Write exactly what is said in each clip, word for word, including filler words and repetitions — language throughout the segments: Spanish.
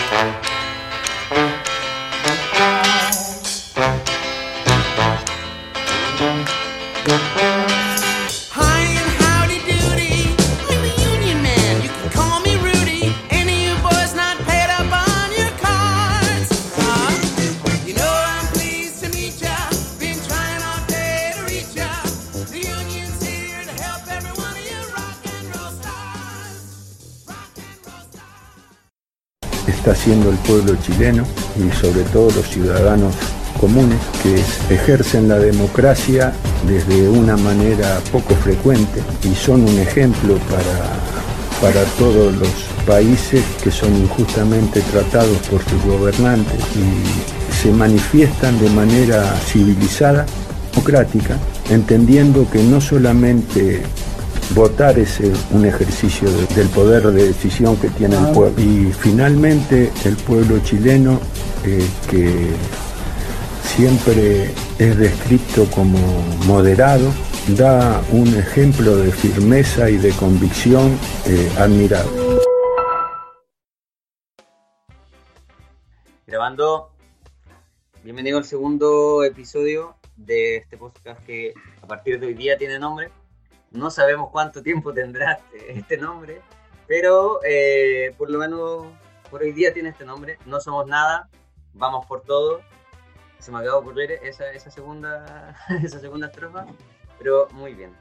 Está haciendo el pueblo chileno y sobre todo los ciudadanos comunes que ejercen la democracia desde una manera poco frecuente y son un ejemplo para, para todos los países que son injustamente tratados por sus gobernantes y se manifiestan de manera civilizada, democrática, entendiendo que no solamente votar es un ejercicio de, del poder de decisión que tiene el pueblo. Y finalmente el pueblo chileno, eh, que siempre es descrito como moderado, da un ejemplo de firmeza y de convicción eh, admirable. Grabando, bienvenido al segundo episodio de este podcast que a partir de hoy día tiene nombre. No sabemos cuánto tiempo tendrá este nombre, pero eh, por lo menos por hoy día tiene este nombre. No somos nada, vamos por todo. Se me acaba de ocurrir esa, esa, segunda, esa segunda estrofa, pero muy bien.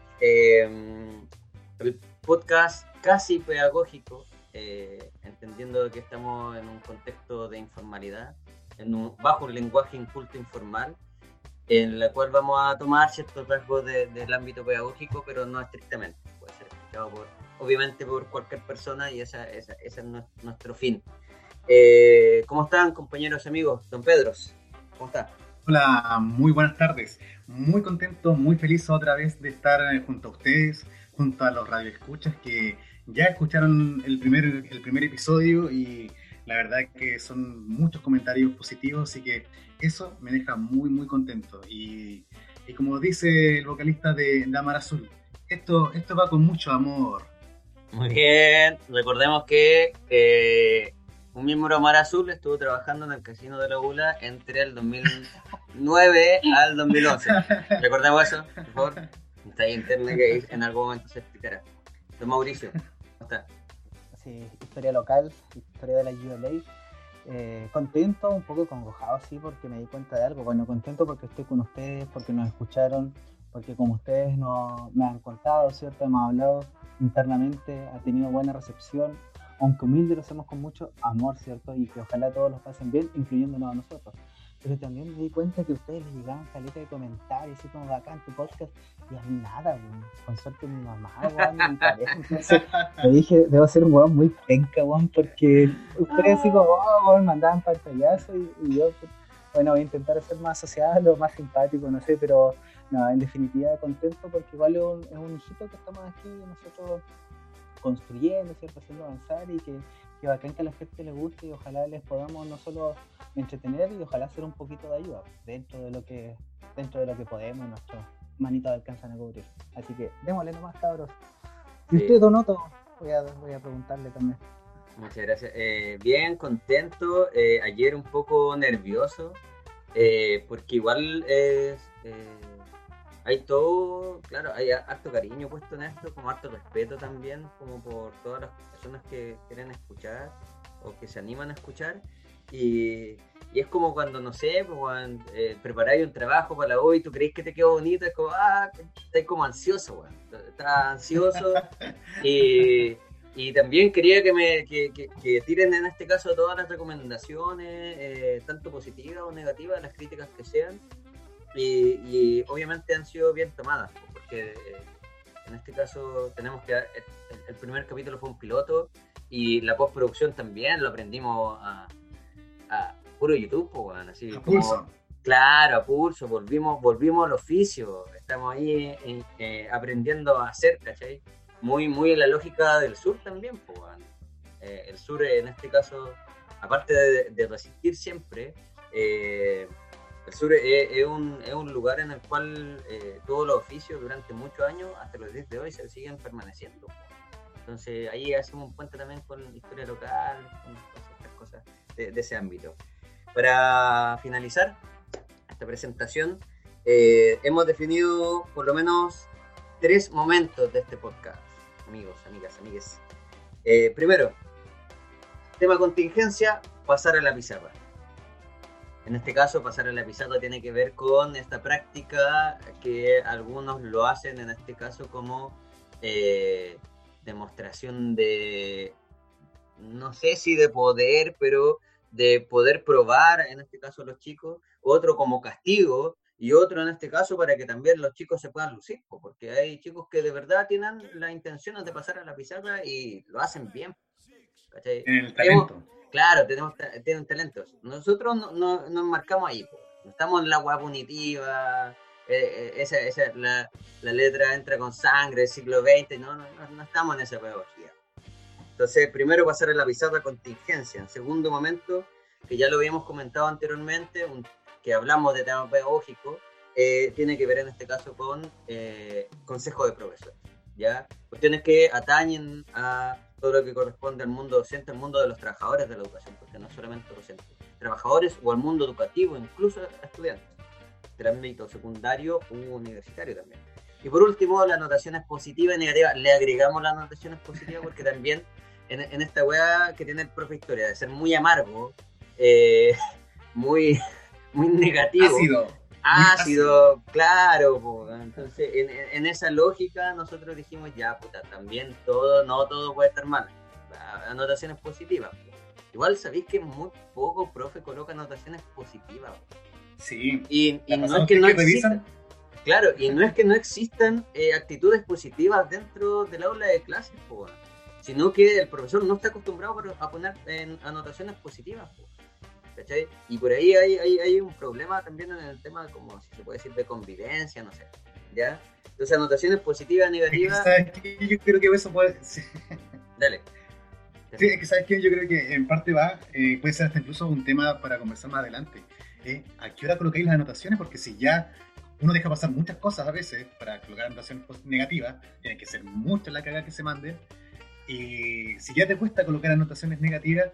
Eh, el podcast casi pedagógico, eh, entendiendo que estamos en un contexto de informalidad, en un, bajo un lenguaje inculto informal, en la cual vamos a tomar ciertos rasgos de, del ámbito pedagógico, pero no estrictamente. Puede ser explicado por, obviamente por cualquier persona y esa, esa, ese es nuestro fin. Eh, ¿Cómo están, compañeros y amigos? Don Pedros, ¿cómo está? Hola, muy buenas tardes. Muy contento, muy feliz otra vez de estar junto a ustedes, junto a los radioescuchas que ya escucharon el primer, el primer episodio y la verdad que son muchos comentarios positivos, así que eso me deja muy, muy contento. Y, y como dice el vocalista de Amar Azul, esto, esto va con mucho amor. Muy bien. Recordemos que eh, un miembro de Amar Azul estuvo trabajando en el Casino de la Ula entre el dos mil nueve al dos mil once. ¿Recordemos eso, por favor? Está ahí internet que en algún momento se explicará. Don Mauricio, ¿cómo está? Sí, historia local, historia de la U L A. Eh, contento, un poco congojado, sí, porque me di cuenta de algo. Bueno, contento porque estoy con ustedes, porque nos escucharon, porque como ustedes no, me han contado, ¿cierto? Hemos hablado internamente, ha tenido buena recepción, aunque humilde lo hacemos con mucho amor, ¿cierto? Y que ojalá todos los pasen bien, incluyéndonos a nosotros. Pero también me di cuenta que a ustedes les llegaban caleta de comentarios, así como bacán tu podcast, y a mí nada, weón. Con suerte mi mamá, weón, mi pareja. Entonces me dije, debo ser un weón muy penca, weón, porque ustedes así como, oh, weón, mandaban pantallazo y, y yo, bueno, voy a intentar ser más sociable o más simpático, no sé, pero no, en definitiva contento porque igual es un, es un hijito que estamos aquí nosotros construyendo, ¿cierto? Haciendo avanzar y que, que bacán que a la gente le guste y ojalá les podamos no solo entretener y ojalá hacer un poquito de ayuda dentro de lo que dentro de lo que podemos y nuestras manitas alcanzan a cubrir. Así que démosle nomás, cabros. ¿Y sí. Usted, Donoto? Voy a, voy a preguntarle también. Muchas gracias. Eh, bien, contento. Eh, ayer un poco nervioso eh, porque igual es... Eh, hay todo, claro, hay harto cariño puesto en esto, como harto respeto también, como por todas las personas que quieren escuchar o que se animan a escuchar. Y, y es como cuando, no sé, pues, cuando, eh, preparáis un trabajo para la U y tú crees que te quedó bonito, es como, ah, estás como ansioso, weón. Estás ansioso. y, y también quería que me que, que, que tiren en este caso todas las recomendaciones, eh, tanto positivas o negativas, las críticas que sean. Y, y obviamente han sido bien tomadas, porque eh, en este caso tenemos que el, el primer capítulo fue un piloto y la postproducción también lo aprendimos a, a puro YouTube, pues, bueno, así a como, pulso. Claro, a pulso, volvimos, volvimos al oficio, estamos ahí eh, eh, aprendiendo a hacer, ¿cachai? Muy, muy en la lógica del sur también, pues, bueno. eh, el sur en este caso, aparte de, de resistir siempre, eh, el sur es, es, un, es un lugar en el cual eh, todos los oficios durante muchos años, hasta los días de hoy, se siguen permaneciendo. Entonces ahí hacemos un puente también con historia local, con, con ciertas cosas. este, de ese ámbito. Para finalizar esta presentación, eh, hemos definido por lo menos tres momentos de este podcast, amigos, amigas, amigues. Eh, primero, tema contingencia, pasar a la pizarra. En este caso, pasar a la pizarra tiene que ver con esta práctica que algunos lo hacen, en este caso, como eh, demostración de, no sé si de poder, pero de poder probar, en este caso, los chicos, otro como castigo, y otro en este caso para que también los chicos se puedan lucir, porque hay chicos que de verdad tienen la intención de pasar a la pizarra y lo hacen bien. ¿Cachai? En el talento. Tenemos, claro, tenemos, tienen talentos. Nosotros no, no, nos marcamos ahí, po. No estamos en la hueá punitiva, eh, eh, esa, esa, la, la letra entra con sangre del siglo veinte, no, no, no, no estamos en esa pedagogía. Entonces, primero pasar a la pizarra contingencia. En segundo momento, que ya lo habíamos comentado anteriormente, un, que hablamos de tema pedagógico, eh, tiene que ver en este caso con eh, consejo de profesores, ¿ya? Cuestiones que atañen a todo lo que corresponde al mundo docente, al mundo de los trabajadores de la educación, porque no solamente docentes, trabajadores o al mundo educativo, incluso a estudiantes, del ámbito secundario u universitario también. Y por último, las anotaciones positivas y negativas. Le agregamos las anotaciones positivas porque también en, en esta weá que tiene el profe Historia, de ser muy amargo, eh, muy, muy negativo. Ácido. Ácido, claro, po. Entonces en, en esa lógica nosotros dijimos ya, puta, también todo, no todo puede estar mal, anotaciones positivas. Igual sabéis que muy poco profe coloca anotaciones positivas. Sí. Y, y no es que no existan, claro, y no es que no existan eh, actitudes positivas dentro del aula de clases, po, sino que el profesor no está acostumbrado a poner en anotaciones positivas, po. ¿Cachai? Y por ahí hay, hay, hay un problema también en el tema, como si se puede decir, de convivencia, no sé, ¿ya? Entonces, anotaciones positivas, negativas... ¿Sabes qué? Yo creo que eso puede... Sí. Dale. Sí, es que ¿sabes qué? Yo creo que en parte va, eh, puede ser hasta incluso un tema para conversar más adelante. ¿Eh? ¿A qué hora colocáis las anotaciones? Porque si ya uno deja pasar muchas cosas a veces para colocar anotaciones negativas, tiene que ser mucha la cagada que se mande, y si ya te cuesta colocar anotaciones negativas,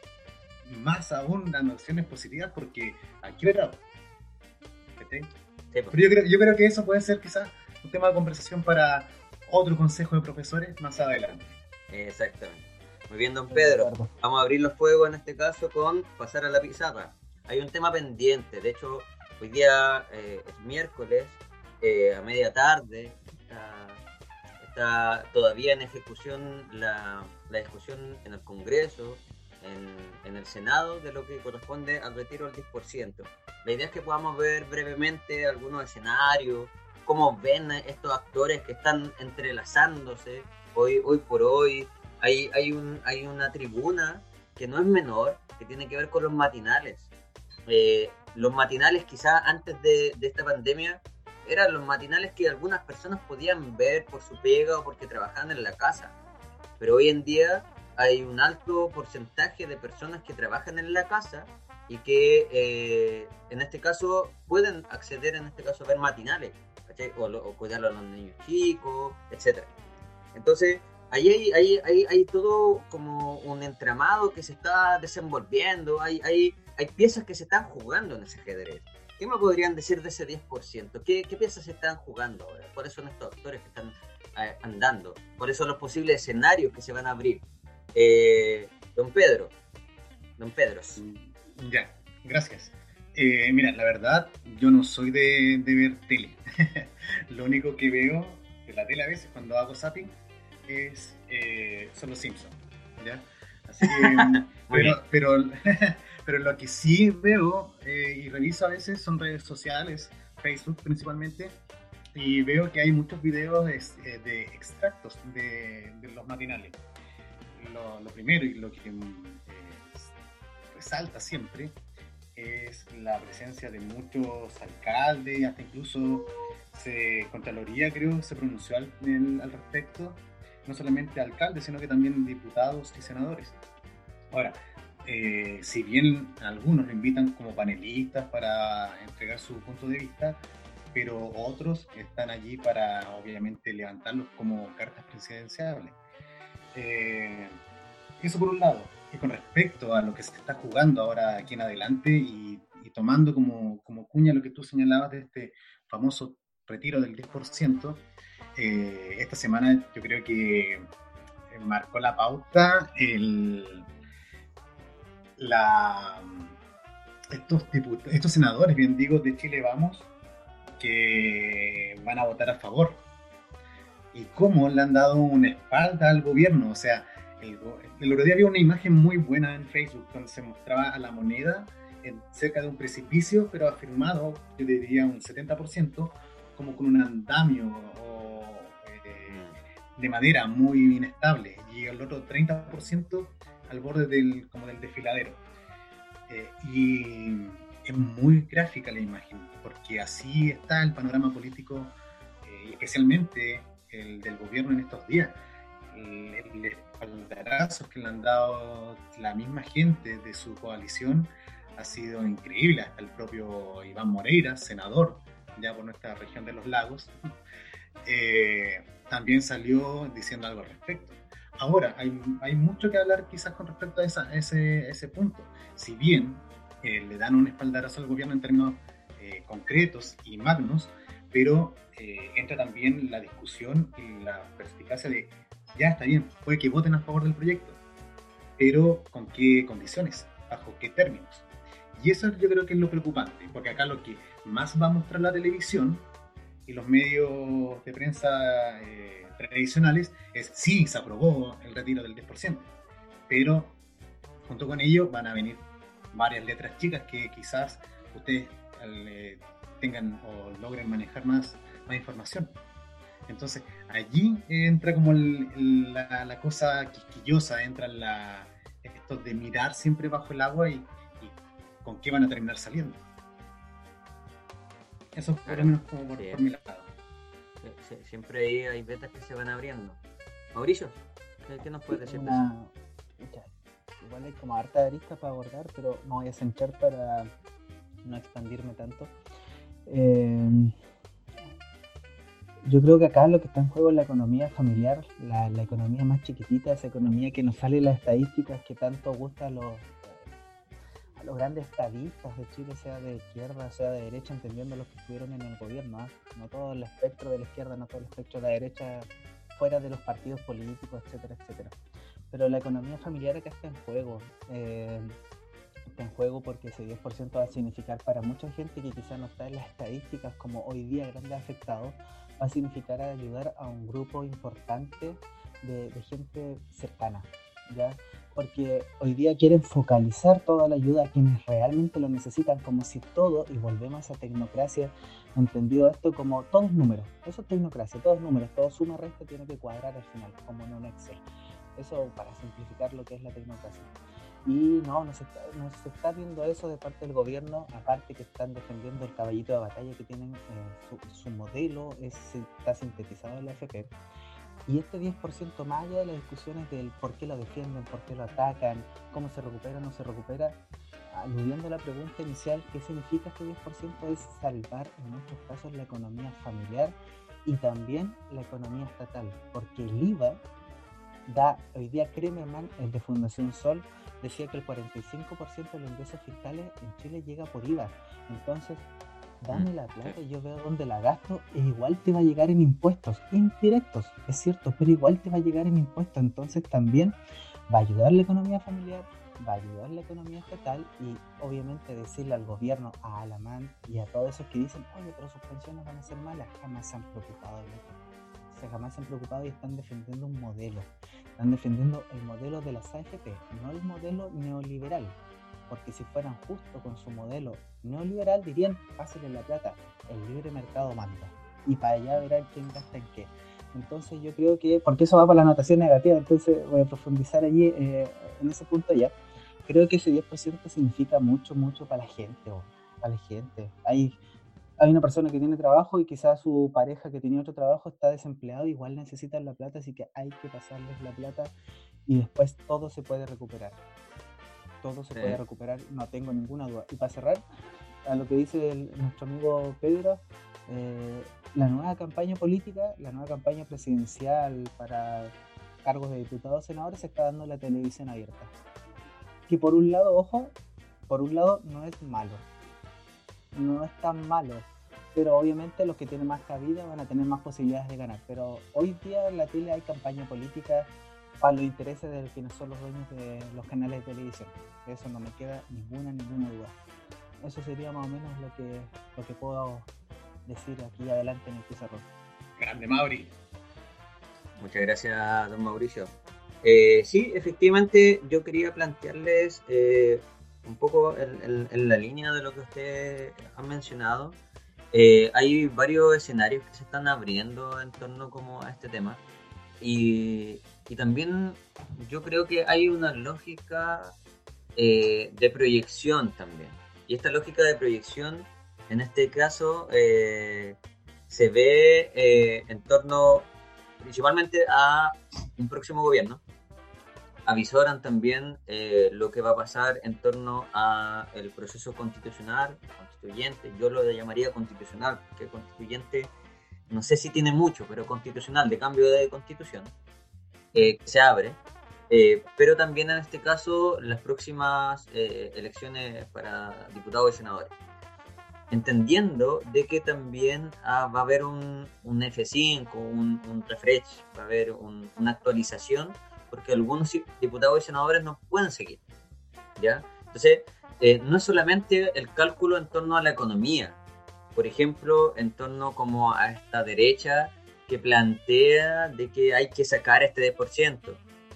más aún las nociones positivas, porque aquí verdad. Sí, pero yo creo, yo creo que eso puede ser quizás un tema de conversación para otro consejo de profesores más adelante. Exactamente. Muy bien, don Pedro. Vamos a abrir los fuegos en este caso con pasar a la pizarra. Hay un tema pendiente. De hecho, hoy día eh, es miércoles, eh, a media tarde, está, está todavía en ejecución la, la discusión en el Congreso, En, en el Senado, de lo que corresponde al retiro del diez por ciento. La idea es que podamos ver brevemente algunos escenarios, cómo ven estos actores que están entrelazándose hoy, hoy por hoy. Hay, hay, un, hay una tribuna que no es menor, que tiene que ver con los matinales. Eh, los matinales quizás antes de, de esta pandemia eran los matinales que algunas personas podían ver por su pega o porque trabajaban en la casa, pero hoy en día hay un alto porcentaje de personas que trabajan en la casa y que eh, en este caso pueden acceder en este caso a ver matinales, ¿cachai? O, o cuidar a los niños chicos, etcétera. Entonces ahí hay, hay, hay, hay todo como un entramado que se está desenvolviendo, hay, hay, hay piezas que se están jugando en ese ajedrez. ¿Qué me podrían decir de ese diez por ciento? ¿Qué, qué piezas se están jugando ahora? ¿Cuáles son estos actores que están eh, andando? ¿Cuáles son los posibles escenarios que se van a abrir? Eh, don Pedro, don Pedro. Ya, gracias. Eh, mira, la verdad, yo no soy de, de ver tele. Lo único que veo de la tele a veces cuando hago zapping es eh, son los Simpsons, ¿ya? Así que, pero, pero, pero lo que sí veo eh, y reviso a veces son redes sociales, Facebook principalmente, y veo que hay muchos videos de, de extractos de, de los matinales. Lo, lo primero y lo que eh, resalta siempre es la presencia de muchos alcaldes, hasta incluso se, Contraloría creo se pronunció al, el, al respecto, no solamente alcaldes sino que también diputados y senadores. Ahora, eh, si bien algunos lo invitan como panelistas para entregar su punto de vista, pero otros están allí para obviamente levantarlos como cartas presidenciales. Eh, eso por un lado. y con respecto a lo que se está jugando ahora aquí en adelante y, y tomando como, como cuña lo que tú señalabas de este famoso retiro del diez por ciento, eh, esta semana yo creo que marcó la pauta el, la, estos, diput- estos senadores, bien digo, de Chile Vamos, que van a votar a favor. Y cómo le han dado una espalda al gobierno. O sea, el, el otro día había una imagen muy buena en Facebook donde se mostraba a la moneda en, cerca de un precipicio, pero afirmado, yo diría un setenta por ciento, como con un andamio o, eh, de madera muy inestable, y el otro treinta por ciento al borde del, como del desfiladero. Eh, y es muy gráfica la imagen, porque así está el panorama político, eh, especialmente el del gobierno en estos días. El, el espaldarazo que le han dado la misma gente de su coalición ha sido increíble. Hasta el propio Iván Moreira, senador ya por nuestra región de los lagos, eh, también salió diciendo algo al respecto. Ahora, hay, hay mucho que hablar quizás con respecto a, esa, a ese, ese punto. Si bien eh, le dan un espaldarazo al gobierno en términos eh, concretos y magnos, pero eh, entra también la discusión y la perspicacia de, ya está bien, puede que voten a favor del proyecto, pero ¿con qué condiciones? ¿Bajo qué términos? Y eso yo creo que es lo preocupante, porque acá lo que más va a mostrar la televisión y los medios de prensa eh, tradicionales es, sí, se aprobó el retiro del diez por ciento, pero junto con ello van a venir varias letras chicas que quizás ustedes eh, tengan o logren manejar más, más información. Entonces allí entra como el, el, la, la cosa quisquillosa, entra la, esto de mirar siempre bajo el agua y, y con qué van a terminar saliendo. Eso por lo menos como por, sí. por mi lado. Sí, siempre hay, hay vetas que se van abriendo. Mauricio, ¿qué, qué nos puedes decir? Una... Igual hay como harta aristas para abordar, pero me voy a centrar para no expandirme tanto. Eh, yo creo que acá lo que está en juego es la economía familiar, la, la economía más chiquitita, esa economía que nos sale en las estadísticas que tanto gusta a los, a los grandes estadistas de Chile, sea de izquierda, sea de derecha, entendiendo los que estuvieron en el gobierno, ¿eh? No todo el espectro de la izquierda, no todo el espectro de la derecha, fuera de los partidos políticos, etcétera, etcétera. Pero la economía familiar acá está en juego. Eh, está en juego porque ese diez por ciento va a significar para mucha gente que quizás no está en las estadísticas como hoy día grandes afectados, va a significar ayudar a un grupo importante de, de gente cercana, ¿ya? Porque hoy día quieren focalizar toda la ayuda a quienes realmente lo necesitan, como si todo, y volvemos a tecnocracia, entendido esto como todos números. Eso es tecnocracia, todos números, todo suma, resta, tiene que cuadrar al final, como en un Excel. Eso para simplificar lo que es la tecnocracia. Y no, no se, está, no se está viendo eso de parte del gobierno, aparte que están defendiendo el caballito de batalla que tienen, eh, su, su modelo es, está sintetizado en la A F P. Y este diez por ciento más allá de las discusiones del por qué lo defienden, por qué lo atacan, cómo se recupera o no se recupera, aludiendo a la pregunta inicial, ¿qué significa este diez por ciento? Es salvar en muchos casos la economía familiar y también la economía estatal, porque el I V A da, hoy día Kremerman, el de Fundación Sol, decía que el cuarenta y cinco por ciento de los ingresos fiscales en Chile llega por I V A. Entonces, dame la plata y yo veo dónde la gasto e igual te va a llegar en impuestos indirectos, es cierto, pero igual te va a llegar en impuestos. Entonces también va a ayudar la economía familiar, va a ayudar la economía estatal y obviamente decirle al gobierno, a Alamán y a todos esos que dicen, oye, pero sus pensiones van a ser malas, jamás se han preocupado de esto. Jamás se han preocupado y están defendiendo un modelo, están defendiendo el modelo de las A F P, no el modelo neoliberal, porque si fueran justos con su modelo neoliberal dirían, pásenle la plata, el libre mercado manda, y para allá verán quién gasta en qué. Entonces yo creo que, porque eso va para la anotación negativa, entonces voy a profundizar allí eh, en ese punto ya. Creo que ese diez por ciento significa mucho, mucho para la gente, oh, para la gente. Hay Hay una persona que tiene trabajo y quizás su pareja que tenía otro trabajo está desempleado, igual necesitan la plata, así que hay que pasarles la plata y después todo se puede recuperar. Todo se sí. puede recuperar, no tengo ninguna duda. Y para cerrar, a lo que dice el, nuestro amigo Pedro, eh, la nueva campaña política, la nueva campaña presidencial para cargos de diputados, senadores, se está dando en la televisión abierta. que por un lado, ojo, por un lado no es malo, no es tan malo, pero obviamente los que tienen más cabida van a tener más posibilidades de ganar. Pero hoy día en la tele hay campaña política para los intereses de quienes son los dueños de los canales de televisión. De eso no me queda ninguna, ninguna duda. Eso sería más o menos lo que, lo que puedo decir aquí adelante en el pizarrón. Grande, Mauri. Muchas gracias, don Mauricio. Eh, sí, efectivamente, yo quería plantearles eh, un poco en, en, en la línea de lo que ustedes han mencionado. Eh, hay varios escenarios que se están abriendo en torno como a este tema. Y, y también yo creo que hay una lógica eh, de proyección también. Y esta lógica de proyección, en este caso, eh, se ve eh, en torno principalmente a un próximo gobierno. Avisoran también eh, lo que va a pasar en torno a el proceso constitucional, constituyente. Yo lo llamaría constitucional, porque constituyente no sé si tiene mucho, pero constitucional, de cambio de constitución, eh, que se abre. Eh, pero también en este caso las próximas eh, elecciones para diputados y senadores, entendiendo de que también ah, va a haber un, un F cinco, un, un refresh, va a haber un, una actualización, porque algunos diputados y senadores no pueden seguir, ¿ya? Entonces, eh, no es solamente el cálculo en torno a la economía, por ejemplo, en torno como a esta derecha que plantea de que hay que sacar este diez por ciento.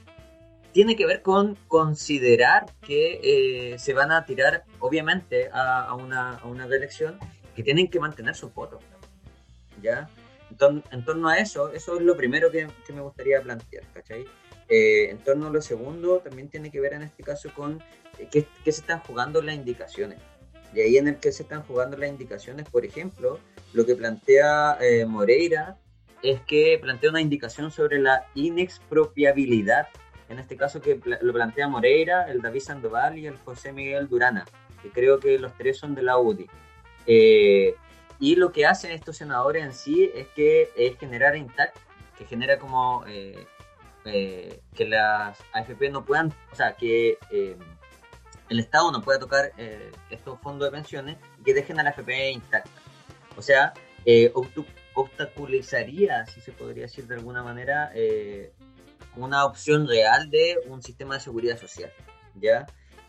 Tiene que ver con considerar que eh, se van a tirar, obviamente, a, a, una, a una reelección, que tienen que mantener sus votos, ¿ya? En, tor- en torno a eso, eso es lo primero que, que me gustaría plantear, ¿cachai? Eh, en torno a lo segundo, también tiene que ver en este caso con eh, qué, qué se están jugando las indicaciones. Y ahí en el que se están jugando las indicaciones, por ejemplo, lo que plantea eh, Moreira es que plantea una indicación sobre la inexpropiabilidad, en este caso que pl- lo plantea Moreira, el David Sandoval y el José Miguel Durana, que creo que los tres son de la U D I. Eh, y lo que hacen estos senadores en sí es que es generar intact, que genera como eh, eh, que las A F P no puedan, o sea, que eh, el Estado no pueda tocar eh, estos fondos de pensiones y que dejen a la A F P intacta. O sea, eh, obstaculizaría, si se podría decir de alguna manera, eh, una opción real de un sistema de seguridad social, ¿ya?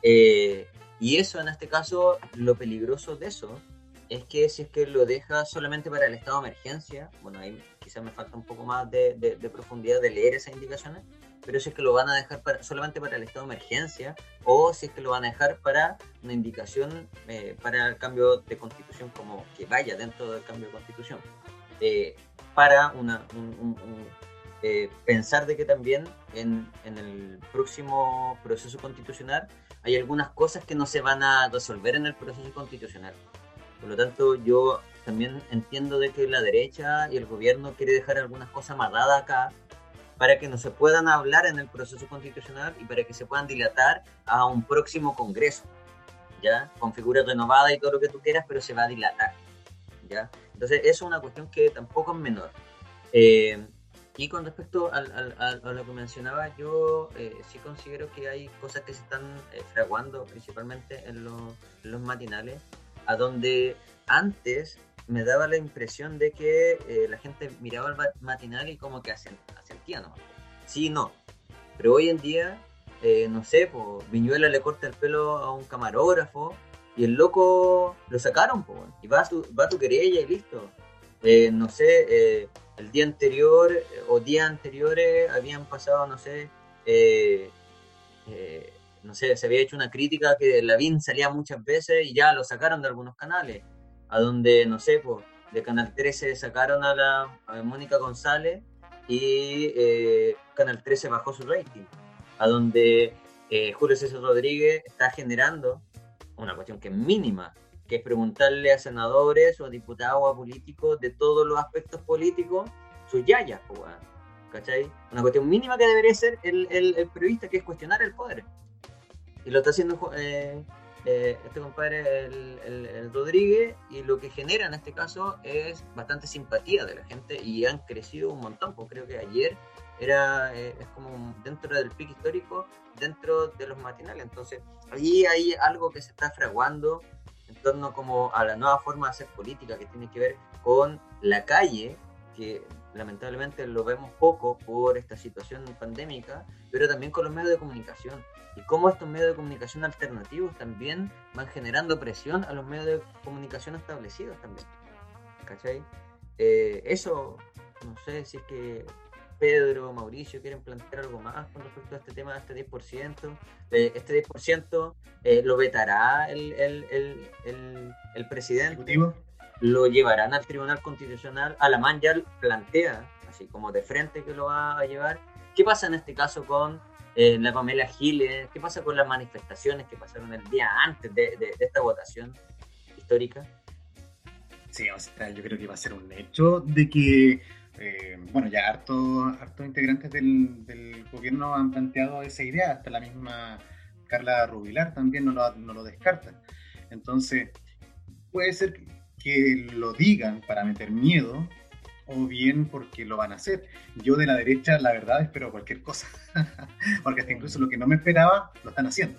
Eh, y eso, en este caso, lo peligroso de eso es que si es que lo deja solamente para el estado de emergencia, bueno, ahí quizás me falta un poco más de, de, de profundidad de leer esas indicaciones, pero si es que lo van a dejar para, solamente para el estado de emergencia, o si es que lo van a dejar para una indicación eh, para el cambio de constitución, como que vaya dentro del cambio de constitución, eh, para una, un, un, un Eh, pensar de que también en, en el próximo proceso constitucional hay algunas cosas que no se van a resolver en el proceso constitucional. Por lo tanto, yo también entiendo de que la derecha y el gobierno quiere dejar algunas cosas amarradas acá para que no se puedan hablar en el proceso constitucional y para que se puedan dilatar a un próximo congreso, ¿ya? Con figuras renovadas y todo lo que tú quieras, pero se va a dilatar, ¿ya? Entonces, eso es una cuestión que tampoco es menor. Eh, Y con respecto al, al, al, a lo que mencionaba, yo eh, sí considero que hay cosas que se están eh, fraguando, principalmente en, lo, en los matinales, a donde antes me daba la impresión de que eh, la gente miraba el matinal y como que asentía, ¿no? Sí, no. Pero hoy en día, eh, no sé, pues Viñuela le corta el pelo a un camarógrafo y el loco lo sacaron, pues, y va a tu, va a tu querella y listo. Eh, no sé, eh, el día anterior eh, o días anteriores habían pasado, no sé, eh, eh, no sé, se había hecho una crítica que Lavín salía muchas veces y ya lo sacaron de algunos canales, a donde, no sé, pues de Canal trece sacaron a la a Mónica González y eh, Canal trece bajó su rating, a donde eh, Julio César Rodríguez está generando una cuestión que es mínima, que es preguntarle a senadores o a diputados o a políticos de todos los aspectos políticos sus yayas, ¿cachai? Una cuestión mínima que debería ser el, el, el periodista, que es cuestionar el poder. Y lo está haciendo eh, eh, este compadre, el, el, el Rodríguez, y lo que genera en este caso es bastante simpatía de la gente y han crecido un montón, porque creo que ayer era eh, es como dentro del pico histórico, dentro de los matinales. Entonces, ahí hay algo que se está fraguando en torno como a la nueva forma de hacer política, que tiene que ver con la calle, que lamentablemente lo vemos poco por esta situación pandémica, pero también con los medios de comunicación, y cómo estos medios de comunicación alternativos también van generando presión a los medios de comunicación establecidos también, ¿cachai? Eh, eso, no sé si es que Pedro, Mauricio quieren plantear algo más con respecto a este tema de este diez por ciento. Eh, este diez por ciento eh, lo vetará el, el, el, el, el presidente. ¿Ejecutivo? Lo llevarán al Tribunal Constitucional. Alamán ya plantea, así como de frente, que lo va a llevar. ¿Qué pasa en este caso con eh, la Pamela Giles? ¿Qué pasa con las manifestaciones que pasaron el día antes de, de, de esta votación histórica? Sí, o sea, yo creo que va a ser un hecho de que, eh, bueno, ya hartos harto integrantes del, del gobierno han planteado esa idea, hasta la misma Carla Rubilar también no lo, no lo descarta. Entonces, puede ser que, que lo digan para meter miedo, o bien porque lo van a hacer. Yo de la derecha, la verdad, espero cualquier cosa, porque hasta incluso lo que no me esperaba, lo están haciendo.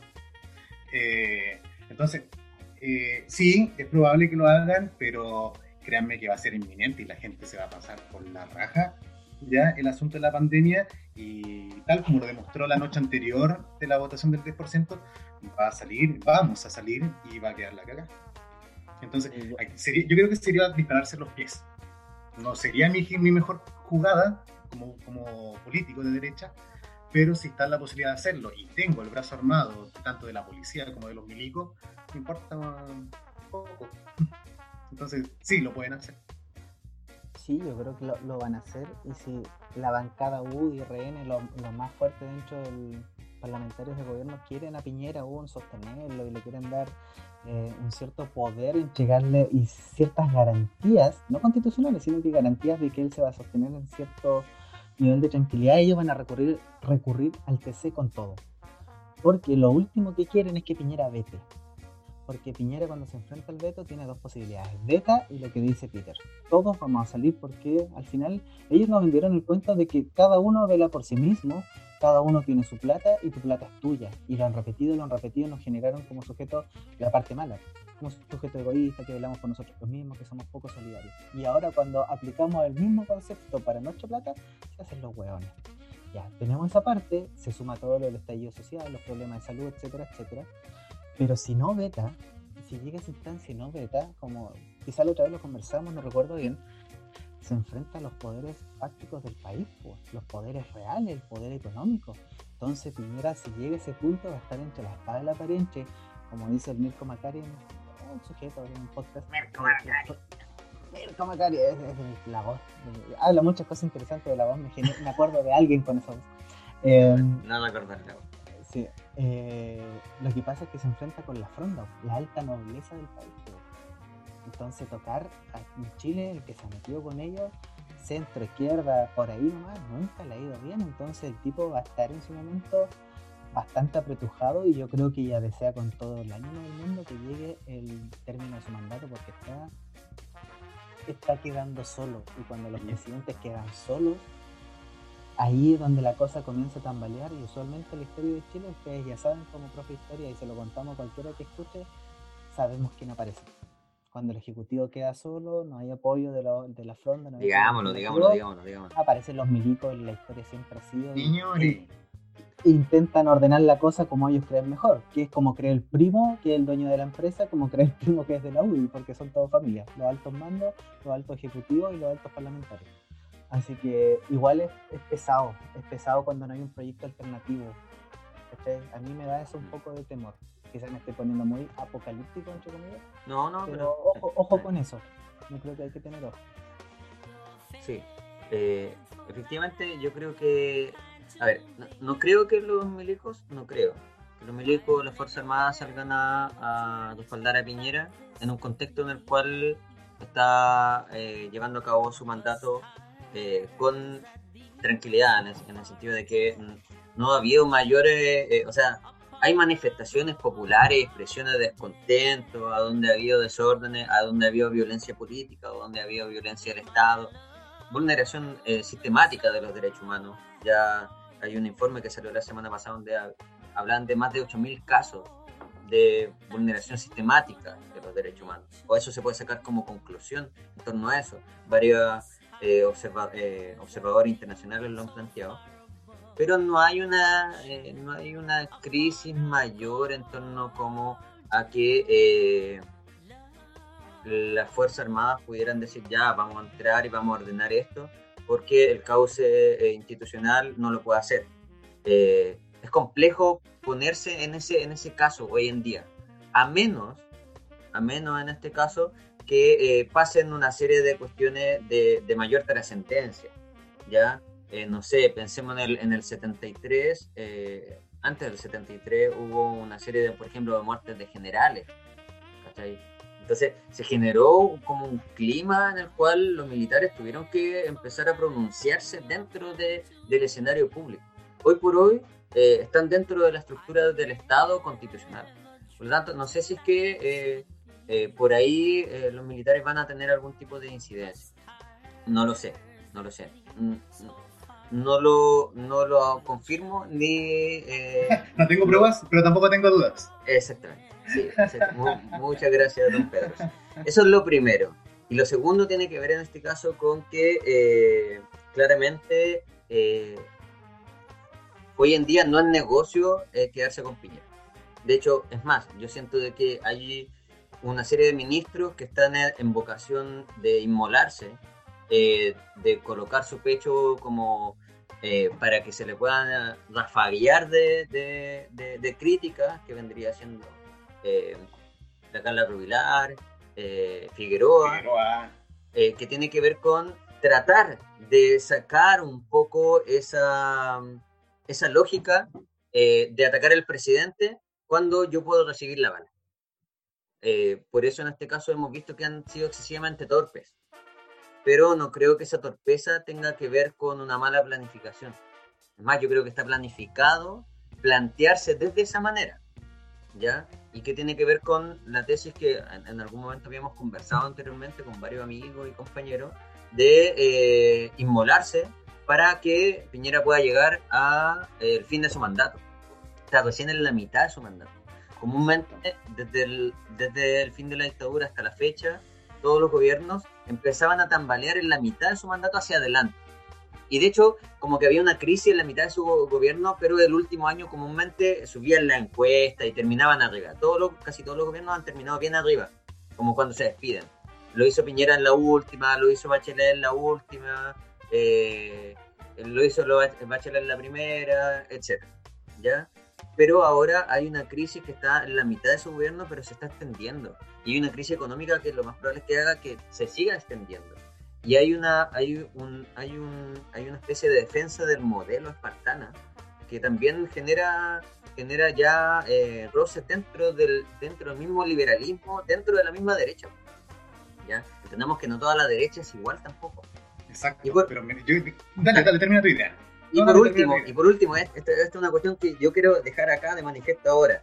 Eh, entonces... Eh, sí, es probable que lo hagan, pero créanme que va a ser inminente y la gente se va a pasar por la raja ya el asunto de la pandemia, y tal como lo demostró la noche anterior de la votación del diez por ciento, va a salir, vamos a salir y va a quedar la cagada. Entonces, sería, yo creo que sería dispararse los pies. No sería mi, mi mejor jugada como, como político de derecha, pero si está la posibilidad de hacerlo y tengo el brazo armado tanto de la policía como de los milicos, no importa poco. Entonces, sí, lo pueden hacer. Sí, yo creo que lo, lo van a hacer, y si la bancada U y R N, los lo más fuertes dentro del parlamentarios de gobierno, quieren a Piñera aún sostenerlo y le quieren dar eh, un cierto poder, entregarle y ciertas garantías, no constitucionales, sino que garantías de que él se va a sostener en cierto nivel de tranquilidad, ellos van a recurrir, recurrir al T C con todo. Porque lo último que quieren es que Piñera vete. Porque Piñera, cuando se enfrenta al veto, tiene dos posibilidades: veta y lo que dice Peter. Todos vamos a salir, porque al final ellos nos vendieron el cuento de que cada uno vela por sí mismo, cada uno tiene su plata y tu plata es tuya. Y lo han repetido y lo han repetido, nos generaron como sujeto la parte mala. Como sujeto egoísta, que velamos por nosotros mismos, que somos poco solidarios. Y ahora, cuando aplicamos el mismo concepto para nuestra plata, se hacen los hueones. Ya, tenemos esa parte, se suma todo lo del estallido social, los problemas de salud, etcétera, etcétera. Pero si no veta, si llega a esa instancia y no veta, como quizá la otra vez lo conversamos, no recuerdo bien, se enfrenta a los poderes fácticos del país, pues, los poderes reales, el poder económico. Entonces Piñera, si llega a ese punto, va a estar entre la espada y la pared, entre, como dice el Mirko Macari, un sujeto en un podcast. Mirko Macari. Mirko Macari es, es la voz. Habla muchas cosas interesantes de la voz, me, gener, me acuerdo de alguien con esa voz. Eh, no me acuerdo de la voz. Sí, eh, lo que pasa es que se enfrenta con la fronda, la alta nobleza del país. Entonces tocar en Chile, el que se metió con ellos, centro, izquierda, por ahí nomás, nunca le ha ido bien. Entonces el tipo va a estar en su momento bastante apretujado, y yo creo que ya desea con todo el ánimo del mundo que llegue el término de su mandato, porque está, está quedando solo, y cuando los presidentes quedan solos, ahí es donde la cosa comienza a tambalear. Y usualmente la historia de Chile, ustedes ya saben, como profe de historia, y se lo contamos a cualquiera que escuche, sabemos quién aparece. Cuando el ejecutivo queda solo, no hay apoyo de, lo, de la fronda. No digámoslo, digámoslo, digámoslo, digámoslo. Aparecen los milicos, la historia siempre ha sido. Señores. Intentan ordenar la cosa como ellos creen mejor, que es como cree el primo, que es el dueño de la empresa, como cree el primo que es de la U D I, porque son todos familias, los altos mandos, los altos ejecutivos y los altos parlamentarios. Así que igual es, es pesado, es pesado cuando no hay un proyecto alternativo. ¿Cachai? A mí me da eso un poco de temor. Quizás me estoy poniendo muy apocalíptico, entre comillas. No, no, pero, pero... Ojo, ojo con eso. Yo creo que hay que tener ojo. Sí, eh, efectivamente yo creo que... A ver, no, no creo que los milicos, no creo que los milicos, las Fuerzas Armadas salgan a, a respaldar a Piñera en un contexto en el cual está eh, llevando a cabo su mandato eh, con tranquilidad, en el, en el sentido de que no ha habido mayores, eh, o sea, hay manifestaciones populares, expresiones de descontento, a donde ha habido desórdenes, a donde ha habido violencia política, a donde ha habido violencia del Estado, vulneración eh, sistemática de los derechos humanos, Ya hay un informe que salió la semana pasada donde hablan de más de ocho mil casos de vulneración sistemática de los derechos humanos. O eso se puede sacar como conclusión en torno a eso. Varios eh, observa, eh, observadores internacionales lo han planteado. Pero no hay una eh, no hay una crisis mayor en torno como a que eh, las Fuerzas Armadas pudieran decir ya, vamos a entrar y vamos a ordenar esto, porque el cauce eh, institucional no lo puede hacer. Eh, es complejo ponerse en ese, en ese caso hoy en día, a menos, a menos en este caso, que eh, pasen una serie de cuestiones de, de mayor trascendencia, ¿ya? Eh, no sé, pensemos en el, en el setenta y tres, eh, antes del setenta y tres hubo una serie de, por ejemplo, de muertes de generales, ¿cachai? Entonces se generó como un clima en el cual los militares tuvieron que empezar a pronunciarse dentro de, del escenario público. Hoy por hoy eh, están dentro de la estructura del Estado constitucional. Por lo tanto, no sé si es que eh, eh, por ahí eh, los militares van a tener algún tipo de incidencia. No lo sé, no lo sé. No, no, lo, no lo confirmo ni... Eh, no tengo pruebas, pero tampoco tengo dudas. Exactamente. Sí, sí, mu- muchas gracias, don Pedro. Eso es lo primero. Y lo segundo tiene que ver en este caso con que eh, claramente eh, hoy en día no es negocio eh, quedarse con Piñera. De hecho, es más, yo siento de que hay una serie de ministros que están en vocación de inmolarse, eh, de colocar su pecho como eh, para que se le puedan rafaguear de, de, de, de críticas que vendría siendo Eh, la Carla Rubilar, eh, Figueroa, Figueroa. Eh, que tiene que ver con tratar de sacar un poco esa, esa lógica eh, de atacar al presidente cuando yo puedo recibir la bala. Eh, por eso en este caso hemos visto que han sido excesivamente torpes, pero no creo que esa torpeza tenga que ver con una mala planificación. Es más, yo creo que está planificado plantearse desde esa manera, ¿ya? Y que tiene que ver con la tesis que en, en algún momento habíamos conversado anteriormente con varios amigos y compañeros de eh, inmolarse para que Piñera pueda llegar al eh, fin de su mandato. Está recién en la mitad de su mandato. Comúnmente, desde el, desde el fin de la dictadura hasta la fecha, todos los gobiernos empezaban a tambalear en la mitad de su mandato hacia adelante. Y de hecho, como que había una crisis en la mitad de su gobierno, pero el último año comúnmente subían la encuesta y terminaban arriba. Todos los, casi todos los gobiernos han terminado bien arriba, como cuando se despiden. Lo hizo Piñera en la última, lo hizo Bachelet en la última, eh, lo hizo Bachelet en la primera, etcétera, ¿ya? Pero ahora hay una crisis que está en la mitad de su gobierno, pero se está extendiendo. Y hay una crisis económica que lo más probable es que haga que se siga extendiendo. Y hay una, hay un, hay un, hay una especie de defensa del modelo espartana que también genera, genera ya eh, roces dentro del, dentro del mismo liberalismo, dentro de la misma derecha. ¿Ya? Entendamos que no toda la derecha es igual tampoco. Exacto. Y por, pero yo, dale, dale, termina tu idea. Y, no, por dale, último, y por último, esta, esta es una cuestión que yo quiero dejar acá de manifiesto ahora.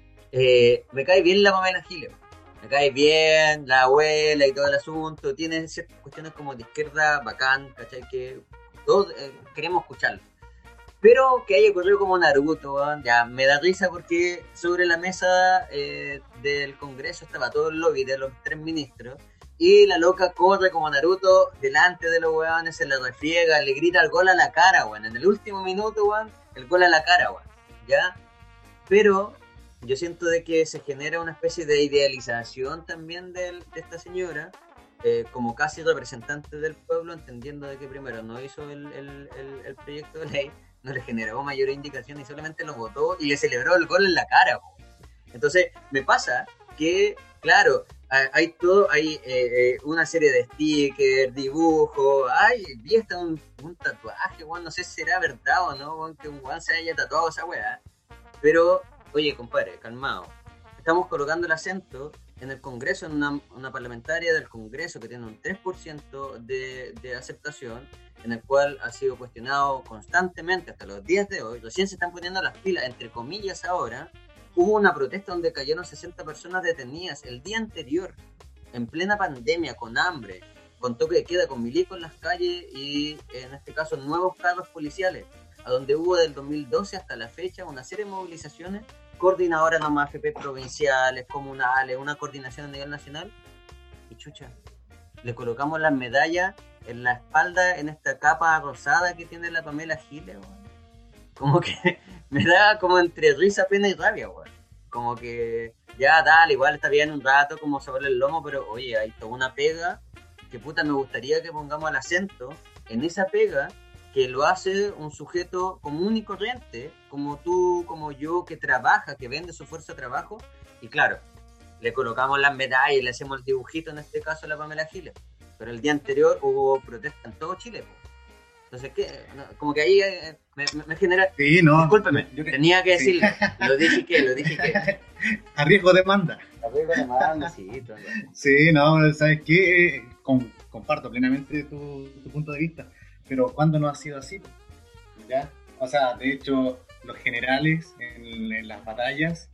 Eh, me cae bien la Pamela Giles. Me cae bien, la abuela y todo el asunto, tienen ciertas cuestiones como de izquierda bacán, ¿cachai? Que todos eh, queremos escucharlo. Pero que haya ocurrido como Naruto, ¿eh? Ya me da risa porque sobre la mesa eh, del Congreso estaba todo el lobby de los tres ministros y la loca corre como Naruto delante de los weones, se le refriega, le grita el gol a la cara, weón. En el último minuto, weón, el gol a la cara, weón. ¿Ya? Pero yo siento de que se genera una especie de idealización también de, de esta señora, eh, como casi representante del pueblo, entendiendo de que primero no hizo el, el, el, el proyecto de ley, no le generó mayor indicación y solamente lo votó y le celebró el gol en la cara. Entonces me pasa que, claro, hay todo, hay eh, una serie de stickers, dibujos, ay, vi hasta un, un tatuaje, bueno, no sé si será verdad o no, bueno, que un weón se haya tatuado esa weá, pero oye, compadre, calmado. Estamos colocando el acento en el Congreso, en una, una parlamentaria del Congreso que tiene un tres por ciento de, de aceptación, en el cual ha sido cuestionado constantemente hasta los días de hoy. Recién se están poniendo las pilas, entre comillas ahora. Hubo una protesta donde cayeron sesenta personas detenidas el día anterior, en plena pandemia, con hambre, con toque de queda, con milicos en las calles y, en este caso, nuevos carros policiales. a donde hubo del dos mil doce hasta la fecha una serie de movilizaciones, coordinadoras nomás, F P provinciales, comunales, una coordinación a nivel nacional, y chucha, le colocamos las medallas en la espalda, en esta capa rosada que tiene la Pamela Giles, weón. Como que me da como entre risa, pena y rabia, weón. Como que ya, dale, igual está bien un rato como sobre el lomo, pero oye, hay toda una pega que puta me gustaría que pongamos el acento en esa pega que lo hace un sujeto común y corriente, como tú, como yo, que trabaja, que vende su fuerza de trabajo, y claro, le colocamos las medallas y le hacemos el dibujito, en este caso a la Pamela Giles, pero el día anterior hubo protesta en todo Chile, po. Entonces, ¿qué? Como que ahí eh, me, me genera... Sí, no. Discúlpeme, yo, yo, tenía que decirlo, sí. lo dije que, lo dije que... A riesgo de demanda. A riesgo de demanda, sí. Todo. Sí, no, ¿sabes qué? Eh, com, comparto plenamente tu, tu punto de vista, pero ¿cuándo no ha sido así? ¿Ya? O sea, de hecho, los generales en, en las batallas,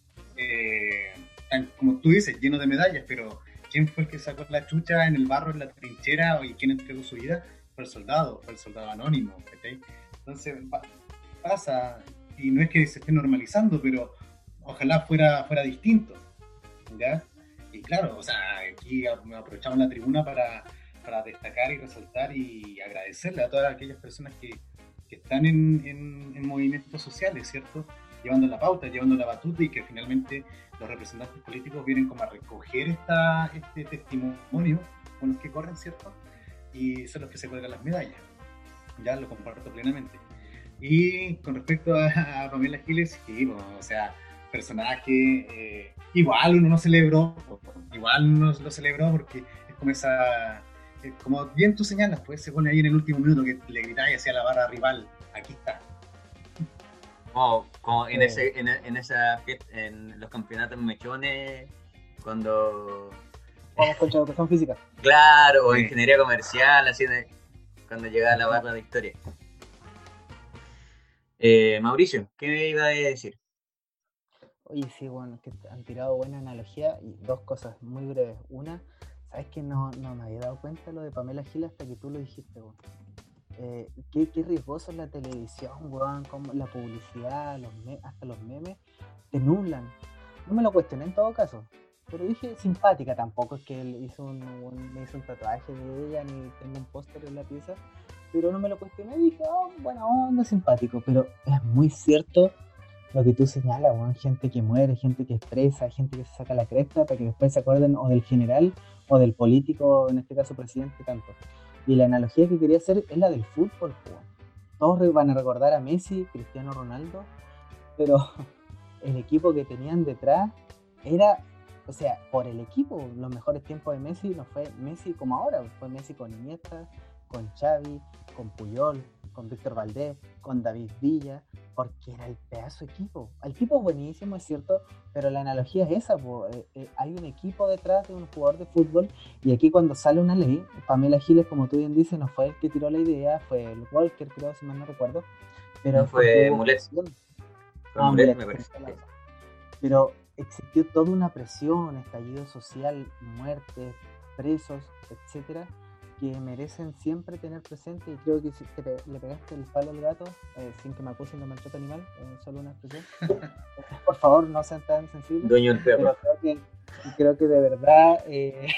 eh, están, como tú dices, llenos de medallas, pero ¿quién fue el que sacó la chucha en el barro, en la trinchera, y quién entregó su vida? Fue el soldado, fue el soldado anónimo, ¿okay? Entonces pasa, y no es que se esté normalizando, pero ojalá fuera, fuera distinto, ¿ya? Y claro, o sea, aquí aprovechamos la tribuna para, para destacar y resaltar y agradecerle a todas aquellas personas que, que están en, en, en movimientos sociales, ¿cierto? Llevando la pauta, llevando la batuta, y que finalmente los representantes políticos vienen como a recoger esta, este testimonio con los que corren, ¿cierto? Y son los que se cuelgan las medallas. Ya lo comparto plenamente. Y con respecto a, a Pamela Giles, sí, bueno, o sea, personaje, eh, igual uno no celebró, igual uno lo celebró porque es como esa, eh, como bien tú señalas, pues se pone ahí en el último minuto que le gritáis hacia la barra rival, aquí está. Como, como en, ese, en, en esa fiesta, en los campeonatos mechones, cuando... Vamos con educación física. Claro, o sí. ingeniería comercial, así de, cuando llegaba la barra de historia. Eh, Mauricio, ¿qué iba a decir? Oye, sí, bueno, que han tirado buena analogía, y dos cosas muy breves. Una, ¿sabes que no, no me había dado cuenta lo de Pamela Giles hasta que tú lo dijiste, weón? Eh, qué, qué riesgoso es la televisión, weón, como la publicidad, los me- hasta los memes, te nublan. No me lo cuestioné en todo caso, pero dije simpática, tampoco es que él hizo un, un, me hizo un tatuaje de ella, ni tengo un póster en la pieza, pero no me lo cuestioné, dije, oh, buena onda, simpático, pero es muy cierto lo que tú señalas, weón, gente que muere, gente que expresa, gente que se saca la cresta para que después se acuerden o del general o del político, en este caso presidente, tanto. Y la analogía que quería hacer es la del fútbol, weón. Todos van a recordar a Messi, Cristiano Ronaldo, pero el equipo que tenían detrás era, o sea, por el equipo, los mejores tiempos de Messi no fue Messi como ahora, fue Messi con Iniesta, con Xavi, con Puyol, con Víctor Valdés, con David Villa, porque era el pedazo de equipo. El equipo es buenísimo, es cierto, pero la analogía es esa, po. Eh, eh, hay un equipo detrás de un jugador de fútbol, y aquí cuando sale una ley, Pamela Giles, como tú bien dices, no fue el que tiró la idea, fue el Walker, creo, si mal no recuerdo, pero no fue Mulet. Fue ah, Mulet, me parece. Pero existió toda una presión, estallido social, muertes, presos, etcétera, que merecen siempre tener presente, y creo que si te pe- le pegaste el palo al gato, eh, sin que me acusen de maltrato animal, eh, solo una expresión, por favor no sean tan sensibles, Dueño del perro. pero creo que, creo que de verdad eh,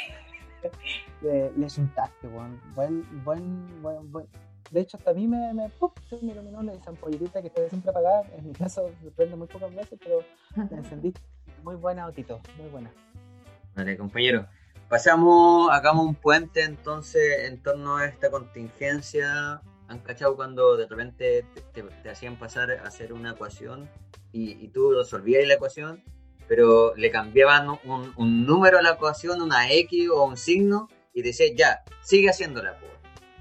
le, le juntaste, buen, buen, buen, buen, buen. De hecho hasta a mí me, me, ¡pup! Se me iluminó esa ampolletita que está siempre apagada, en mi caso se prende muy pocas veces, pero la encendí, muy buena, Otito, muy buena. Vale, compañero. Pasamos, hagamos un puente entonces en torno a esta contingencia. ¿Han cachado cuando de repente te, te, te hacían pasar a hacer una ecuación y, y tú resolvías la ecuación, pero le cambiaban un, un número a la ecuación, una X o un signo, y decías, ya, sigue haciéndola, pues.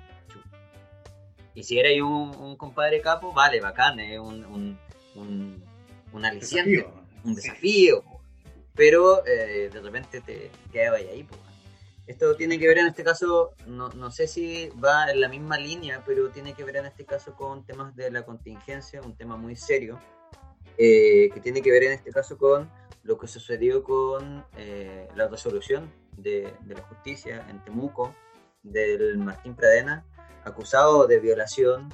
Y si eres un, un compadre capo, vale, bacán, es un, un, un, un aliciente, Desafío. un desafío, sí. Pero eh, de repente te quedabas ahí, pues. Esto tiene que ver en este caso, no, no sé si va en la misma línea, pero tiene que ver en este caso con temas de la contingencia, un tema muy serio, eh, que tiene que ver en este caso con lo que sucedió con eh, la resolución de, de la justicia en Temuco, del Martín Pradena, acusado de violación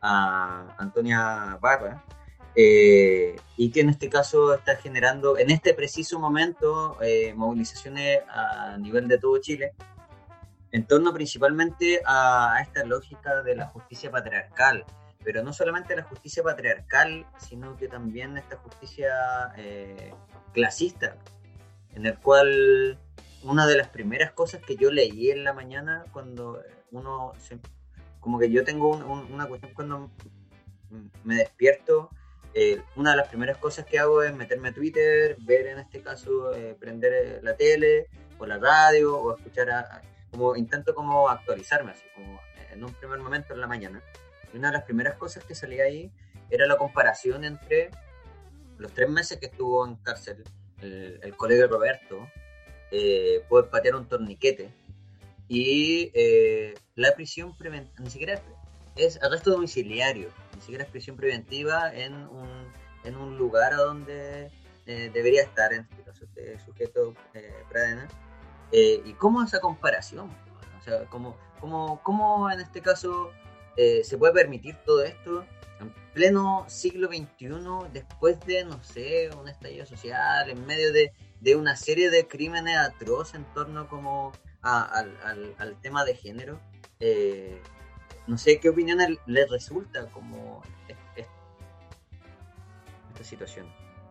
a Antonia Barra, eh, y que en este caso está generando en este preciso momento eh, movilizaciones a nivel de todo Chile, en torno principalmente a, a esta lógica de la justicia patriarcal, pero no solamente la justicia patriarcal, sino que también esta justicia eh, clasista, en el cual una de las primeras cosas que yo leí en la mañana cuando uno se, como que yo tengo un, un, una cuestión cuando me despierto, eh, una de las primeras cosas que hago es meterme a Twitter, ver en este caso, eh, prender la tele o la radio o escuchar, a, como intento como actualizarme así, como en un primer momento en la mañana. Y una de las primeras cosas que salía ahí era la comparación entre los tres meses que estuvo en cárcel el, el colega Roberto eh, por patear un torniquete y eh, la prisión preventiva, ni siquiera es arresto domiciliario, ni siquiera es prisión preventiva en un, en un lugar a donde eh, debería estar, en este caso, este sujeto eh, Pradena. Eh, ¿Y cómo esa comparación? O sea, ¿cómo, cómo, cómo en este caso eh, se puede permitir todo esto en pleno siglo veintiuno, después de, no sé, un estallido social, en medio de, de una serie de crímenes atroces en torno como a, al, al, al tema de género? Eh, no sé qué opiniones les resulta como esta situación.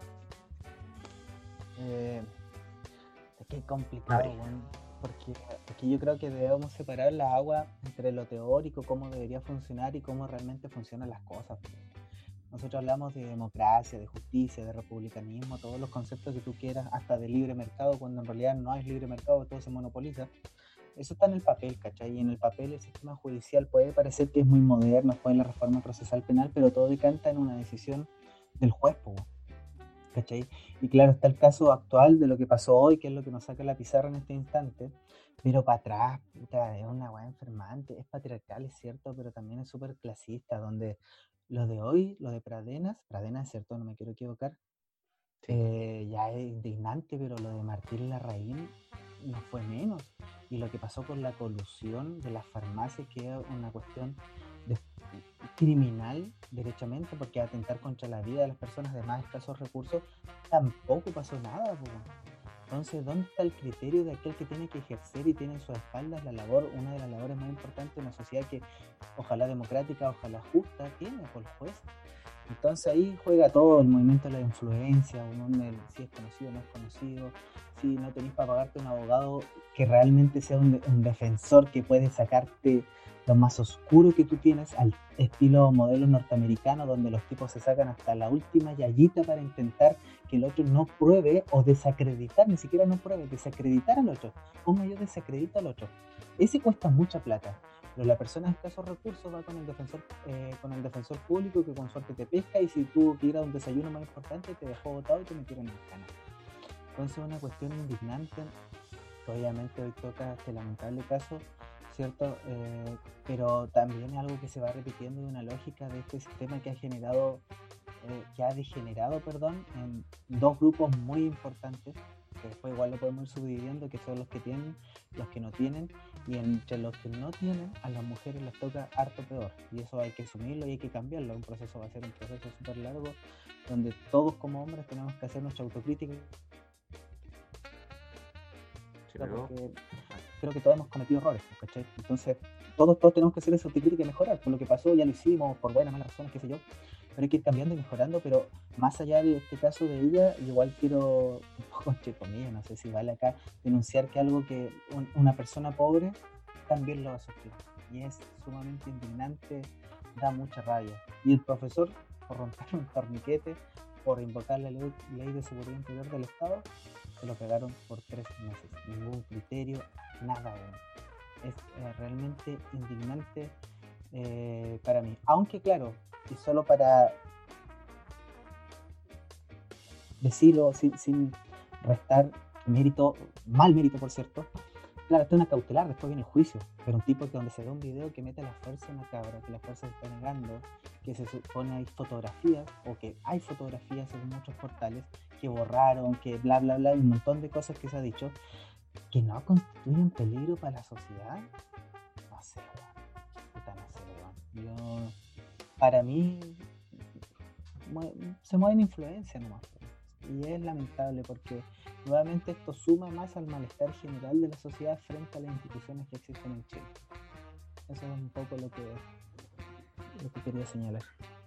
Eh, es que es complicado, bueno, porque, porque yo creo que debemos separar la agua entre lo teórico, cómo debería funcionar y cómo realmente funcionan las cosas. Nosotros hablamos de democracia, de justicia, de republicanismo, todos los conceptos que tú quieras, hasta de libre mercado, cuando en realidad no hay libre mercado, todo se monopoliza. Eso está en el papel, ¿cachai? Y en el papel el sistema judicial puede parecer que es muy moderno, después de la reforma procesal penal, pero todo decanta en una decisión del juez, ¿cachai? Y claro, está el caso actual de lo que pasó hoy, que es lo que nos saca la pizarra en este instante, pero para atrás, puta, es una weá enfermante, es patriarcal, es cierto, pero también es súper clasista, donde lo de hoy, lo de Pradenas, Pradenas es cierto, no me quiero equivocar, sí. eh, ya es indignante, pero lo de Martín Larraín no fue menos. Y lo que pasó con la colusión de las farmacias, que es una cuestión de, criminal, derechamente, porque atentar contra la vida de las personas de más escasos recursos, tampoco pasó nada, po. Entonces, ¿dónde está el criterio de aquel que tiene que ejercer y tiene en sus espaldas la labor, una de las labores más importantes de una sociedad que ojalá democrática, ojalá justa, tiene por el juez? Entonces ahí juega todo el movimiento de la influencia, uno, el, si es conocido o no es conocido, si no tenés para pagarte un abogado que realmente sea un, un defensor que puede sacarte lo más oscuro que tú tienes, al estilo modelo norteamericano, donde los tipos se sacan hasta la última yayita para intentar que el otro no pruebe o desacreditar, ni siquiera no pruebe, desacreditar al otro. ¿Cómo yo desacredito al otro? Ese cuesta mucha plata. Pero la persona de escasos recursos va con el defensor eh, con el defensor público que con suerte te pesca, y si tú quieras un desayuno más importante te dejó botado y te metieron en el canal. Entonces es una cuestión indignante que obviamente hoy toca este lamentable caso, ¿cierto? Eh, pero también es algo que se va repitiendo de una lógica de este sistema que ha generado, eh, que ha degenerado, perdón, en dos grupos muy importantes, que después igual lo podemos ir subdividiendo, que son los que tienen, los que no tienen, y entre los que no tienen, a las mujeres les toca harto peor, y eso hay que asumirlo y hay que cambiarlo. Un proceso va a ser un proceso súper largo, donde todos como hombres tenemos que hacer nuestra autocrítica, sí, pero... porque creo que todos hemos cometido errores, ¿cachai? Entonces todos, todos tenemos que hacer esa autocrítica y mejorar. Por lo que pasó ya lo hicimos, por buenas, malas razones, qué sé yo, pero hay que ir cambiando y mejorando. Pero más allá de este caso de ella, igual quiero, un poco entre comillas, no sé si vale acá, denunciar que algo que un, una persona pobre también lo va a sufrir, y es sumamente indignante, da mucha rabia. Y el profesor, por romper un torniquete, por invocar la ley, ley de seguridad interior del Estado, se lo pegaron por tres meses, ningún criterio, nada bueno. Es eh, realmente indignante eh, para mí, aunque claro, y solo para decirlo sin, sin restar mérito, mal mérito por cierto, claro, esto es una cautelar, después viene el juicio, pero un tipo que donde se ve un video que mete a la fuerza en la cabra, que la fuerza se está negando, que se supone hay fotografías, o que hay fotografías en muchos portales que borraron, que bla bla bla, un montón de cosas que se ha dicho, que no constituyen peligro para la sociedad. No sé, weón. Puta, no sé, weón. Yo para mí se mueven influencias nomás. Y es lamentable porque nuevamente esto suma más al malestar general de la sociedad frente a las instituciones que existen en Chile. Eso es un poco lo que, lo que quería señalar.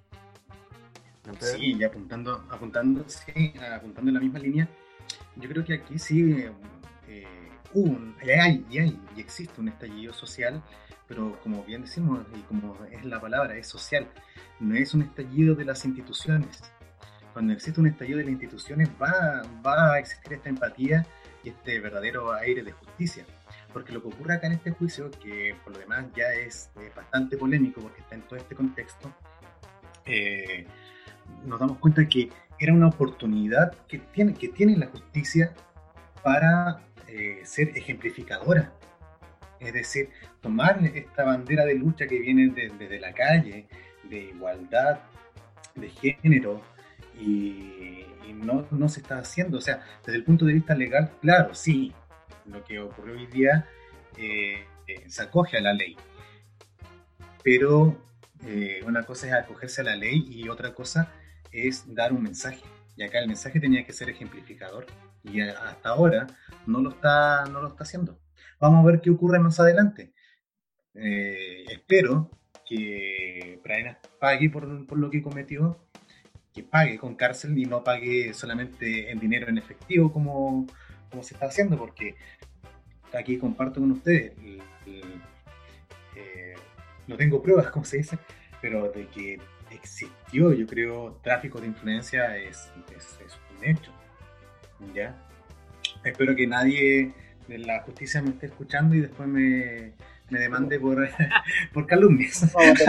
Sí, y apuntando, apuntando, sí, apuntando en la misma línea, yo creo que aquí sí eh, hubo un, y hay, y hay, y existe un estallido social, pero como bien decimos, y como es la palabra, es social, no es un estallido de las instituciones. Cuando existe un estallido de las instituciones va, va a existir esta empatía y este verdadero aire de justicia. Porque lo que ocurre acá en este juicio, que por lo demás ya es eh, bastante polémico porque está en todo este contexto, eh, nos damos cuenta que era una oportunidad que tiene, que tiene la justicia para eh, ser ejemplificadora. Es decir, tomar esta bandera de lucha que viene desde de, de la calle, de igualdad, de género, y, y no, no se está haciendo. O sea, desde el punto de vista legal, claro, sí, lo que ocurrió hoy día eh, eh, se acoge a la ley. Pero eh, una cosa es acogerse a la ley y otra cosa es dar un mensaje. Y acá el mensaje tenía que ser ejemplificador. Y hasta ahora no lo está, no lo está haciendo. Vamos a ver qué ocurre más adelante. Eh, espero que Pradenas pague por, por lo que cometió, que pague con cárcel y no pague solamente en dinero en efectivo como, como se está haciendo, porque aquí comparto con ustedes, el, el, eh, no tengo pruebas, como se dice, pero de que existió, yo creo, tráfico de influencia es, es, es un hecho. ¿Ya? Espero que nadie de la justicia me esté escuchando y después me, me demande por, por calumnias.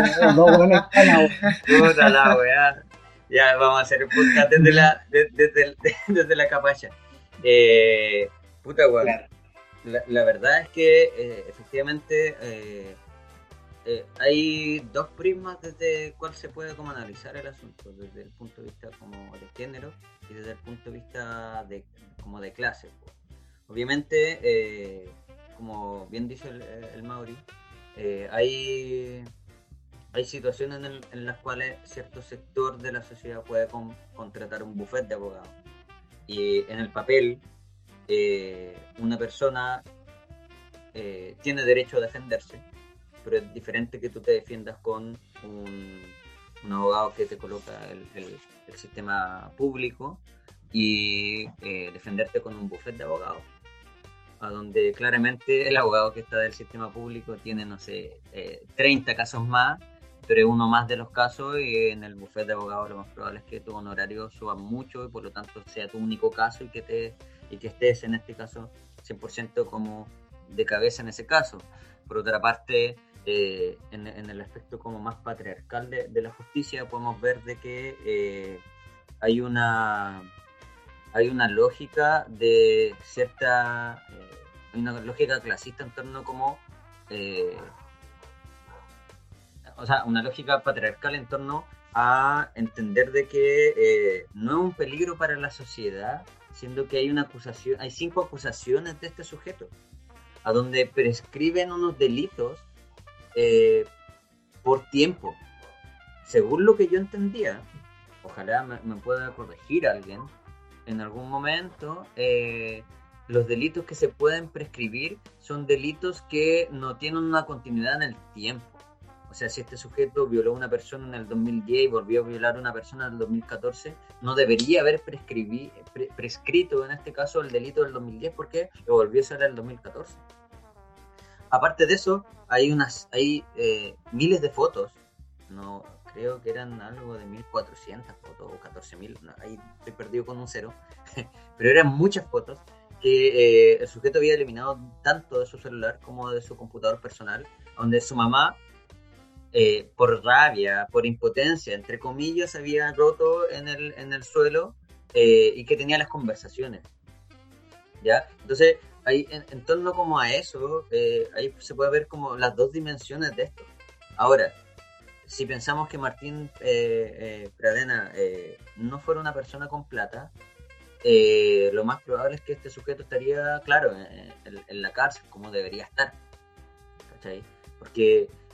Puta la weá. Ya vamos a hacer el podcast desde la, de, desde, de, desde la capacha. Eh, puta weá. Claro. La, la verdad es que eh, efectivamente eh, eh, hay dos prismas desde el cual se puede como analizar el asunto, desde el punto de vista como de género y desde el punto de vista de, como de clase. Pues. Obviamente, eh, como bien dice el, el Mauri, eh, hay, hay situaciones en, el, en las cuales cierto sector de la sociedad puede con, contratar un bufete de abogados. Y en el papel, eh, una persona eh, tiene derecho a defenderse, pero es diferente que tú te defiendas con un, un abogado que te coloca el, el, el sistema público y eh, defenderte con un bufete de abogados, a donde claramente el abogado que está del sistema público tiene, no sé, eh, treinta casos más, pero es uno más de los casos, y en el bufete de abogados lo más probable es que tu honorario suba mucho y por lo tanto sea tu único caso y que, te, y que estés en este caso cien por ciento como de cabeza en ese caso. Por otra parte, eh, en, en el aspecto como más patriarcal de, de la justicia podemos ver de que eh, hay una hay una lógica de cierta eh, hay una lógica clasista en torno como eh, o sea, una lógica patriarcal en torno a entender de que eh, no es un peligro para la sociedad, siendo que hay una acusación, hay cinco acusaciones de este sujeto, a donde prescriben unos delitos eh, por tiempo. Según lo que yo entendía, ojalá me, me pueda corregir alguien, en algún momento eh, los delitos que se pueden prescribir son delitos que no tienen una continuidad en el tiempo. O sea, si este sujeto violó a una persona en el dos mil diez y volvió a violar a una persona en el dos mil catorce, no debería haber prescribí, pre, prescrito en este caso el delito del dos mil diez porque lo volvió a hacer en el dos mil catorce. Aparte de eso, hay unas hay eh, miles de fotos, no creo que eran algo de mil cuatrocientas fotos o catorce mil, no, ahí estoy perdido con un cero, pero eran muchas fotos que eh, el sujeto había eliminado tanto de su celular como de su computador personal, donde su mamá, eh, por rabia, por impotencia, entre comillas, había roto en el, en el suelo eh, y que tenía las conversaciones, ¿ya? Entonces, ahí, en, en torno como a eso, eh, ahí se puede ver como las dos dimensiones de esto. Ahora, si pensamos que Martín eh, eh, Pradena eh, no fuera una persona con plata, eh, lo más probable es que este sujeto estaría, claro, en, en, en la cárcel, como debería estar, ¿cachai? Porque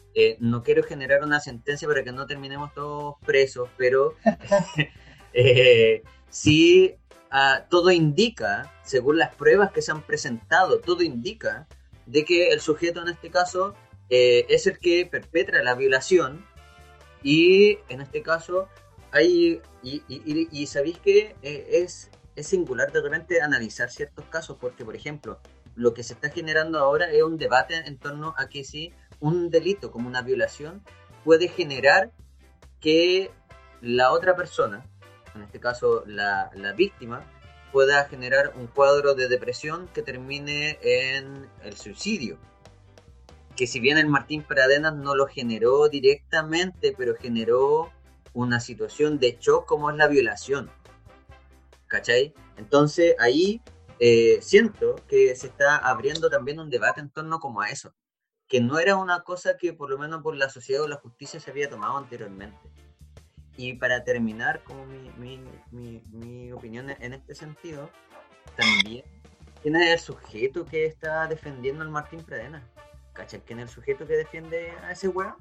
Eh, no quiero generar una sentencia para que no terminemos todos presos, pero eh, sí, uh, todo indica, según las pruebas que se han presentado, todo indica de que el sujeto en este caso eh, es el que perpetra la violación y en este caso hay, y, y, y, y sabéis que eh, es, es singular de repente analizar ciertos casos, porque por ejemplo, lo que se está generando ahora es un debate en torno a que si un delito como una violación puede generar que la otra persona, en este caso la, la víctima, pueda generar un cuadro de depresión que termine en el suicidio. Que si bien el Martín Pradenas no lo generó directamente, pero generó una situación de shock como es la violación. ¿Cachai? Entonces ahí eh, siento que se está abriendo también un debate en torno como a eso. Que no era una cosa que por lo menos por la sociedad o la justicia se había tomado anteriormente. Y para terminar, como mi, mi, mi, mi opinión en este sentido, también, ¿quién es el sujeto que está defendiendo al Martín Pradenas? ¿Cachai? ¿Quién es el sujeto que defiende a ese weón?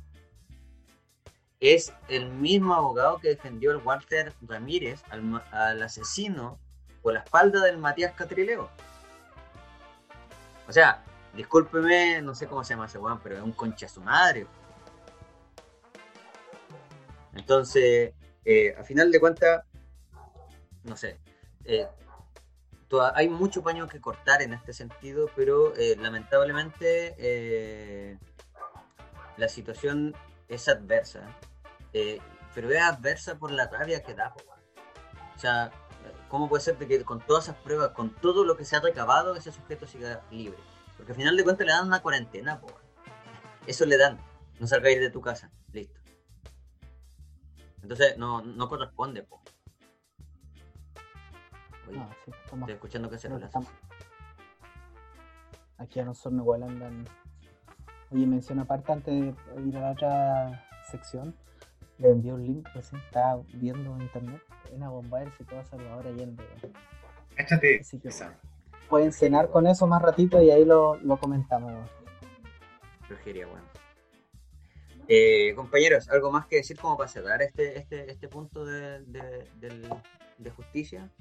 Es el mismo abogado que defendió al Walter Ramírez, al, al asesino, por la espalda del Matías Catrileo. O sea, discúlpeme, no sé cómo se llama ese weón, pero es un concha su madre. Entonces, eh, a final de cuentas, no sé, eh, toda, hay mucho paño que cortar en este sentido, pero eh, lamentablemente eh, la situación es adversa, eh, pero es adversa por la rabia que da. O sea, ¿cómo puede ser de que con todas esas pruebas, con todo lo que se ha recabado, ese sujeto siga libre? Porque al final de cuentas le dan una cuarentena, po. Eso le dan, no salgáis de tu casa, listo. Entonces no, no corresponde, po. Oye, no, sí, estoy escuchando que se relaja. Aquí a nosotros igual andan. Oye, menciona aparte antes de ir a la otra sección, le envié un link recién, estaba viendo en internet, en a Bombaires y todo Salvador Allende. Cáchate. Así que esa. Pueden cenar con eso más ratito y ahí lo, lo comentamos. Brujería, bueno. Eh, compañeros, ¿algo más que decir como para cerrar este, este, este punto de, de, de, de justicia?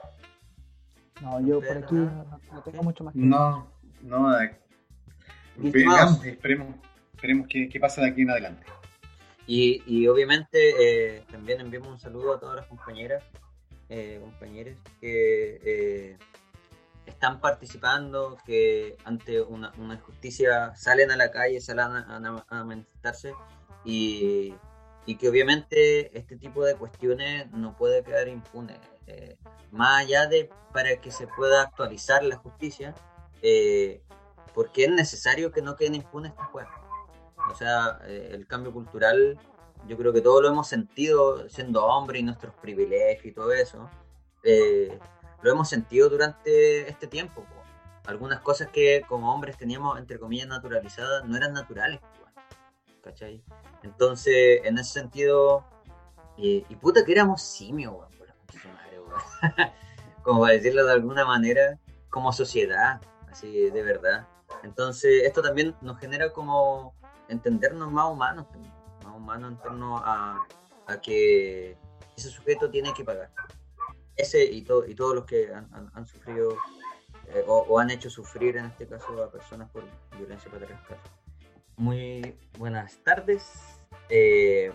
No, yo por aquí no, no tengo mucho más que No, no, eh, veamos, esperemos, esperemos que, que pase de aquí en adelante. Y, y obviamente eh, también enviamos un saludo a todas las compañeras, eh, compañeros que eh, están participando, que ante una, una injusticia salen a la calle, salen a, a, a manifestarse y, y que obviamente este tipo de cuestiones no puede quedar impune. Eh, más allá de para que se pueda actualizar la justicia, eh, porque es necesario que no queden impunes estas cosas. O sea, eh, el cambio cultural, yo creo que todos lo hemos sentido siendo hombres y nuestros privilegios y todo eso. Eh, lo hemos sentido durante este tiempo. Po. Algunas cosas que como hombres teníamos, entre comillas, naturalizadas, no eran naturales. Po, ¿cachai? Entonces, en ese sentido, eh, y puta que éramos simios, weón, por la madre, weón. Como para decirlo de alguna manera, como sociedad, así de verdad. Entonces, esto también nos genera como entendernos más humanos, más humanos en torno a, a que ese sujeto tiene que pagar. Ese y, to, y todos los que han, han, han sufrido eh, o, o han hecho sufrir en este caso a personas por violencia patriarcal. Muy buenas tardes. Eh,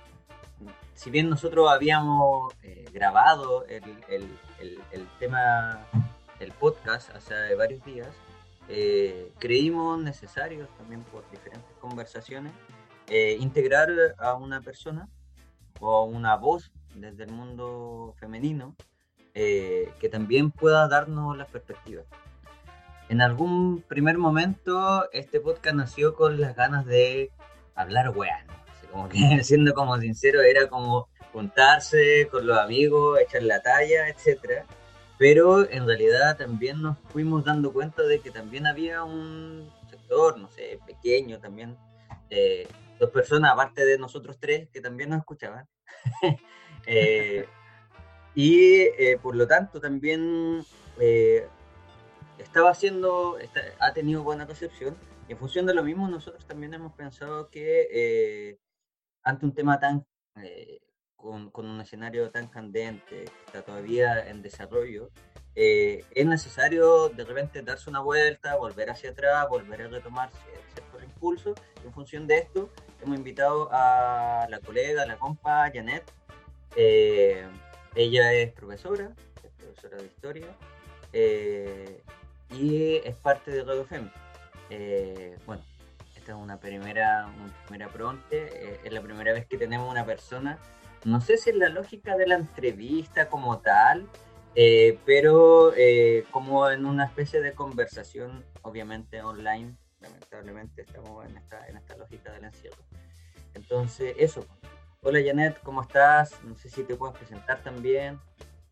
si bien nosotros habíamos eh, grabado el, el, el, el tema, el podcast hace varios días, eh, creímos necesario también por diferentes conversaciones eh, integrar a una persona o una voz desde el mundo femenino eh, que también pueda darnos las perspectivas. En algún primer momento este podcast nació con las ganas de hablar weá, ¿no? Así como que siendo como sincero era como juntarse con los amigos, echar la talla, etcétera. Pero en realidad también nos fuimos dando cuenta de que también había un sector, no sé, pequeño también, eh, dos personas aparte de nosotros tres que también nos escuchaban. eh, y eh, por lo tanto también eh, estaba haciendo, está, ha tenido buena recepción En función de lo mismo, nosotros también hemos pensado que eh, ante un tema tan, eh, con, con un escenario tan candente, que está todavía en desarrollo, eh, es necesario de repente darse una vuelta, volver hacia atrás, volver a retomar ciertos impulsos. En función de esto, hemos invitado a la colega, la compa Janet. Eh, ella es profesora, es profesora de historia, eh, y es parte de Radio F E M. Eh, bueno, esta es una primera, una primera pronte, eh, es la primera vez que tenemos una persona, no sé si es la lógica de la entrevista como tal, eh, pero eh, como en una especie de conversación, obviamente online, lamentablemente estamos en esta, en esta lógica del encierro. Entonces, eso. Hola Janet, ¿cómo estás? No sé si te puedes presentar también.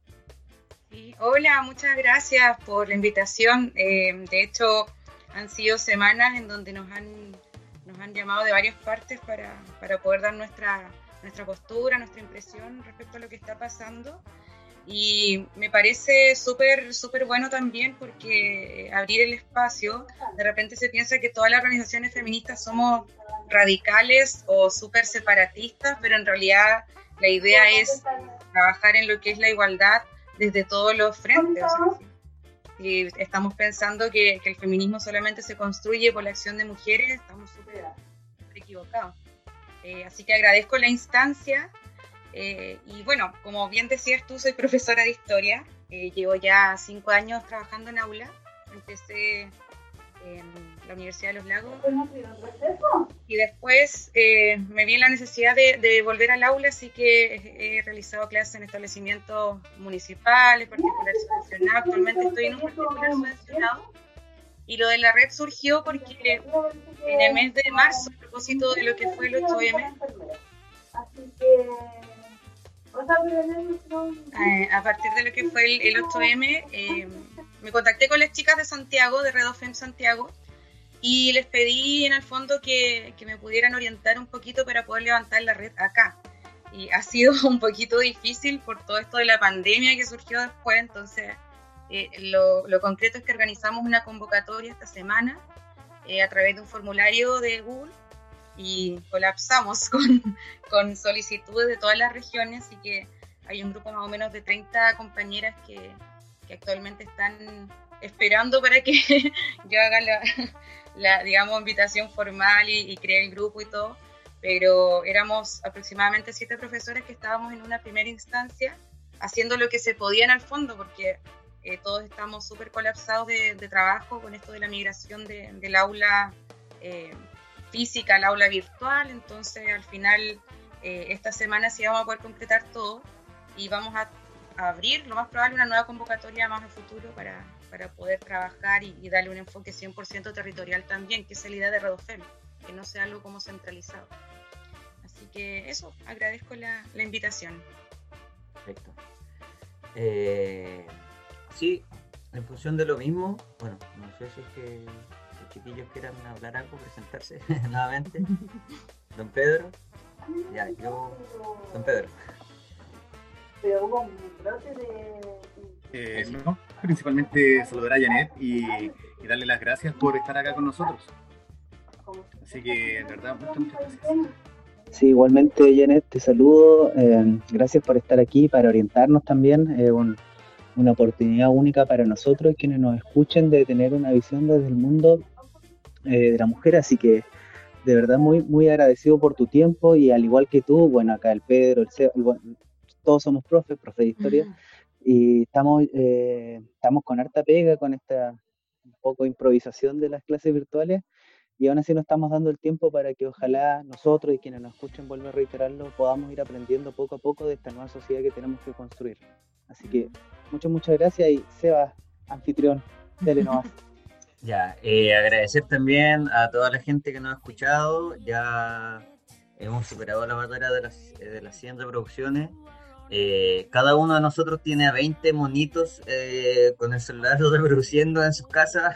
Sí, hola, muchas gracias por la invitación. Eh, de hecho, han sido semanas en donde nos han, nos han llamado de varias partes para, para poder dar nuestra, nuestra postura, nuestra impresión respecto a lo que está pasando. Y me parece súper, súper bueno también porque abrir el espacio, de repente se piensa que todas las organizaciones feministas somos radicales o súper separatistas, pero en realidad la idea es trabajar en lo que es la igualdad desde todos los frentes. O sea, si estamos pensando que, que el feminismo solamente se construye por la acción de mujeres, estamos súper equivocados. Eh, así que agradezco la instancia. Eh, y bueno, como bien decías tú, soy profesora de historia, eh, llevo ya cinco años trabajando en aula, empecé en la Universidad de los Lagos y después eh, me vi en la necesidad de, de volver al aula, así que he, he realizado clases en establecimientos municipales, particulares subvencionados. Actualmente estoy en un particular subvencionado y lo de la red surgió porque en el mes de marzo, a propósito de lo que fue el ocho eme, Eh, a partir de lo que fue el, el ocho eme, eh, me contacté con las chicas de Santiago, de Red F E M Santiago, y les pedí en el fondo que, que me pudieran orientar un poquito para poder levantar la red acá. Y ha sido un poquito difícil por todo esto de la pandemia que surgió después, entonces eh, lo, lo concreto es que organizamos una convocatoria esta semana eh, a través de un formulario de Google, y colapsamos con, con solicitudes de todas las regiones, así que hay un grupo más o menos de treinta compañeras que, que actualmente están esperando para que yo haga la, la digamos, invitación formal y, y cree el grupo y todo, pero éramos aproximadamente siete profesores que estábamos en una primera instancia haciendo lo que se podía en el fondo, porque eh, todos estamos súper colapsados de, de trabajo con esto de la migración de, del aula eh, física al aula virtual. Entonces al final eh, esta semana sí vamos a poder concretar todo y vamos a, a abrir lo más probable una nueva convocatoria más a futuro para, para poder trabajar y, y darle un enfoque cien por ciento territorial también, que es la idea de Red F E M, que no sea algo como centralizado. Así que eso, agradezco la, la invitación. Perfecto. Eh, sí, en función de lo mismo, bueno, no sé si es que chiquillos quieran hablar algo, presentarse nuevamente. Don Pedro. Ya, yo... Don Pedro. Pero hubo un brote de... Eh, no, principalmente saludar a Janet y, y darle las gracias por estar acá con nosotros. Así que, de verdad, muchas, muchas gracias. Sí, igualmente Janet, te saludo. Eh, gracias por estar aquí, para orientarnos también. Eh, un, una oportunidad única para nosotros, quienes nos escuchen, de tener una visión desde el mundo Eh, de la mujer, así que de verdad muy muy agradecido por tu tiempo, y al igual que tú, bueno, acá el Pedro, el Seba, el, bueno, todos somos profes, profes de historia, uh-huh. y estamos eh, estamos con harta pega con esta un poco improvisación de las clases virtuales, y aún así nos estamos dando el tiempo para que ojalá nosotros y quienes nos escuchen, vuelvo a reiterarlo, podamos ir aprendiendo poco a poco de esta nueva sociedad que tenemos que construir. Así que muchas, muchas gracias, y Seba, anfitrión, dale nomás. Ya, eh, agradecer también a toda la gente que nos ha escuchado. Ya hemos superado la barrera de las, de las cien reproducciones. Eh, cada uno de nosotros tiene a veinte monitos eh, con el celular reproduciendo en sus casas.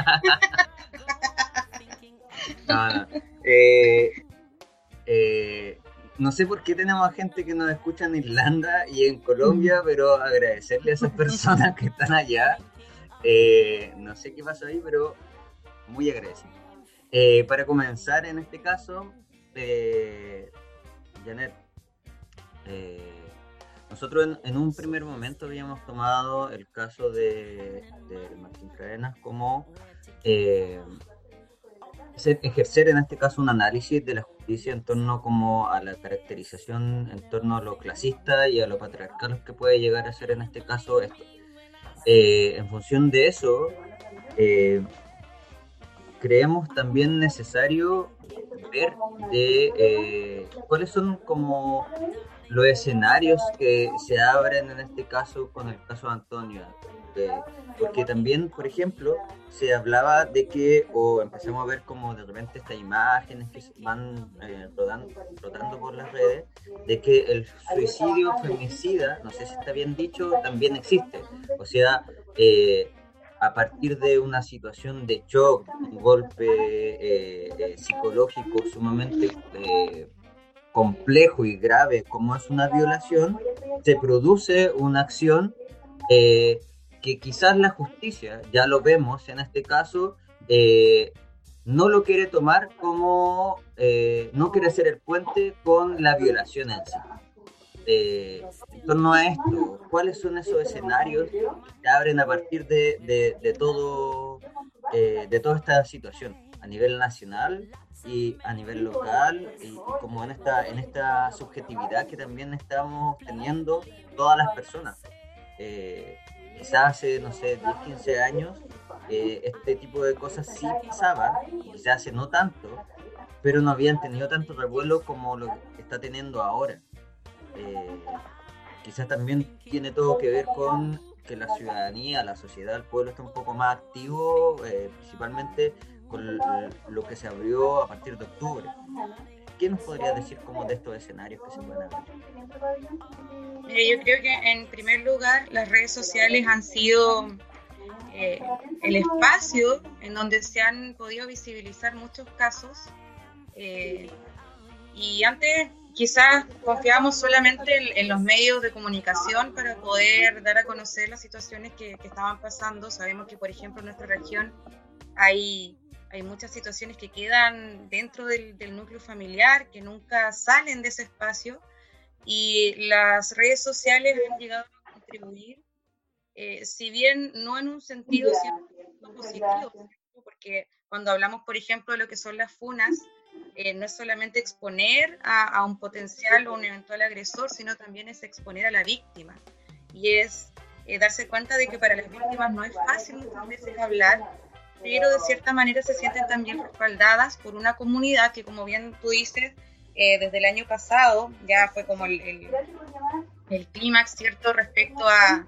no, no. Eh, eh, no sé por qué tenemos a gente que nos escucha en Irlanda y en Colombia, pero agradecerle a esas personas que están allá. Eh, no sé qué pasó ahí, pero muy agradecido. Eh, para comenzar, en este caso, eh, Janet, eh, nosotros en, en un primer momento habíamos tomado el caso de, de Martín Pradenas como eh, ejercer en este caso un análisis de la justicia en torno como a la caracterización en torno a lo clasista y a lo patriarcal que puede llegar a ser en este caso esto. Eh, en función de eso, eh, creemos también necesario ver de eh, cuáles son como los escenarios que se abren en este caso con el caso de Antonio, eh, porque también, por ejemplo, se hablaba de que, o empezamos a ver como de repente estas imágenes que van eh, rodando, rotando por las redes, de que el suicidio feminicida, no sé si está bien dicho, también existe, o sea, eh, a partir de una situación de shock, un golpe eh, eh, psicológico sumamente eh, complejo y grave como es una violación, se produce una acción eh, que quizás la justicia, ya lo vemos en este caso, eh, no lo quiere tomar como, eh, no quiere hacer el puente con la violación en sí. Eh, en torno a esto, ¿cuáles son esos escenarios que se abren a partir de, de, de todo eh, de toda esta situación a nivel nacional y a nivel local y, y como en esta en esta subjetividad que también estamos teniendo todas las personas? Eh, quizás hace, no sé, diez, quince años eh, este tipo de cosas sí pasaban, quizás hace no tanto, pero no habían tenido tanto revuelo como lo que está teniendo ahora. Eh, quizás también tiene todo que ver con que la ciudadanía, la sociedad, el pueblo está un poco más activo, eh, principalmente con lo que se abrió a partir de octubre. ¿Qué nos podría decir como de estos escenarios que se pueden abrir? Mire, yo creo que en primer lugar las redes sociales han sido eh, el espacio en donde se han podido visibilizar muchos casos eh, y antes quizás confiábamos solamente en, en los medios de comunicación para poder dar a conocer las situaciones que, que estaban pasando. Sabemos que, por ejemplo, en nuestra región hay, hay muchas situaciones que quedan dentro del, del núcleo familiar, que nunca salen de ese espacio, y las redes sociales han llegado a contribuir, eh, si bien no en un sentido cien por ciento positivo, porque cuando hablamos, por ejemplo, de lo que son las funas, Eh, no es solamente exponer a, a un potencial o un eventual agresor, sino también es exponer a la víctima. Y es eh, darse cuenta de que para las víctimas no es fácil muchas veces hablar, pero de cierta manera se sienten también respaldadas por una comunidad que, como bien tú dices, eh, desde el año pasado ya fue como el, el, el clímax, ¿cierto?, respecto a,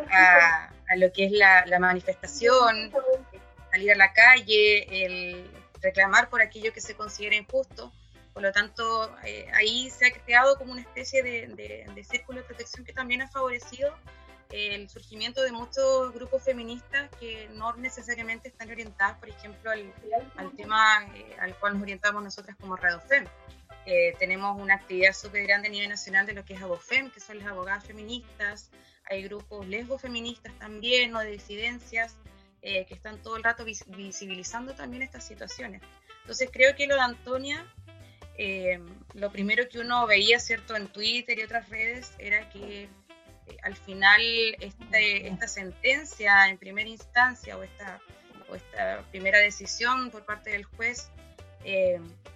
a, a lo que es la, la manifestación, salir a la calle, el reclamar por aquello que se considera injusto. Por lo tanto, eh, ahí se ha creado como una especie de, de, de círculo de protección que también ha favorecido eh, el surgimiento de muchos grupos feministas que no necesariamente están orientadas, por ejemplo, al, al tema eh, al cual nos orientamos nosotras como RedoFem. Eh, tenemos una actividad súper grande a nivel nacional de lo que es ABOFEM, que son las abogadas feministas. Hay grupos lesbofeministas también, o de disidencias, Eh, que están todo el rato vis- visibilizando también estas situaciones. Entonces creo que lo de Antonia, eh, lo primero que uno veía, ¿cierto?, en Twitter y otras redes, era que eh, al final este, esta sentencia en primera instancia o esta, o esta primera decisión por parte del juez, eh,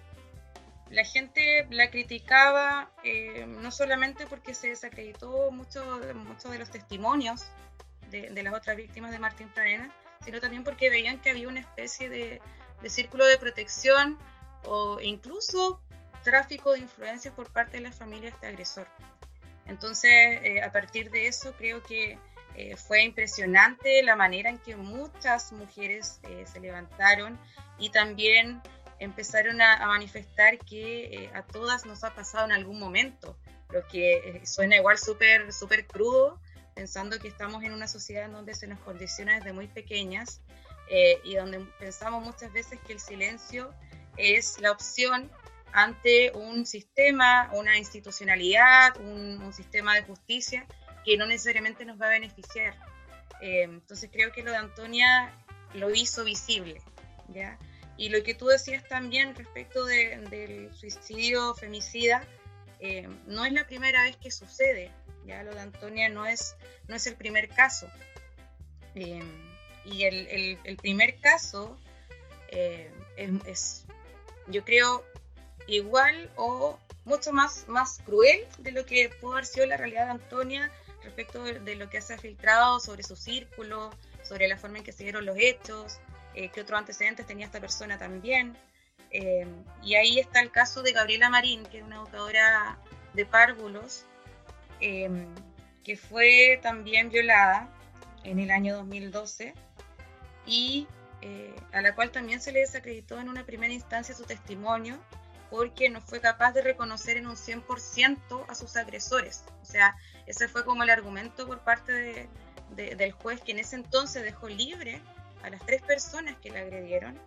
la gente la criticaba eh, no solamente porque se desacreditó mucho, mucho de los testimonios de, de las otras víctimas de Martín Pradenas, sino también porque veían que había una especie de, de círculo de protección o incluso tráfico de influencias por parte de la familia de este agresor. Entonces, eh, a partir de eso, creo que eh, fue impresionante la manera en que muchas mujeres eh, se levantaron y también empezaron a, a manifestar que eh, a todas nos ha pasado en algún momento, lo que eh, suena igual súper súper crudo, pensando que estamos en una sociedad en donde se nos condiciona desde muy pequeñas eh, y donde pensamos muchas veces que el silencio es la opción ante un sistema, una institucionalidad, un, un sistema de justicia que no necesariamente nos va a beneficiar. Eh, entonces creo que lo de Antonia lo hizo visible, ¿ya? Y lo que tú decías también respecto de, del suicidio femicida, eh, no es la primera vez que sucede, ya lo de Antonia no es, no es el primer caso. Eh, y el, el, el primer caso eh, es, es, yo creo, igual o mucho más, más cruel de lo que pudo haber sido la realidad de Antonia respecto de, de lo que se ha filtrado sobre su círculo, sobre la forma en que se dieron los hechos, eh, qué otros antecedentes tenía esta persona también. Eh, y ahí está el caso de Gabriela Marín, que es una educadora de párvulos, eh, que fue también violada en el año dos mil doce y eh, a la cual también se le desacreditó en una primera instancia su testimonio porque no fue capaz de reconocer en un cien por ciento a sus agresores. O sea, ese fue como el argumento por parte de, de, del juez, que en ese entonces dejó libre a las tres personas que la agredieron,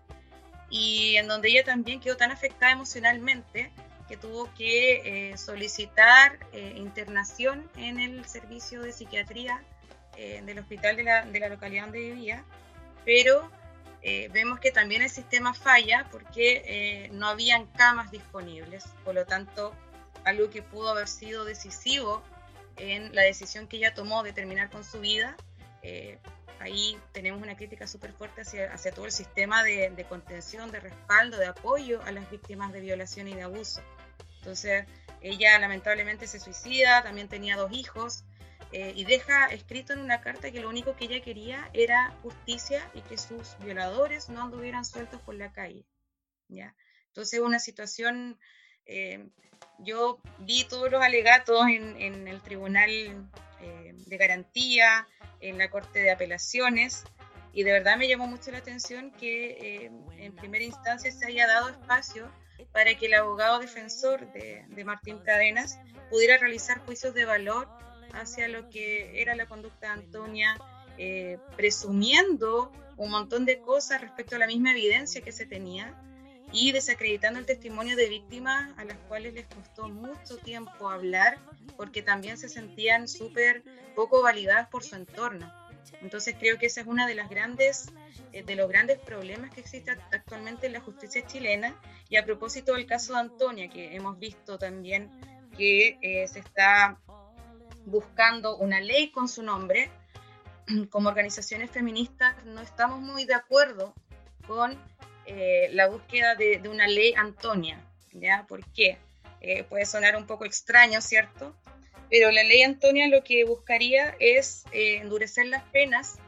y en donde ella también quedó tan afectada emocionalmente que tuvo que eh, solicitar eh, internación en el servicio de psiquiatría eh, del hospital de la, de la localidad donde vivía, pero eh, vemos que también el sistema falla porque eh, no habían camas disponibles, por lo tanto, algo que pudo haber sido decisivo en la decisión que ella tomó de terminar con su vida. Eh, ahí tenemos una crítica súper fuerte hacia, hacia todo el sistema de, de contención, de respaldo, de apoyo a las víctimas de violación y de abuso. Entonces, ella lamentablemente se suicida, también tenía dos hijos, eh, y deja escrito en una carta que lo único que ella quería era justicia y que sus violadores no anduvieran sueltos por la calle, ¿ya? Entonces, una situación... Eh, yo vi todos los alegatos en, en el Tribunal eh, de Garantía, en la Corte de Apelaciones, y de verdad me llamó mucho la atención que eh, en primera instancia se haya dado espacio para que el abogado defensor de, de Martín Pradenas pudiera realizar juicios de valor hacia lo que era la conducta de Antonia, eh, presumiendo un montón de cosas respecto a la misma evidencia que se tenía y desacreditando el testimonio de víctimas a las cuales les costó mucho tiempo hablar porque también se sentían súper poco validadas por su entorno. Entonces creo que esa es una de las grandes, eh, de los grandes problemas que existe actualmente en la justicia chilena. Y a propósito del caso de Antonia, que hemos visto también que eh, se está buscando una ley con su nombre, como organizaciones feministas no estamos muy de acuerdo con eh, la búsqueda de, de una ley Antonia, ¿ya? ¿Por qué? Eh, puede sonar un poco extraño, ¿cierto? Pero la ley Antonia lo que buscaría es eh, endurecer las penas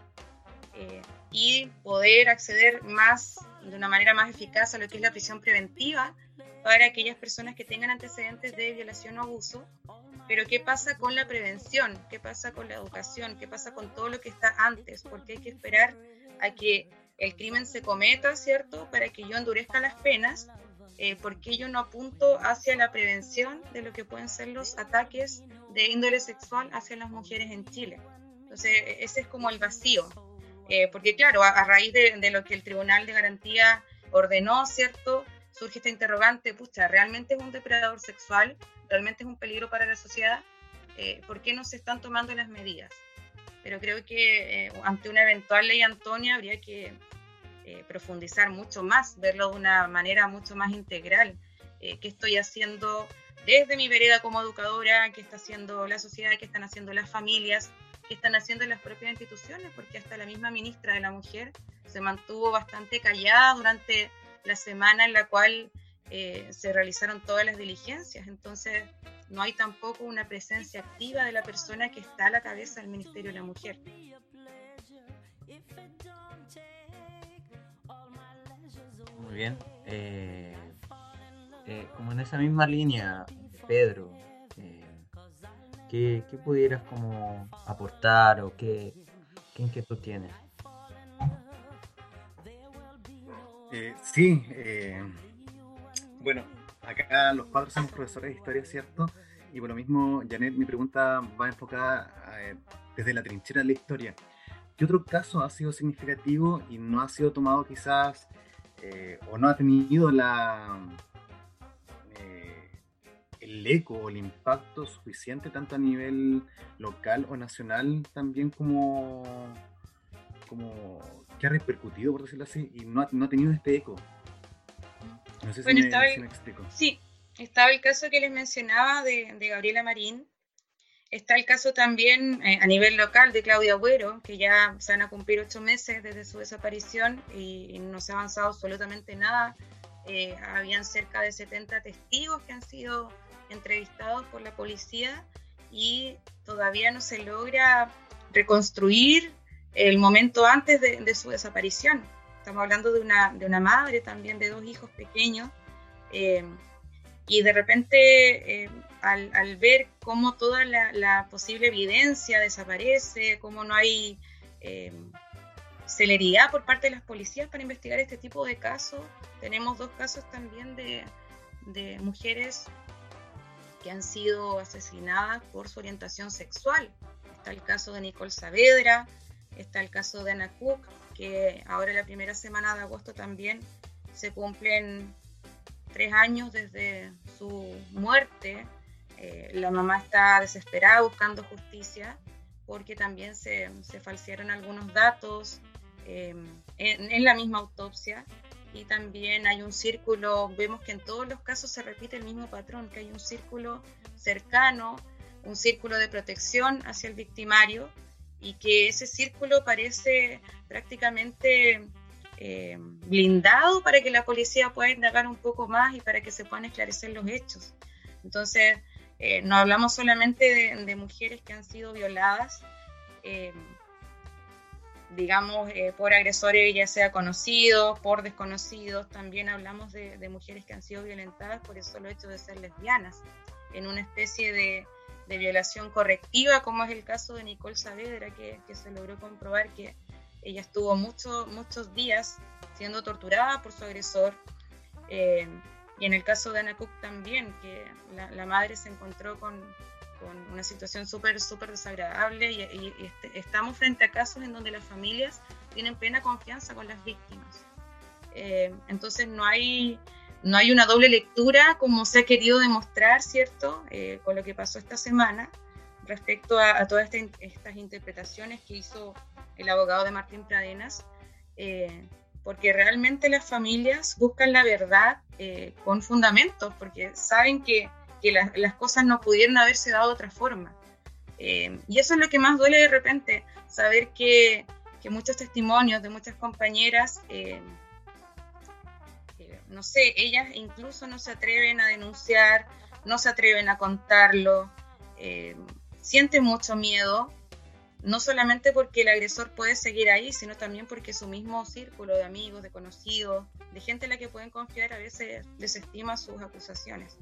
eh, y poder acceder más, de una manera más eficaz a lo que es la prisión preventiva para aquellas personas que tengan antecedentes de violación o abuso. Pero ¿qué pasa con la prevención? ¿Qué pasa con la educación? ¿Qué pasa con todo lo que está antes? Porque hay que esperar a que el crimen se cometa, ¿cierto? Para que yo endurezca las penas. Eh, porque yo no apunto hacia la prevención de lo que pueden ser los ataques de índole sexual hacia las mujeres en Chile. Entonces, ese es como el vacío. Eh, porque claro, a, a raíz de, de lo que el Tribunal de Garantía ordenó, ¿cierto? Surge esta interrogante, pucha, ¿realmente es un depredador sexual? ¿Realmente es un peligro para la sociedad? Eh, ¿Por qué no se están tomando las medidas? Pero creo que eh, ante una eventual ley Antonia habría que eh, profundizar mucho más, verlo de una manera mucho más integral. Eh, ¿Qué estoy haciendo desde mi vereda como educadora? ¿Qué está haciendo la sociedad? ¿Qué están haciendo las familias? ¿Qué están haciendo las propias instituciones? Porque hasta la misma ministra de la Mujer se mantuvo bastante callada durante la semana en la cual eh, se realizaron todas las diligencias. Entonces no hay tampoco una presencia activa de la persona que está a la cabeza del Ministerio de la Mujer. Muy bien. Eh, eh, como en esa misma línea, Pedro, eh, ¿qué, qué pudieras como aportar o qué, qué inquietud tienes? Eh, sí, eh, bueno, acá los cuatro somos profesores de historia, ¿cierto? Y por lo mismo, Janet, mi pregunta va enfocada eh, desde la trinchera de la historia. ¿Qué otro caso ha sido significativo y no ha sido tomado quizás, eh, o no ha tenido la, eh, el eco o el impacto suficiente tanto a nivel local o nacional también como, como que ha repercutido, por decirlo así, y no ha, no ha tenido este eco? No sé Bueno, si, me, estaba si el, me explico. sí, estaba el caso que les mencionaba de, de Gabriela Marín. Está el caso también eh, a nivel local de Claudia Agüero, que ya se van a cumplir ocho meses desde su desaparición y, y no se ha avanzado absolutamente nada. Eh, habían cerca de setenta testigos que han sido entrevistados por la policía y todavía no se logra reconstruir el momento antes de, de su desaparición. Estamos hablando de una, de una madre también de dos hijos pequeños. Eh, y de repente, eh, al, al ver cómo toda la, la posible evidencia desaparece, cómo no hay eh, celeridad por parte de las policías para investigar este tipo de casos, tenemos dos casos también de, de mujeres que han sido asesinadas por su orientación sexual. Está el caso de Nicole Saavedra, está el caso de Ana Cook, que ahora la primera semana de agosto también se cumplen tres años desde su muerte. Eh, la mamá está desesperada buscando justicia porque también se, se falsearon algunos datos eh, en, en la misma autopsia, y también hay un círculo, vemos que en todos los casos se repite el mismo patrón, que hay un círculo cercano, un círculo de protección hacia el victimario, y que ese círculo parece prácticamente Eh, blindado para que la policía pueda indagar un poco más y para que se puedan esclarecer los hechos. Entonces, eh, no hablamos solamente de, de mujeres que han sido violadas, eh, digamos, eh, por agresores ya sea conocidos, por desconocidos. También hablamos de, de mujeres que han sido violentadas por el solo hecho de ser lesbianas, en una especie de, de violación correctiva, como es el caso de Nicole Saavedra, que, que se logró comprobar que ella estuvo mucho, muchos días siendo torturada por su agresor. Eh, y en el caso de Ana Cook también, que la, la madre se encontró con, con una situación súper, súper desagradable, y, y, y este, estamos frente a casos en donde las familias tienen plena confianza con las víctimas. Eh, entonces no hay, no hay una doble lectura como se ha querido demostrar, ¿cierto? Eh, con lo que pasó esta semana respecto a, a todas esta, estas interpretaciones que hizo el abogado de Martín Pradenas, eh, porque realmente las familias buscan la verdad eh, con fundamentos, porque saben que, que la, las cosas no pudieron haberse dado de otra forma. Eh, y eso es lo que más duele de repente, saber que, que muchos testimonios de muchas compañeras, eh, eh, no sé, ellas incluso no se atreven a denunciar, no se atreven a contarlo, eh, sienten mucho miedo, no solamente porque el agresor puede seguir ahí, sino también porque su mismo círculo de amigos, de conocidos, de gente en la que pueden confiar, a veces desestima sus acusaciones.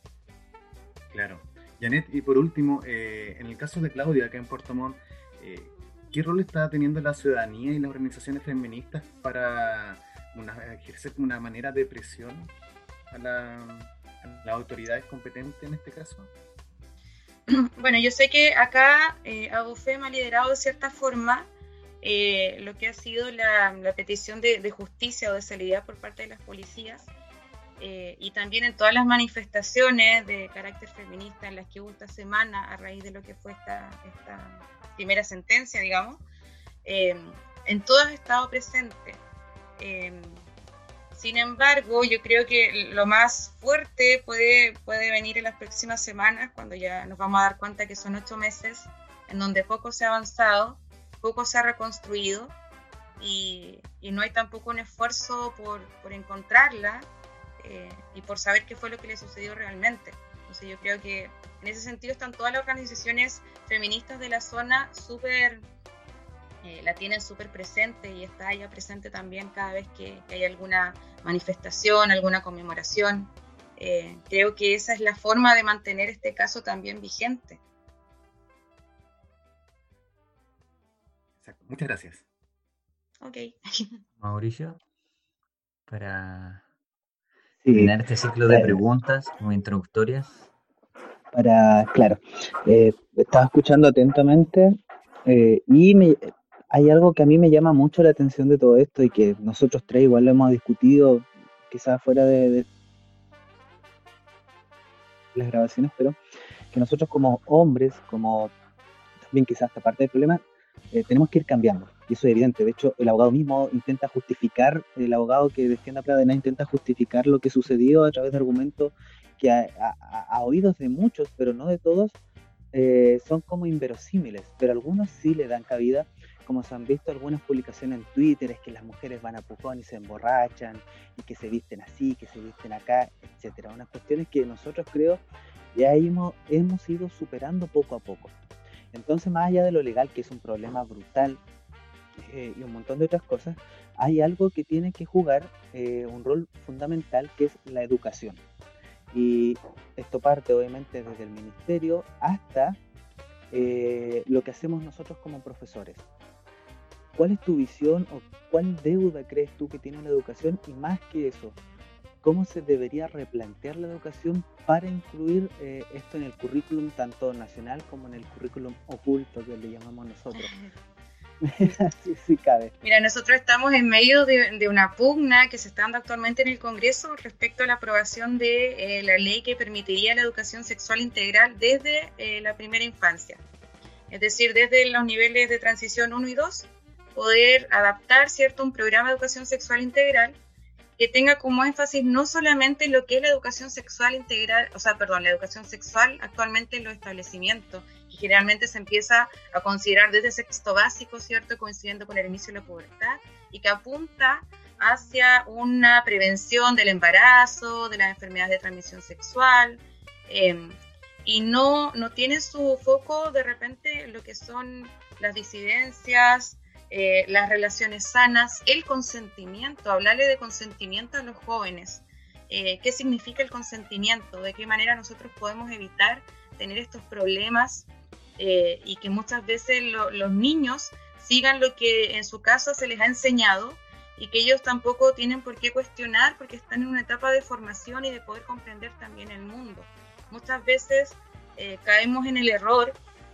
Claro. Janet, y por último, eh, en el caso de Claudia, acá en Puerto Montt, eh, ¿qué rol está teniendo la ciudadanía y las organizaciones feministas para una, ejercer una manera de presión a, la, a las autoridades competentes en este caso? Bueno, yo sé que acá eh, ABUFEM ha liderado de cierta forma eh, lo que ha sido la, la petición de, de justicia o de celeridad por parte de las policías, eh, y también en todas las manifestaciones de carácter feminista en las que hubo esta semana a raíz de lo que fue esta, esta primera sentencia, digamos, eh, en todas ha estado presente. Eh, Sin embargo, yo creo que lo más fuerte puede, puede venir en las próximas semanas, cuando ya nos vamos a dar cuenta que son ocho meses en donde poco se ha avanzado, poco se ha reconstruido, y, y no hay tampoco un esfuerzo por, por encontrarla eh, y por saber qué fue lo que le sucedió realmente. Entonces yo creo que en ese sentido están todas las organizaciones feministas de la zona súper... Eh, la tienen súper presente, y está ella presente también cada vez que, que hay alguna manifestación, alguna conmemoración. Eh, creo que esa es la forma de mantener este caso también vigente. Exacto. Muchas gracias. Ok. Mauricio, para Sí, terminar este ciclo de eh, preguntas como introductorias. para, claro, eh, estaba escuchando atentamente eh, y me, hay algo que a mí me llama mucho la atención de todo esto, y que nosotros tres igual lo hemos discutido quizás fuera de, de las grabaciones, pero que nosotros como hombres, como también quizás esta parte del problema, eh, tenemos que ir cambiando. y eso es evidente. De hecho, el abogado mismo intenta justificar, el abogado que defiende a Pradena intenta justificar lo que sucedió a través de argumentos que a, a, a oídos de muchos, pero no de todos, eh, son como inverosímiles, pero algunos sí le dan cabida, como se han visto algunas publicaciones en Twitter, es que las mujeres van a Pucón y se emborrachan, y que se visten así, que se visten acá, etcétera. Unas cuestiones que nosotros creo ya hemos, hemos ido superando poco a poco. Entonces, más allá de lo legal, que es un problema brutal, eh, y un montón de otras cosas, hay algo que tiene que jugar eh, un rol fundamental, que es la educación. Y esto parte obviamente desde el ministerio hasta eh, lo que hacemos nosotros como profesores. ¿Cuál es tu visión o cuál deuda crees tú que tiene la educación? Y más que eso, ¿cómo se debería replantear la educación para incluir eh, esto en el currículum tanto nacional como en el currículum oculto que le llamamos nosotros? sí, sí cabe. Mira, nosotros estamos en medio de, de una pugna que se está dando actualmente en el Congreso respecto a la aprobación de eh, la ley que permitiría la educación sexual integral desde eh, la primera infancia. Es decir, desde los niveles de transición uno y dos, poder adaptar, ¿cierto?, un programa de educación sexual integral que tenga como énfasis no solamente lo que es la educación sexual integral, o sea, perdón, la educación sexual actualmente en los establecimientos, que generalmente se empieza a considerar desde sexto básico, ¿cierto?, coincidiendo con el inicio de la pubertad, y que apunta hacia una prevención del embarazo, de las enfermedades de transmisión sexual, eh, y no, no tiene su foco de repente lo que son las disidencias, Eh, las relaciones sanas, el consentimiento, hablarle de consentimiento a los jóvenes, eh, qué significa el consentimiento, de qué manera nosotros podemos evitar tener estos problemas eh, y que muchas veces lo, los niños sigan lo que en su casa se les ha enseñado y que ellos tampoco tienen por qué cuestionar porque están en una etapa de formación y de poder comprender también el mundo. Muchas veces eh, caemos en el error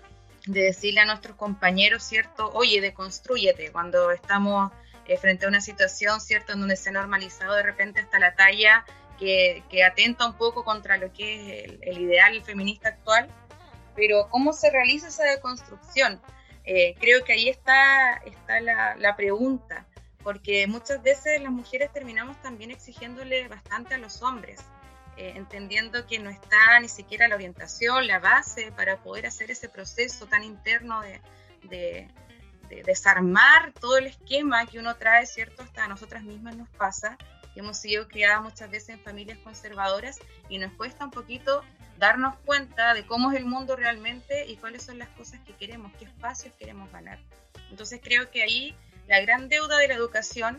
de decirle a nuestros compañeros, ¿cierto?, oye, deconstrúyete, cuando estamos eh, frente a una situación, ¿cierto?, en donde se ha normalizado de repente hasta la talla que, que atenta un poco contra lo que es el, el ideal feminista actual, pero ¿cómo se realiza esa deconstrucción? Eh, creo que ahí está, está la, la pregunta, porque muchas veces las mujeres terminamos también exigiéndole bastante a los hombres, Eh, entendiendo que no está ni siquiera la orientación, la base para poder hacer ese proceso tan interno de, de, de desarmar todo el esquema que uno trae, ¿cierto? Hasta a nosotras mismas nos pasa, que hemos sido criadas muchas veces en familias conservadoras y nos cuesta un poquito darnos cuenta de cómo es el mundo realmente y cuáles son las cosas que queremos, qué espacios queremos ganar. Entonces creo que ahí la gran deuda de la educación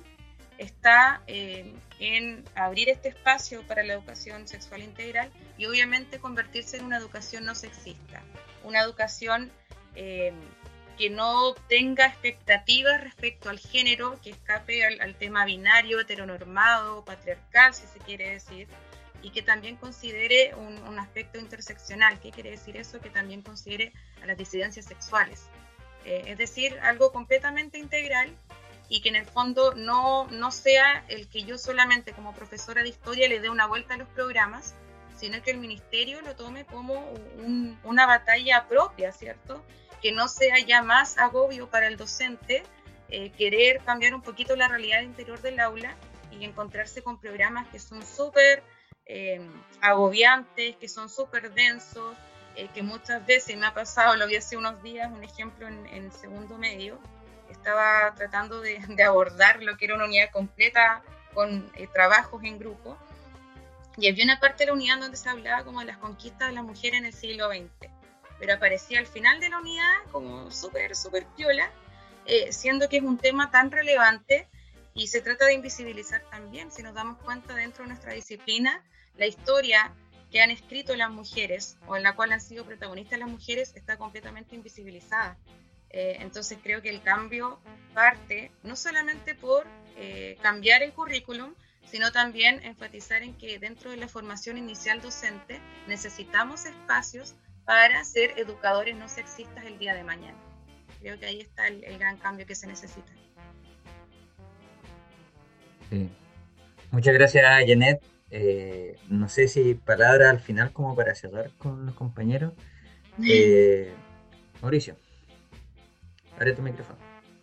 está eh, en abrir este espacio para la educación sexual integral y obviamente convertirse en una educación no sexista, una educación eh, que no tenga expectativas respecto al género, que escape al, al tema binario, heteronormado, patriarcal, si se quiere decir, y que también considere un, un aspecto interseccional. ¿Qué quiere decir eso? Que también considere a las disidencias sexuales. Eh, es decir, algo completamente integral y que en el fondo no, no sea el que yo solamente como profesora de historia le dé una vuelta a los programas, sino que el ministerio lo tome como un, una batalla propia, ¿cierto? Que no sea ya más agobio para el docente eh, querer cambiar un poquito la realidad interior del aula y encontrarse con programas que son súper eh, agobiantes, que son súper densos, eh, que muchas veces me ha pasado, lo vi hace unos días, un ejemplo en, en segundo medio, estaba tratando de, de abordar lo que era una unidad completa con eh, trabajos en grupo y había una parte de la unidad donde se hablaba como de las conquistas de las mujeres en el siglo veinte, pero aparecía al final de la unidad como súper, súper piola, eh, siendo que es un tema tan relevante y se trata de invisibilizar también, si nos damos cuenta dentro de nuestra disciplina, la historia que han escrito las mujeres o en la cual han sido protagonistas las mujeres está completamente invisibilizada. Eh, entonces creo que el cambio parte no solamente por eh, cambiar el currículum, sino también enfatizar en que dentro de la formación inicial docente necesitamos espacios para ser educadores no sexistas el día de mañana. Creo que ahí está el, el gran cambio que se necesita. Sí. Muchas gracias, Janet. Eh, no sé si palabra al final como para cerrar con los compañeros. Eh, Mauricio. Abre tu micrófono.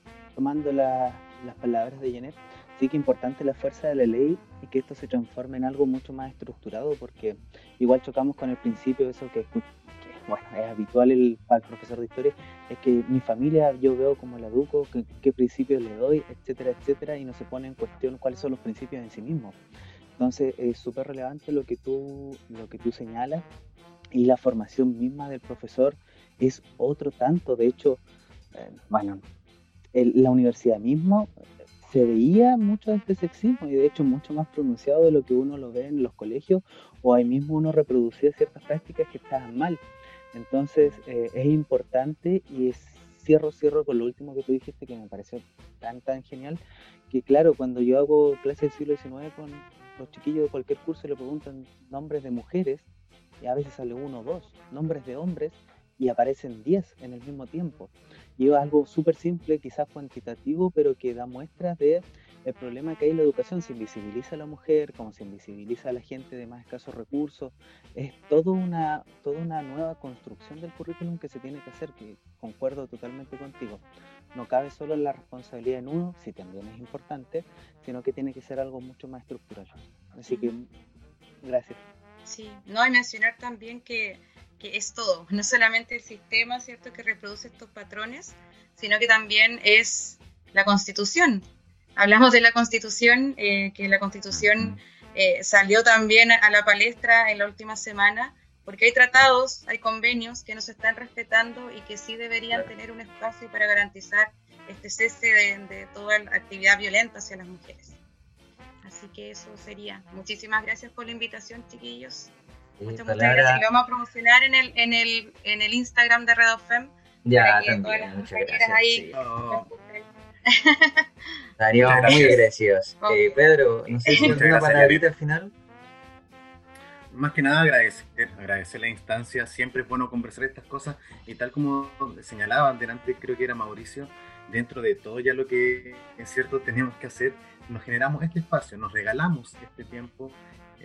tomando la, las palabras de Janet, sí que es importante la fuerza de la ley y que esto se transforme en algo mucho más estructurado, porque igual chocamos con el principio, eso que, que bueno, es habitual el, para el profesor de historia, es que mi familia yo veo como la educo, que, qué principios le doy, etcétera, etcétera, y no se pone en cuestión cuáles son los principios en sí mismos. Entonces es súper relevante lo que tú, lo que tú señalas, y la formación misma del profesor es otro tanto. De hecho, eh, bueno, el, la universidad mismo se veía mucho de este sexismo, y de hecho mucho más pronunciado de lo que uno lo ve en los colegios, o ahí mismo uno reproducía ciertas prácticas que estaban mal. Entonces eh, es importante, y es, cierro, cierro con lo último que tú dijiste, que me pareció tan, tan genial, que claro, cuando yo hago clases del siglo diecinueve con los chiquillos de cualquier curso y le preguntan nombres de mujeres, y a veces sale uno o dos, nombres de hombres, y aparecen diez en el mismo tiempo. Y es algo súper simple, quizás cuantitativo, pero que da muestras de el problema que hay en la educación. Se invisibiliza a la mujer, como se invisibiliza a la gente de más escasos recursos. Es toda una, toda una nueva construcción del currículum que se tiene que hacer, que concuerdo totalmente contigo. No cabe solo la responsabilidad en uno, sí también es importante, sino que tiene que ser algo mucho más estructural. Así que, gracias. Sí, no, y mencionar también que, que es todo, no solamente el sistema, ¿cierto?, que reproduce estos patrones, sino que también es la Constitución. Hablamos de la Constitución, eh, que la Constitución eh, salió también a la palestra en la última semana, porque hay tratados, hay convenios que no se están respetando y que sí deberían claro. tener un espacio para garantizar este cese de, de toda la actividad violenta hacia las mujeres. Así que eso sería. Muchísimas gracias por la invitación, chiquillos. Sí, muchas, muchas gracias. Y lo vamos a promocionar en el, en el, en el Instagram de Red F M. Ya, también, muchas gracias. Ahí sí. oh. Estaríamos muy agradecidos. Oh. Eh, Pedro, no sé si alguna palabrita al final. Más que nada agradecer, agradecer la instancia. Siempre es bueno conversar estas cosas, y tal como señalaban delante, creo que era Mauricio, dentro de todo ya lo que es cierto tenemos que hacer, nos generamos este espacio, nos regalamos este tiempo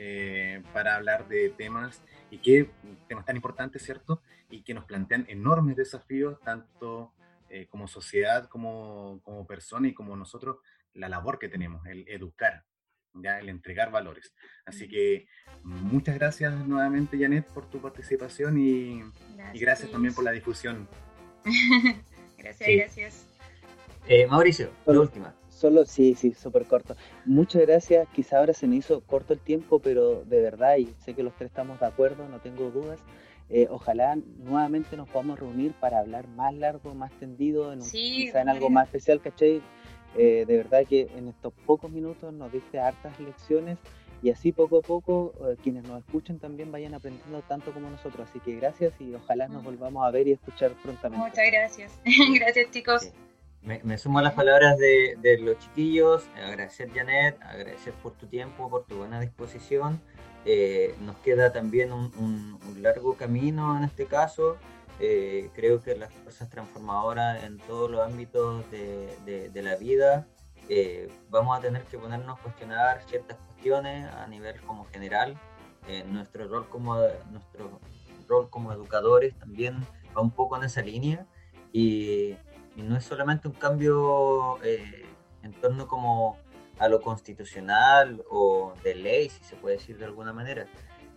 eh, para hablar de temas, y que temas tan importantes, ¿cierto? Y que nos plantean enormes desafíos, tanto eh, como sociedad, como, como persona, y como nosotros, la labor que tenemos, el educar, ya el entregar valores. Así que muchas gracias nuevamente, Janet, por tu participación, y gracias, y gracias también por la difusión. Gracias, sí. gracias. Eh, Mauricio, la última. Solo, sí, sí, súper corto. Muchas gracias. Quizá ahora se me hizo corto el tiempo, pero de verdad, y sé que los tres estamos de acuerdo, no tengo dudas. Eh, ojalá nuevamente nos podamos reunir para hablar más largo, más tendido, en un, sí, quizá en algo más especial, ¿cachai? Eh, de verdad que en estos pocos minutos nos diste hartas lecciones, y así poco a poco eh, quienes nos escuchen también vayan aprendiendo tanto como nosotros. Así que gracias, y ojalá nos volvamos a ver y escuchar prontamente. Muchas gracias. Gracias, chicos. Sí. Me, me sumo a las palabras de, de los chiquillos. Agradecer, Janet, agradecer por tu tiempo, por tu buena disposición. Eh, nos queda también un, un, un largo camino en este caso. Eh, creo que las fuerzas transformadoras en todos los ámbitos de, de, de la vida, eh, vamos a tener que ponernos a cuestionar ciertas cuestiones a nivel como general. Eh, nuestro rol como nuestro rol como educadores también va un poco en esa línea, y, y no es solamente un cambio eh, en torno como a lo constitucional o de ley, si se puede decir de alguna manera,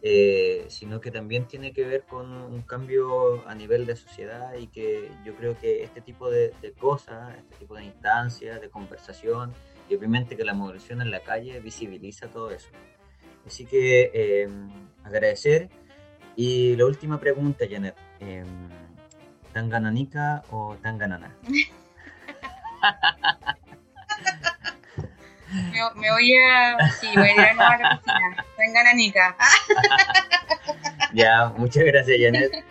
eh, sino que también tiene que ver con un cambio a nivel de sociedad, y que yo creo que este tipo de, de cosas, este tipo de instancias, de conversación, y obviamente que la movilización en la calle visibiliza todo eso. Así que eh, agradecer. Y la última pregunta, Janet, eh, ¿tan gananica o tan ganana? Me, me voy a... Sí, voy a ir a la cocina. Tan gananica. Ya, muchas gracias, Janet.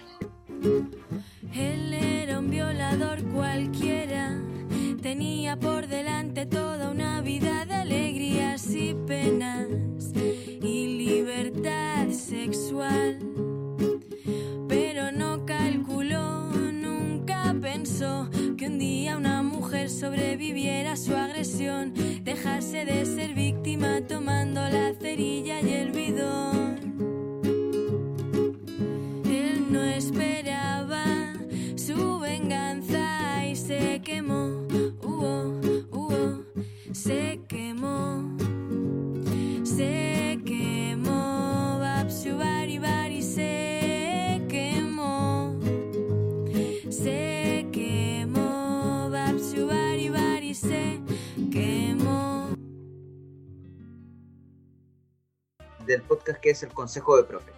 Él era un violador cualquiera, tenía por delante toda una vida de alegrías y penas y libertad sexual, pero no calculó, nunca pensó que un día una mujer sobreviviera a su agresión, dejarse de ser víctima tomando la cerilla y el bidón. Él no esperaba su venganza y se quemó. Uh-oh. del podcast, que es el Consejo de Profes.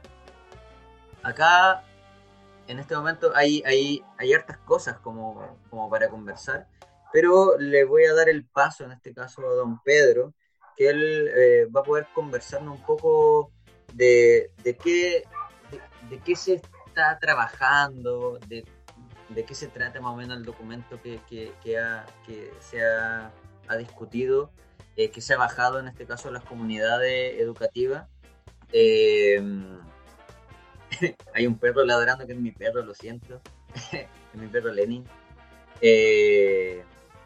Acá, en este momento, hay, hay, hay hartas cosas como, como para conversar, pero le voy a dar el paso, en este caso, a don Pedro, que él eh, va a poder conversarnos un poco de, de, qué, de, de qué se está trabajando, de, de qué se trata más o menos el documento que, que, que, ha, que se ha, ha discutido, eh, que se ha bajado, en este caso, a las comunidades educativas. Eh, hay un perro ladrando, que es mi perro, lo siento, es mi perro Lenin. Eh,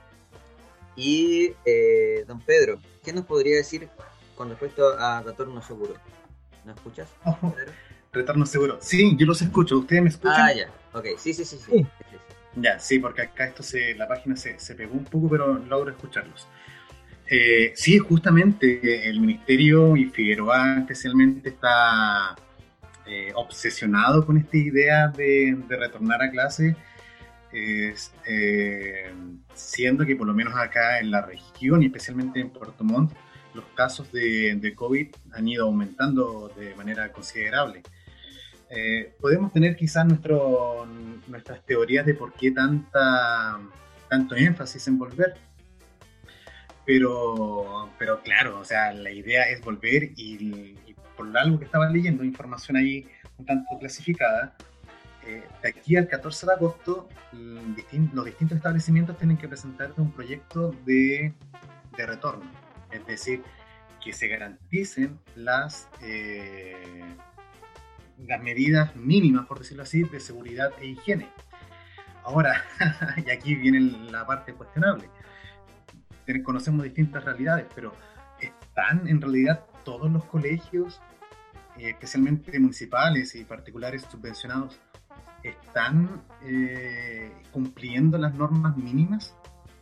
y eh, don Pedro, ¿qué nos podría decir con respecto a retorno seguro? ¿Nos escuchas, Pedro? Retorno seguro. Sí, yo los escucho. ¿Ustedes me escuchan? Ah, ya. Ok, sí, sí, sí. sí. sí. Ya, sí, porque acá esto se, la página se, se pegó un poco, pero logro escucharlos. Eh, sí, justamente el Ministerio y Figueroa especialmente está eh, obsesionado con esta idea de, de retornar a clase, eh, eh, siendo que por lo menos acá en la región y especialmente en Puerto Montt, los casos de, de COVID han ido aumentando de manera considerable. Eh, podemos tener quizás nuestro, nuestras teorías de por qué tanta, tanto énfasis en volver, pero, pero claro, o sea, la idea es volver y, y por algo que estaba leyendo, información ahí un tanto clasificada, eh, de aquí al catorce de agosto los distintos establecimientos tienen que presentar un proyecto de, de retorno, es decir, que se garanticen las... Eh, las medidas mínimas, por decirlo así, de seguridad e higiene. Ahora, y aquí viene la parte cuestionable, conocemos distintas realidades, pero ¿están en realidad todos los colegios, eh, especialmente municipales y particulares subvencionados, están eh, cumpliendo las normas mínimas?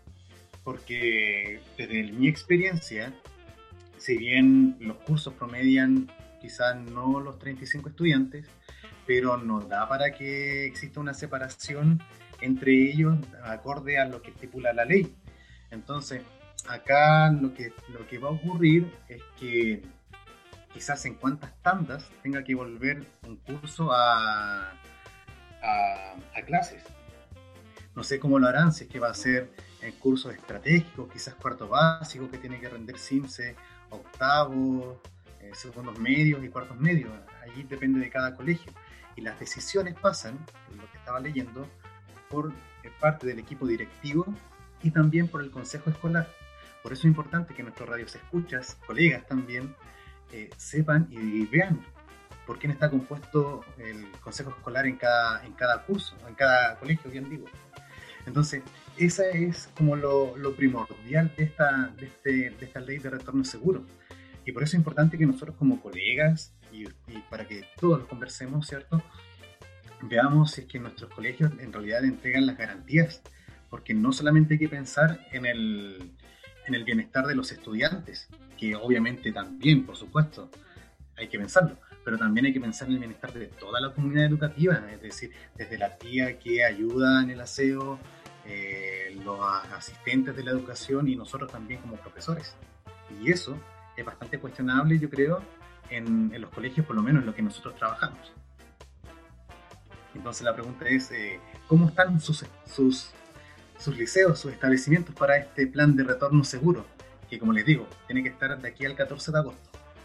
Porque desde mi experiencia, si bien los cursos promedian quizás no los treinta y cinco estudiantes, pero nos da para que exista una separación entre ellos acorde a lo que estipula la ley. Entonces, acá lo que, lo que va a ocurrir es que quizás en cuantas tandas tenga que volver un curso a, a, a clases. No sé cómo lo harán, si es que va a ser en cursos estratégicos, quizás cuarto básico, que tiene que render SIMSE, octavo, Eh, segundos medios y cuartos medios. Allí depende de cada colegio. Y las decisiones pasan, lo que estaba leyendo, por eh, parte del equipo directivo y también por el consejo escolar. Por eso es importante que nuestros radioescuchas, colegas también, eh, sepan y vean por quién está compuesto el consejo escolar en cada, en cada curso, en cada colegio, bien digo. Entonces, esa es como lo, lo primordial de esta, de, este, de esta ley de retorno seguro. Y por eso es importante que nosotros como colegas, y, y para que todos lo conversemos, ¿cierto?, veamos si es que nuestros colegios en realidad entregan las garantías, porque no solamente hay que pensar en el, en el bienestar de los estudiantes, que obviamente también, por supuesto, hay que pensarlo, pero también hay que pensar en el bienestar de toda la comunidad educativa, es decir, desde la tía que ayuda en el aseo, eh, los asistentes de la educación y nosotros también como profesores. Y eso es bastante cuestionable, yo creo, en, en los colegios, por lo menos en lo que nosotros trabajamos. Entonces la pregunta es, eh, ¿cómo están sus, sus, sus liceos, sus establecimientos para este plan de retorno seguro? Que, como les digo, tiene que estar de aquí al catorce de agosto.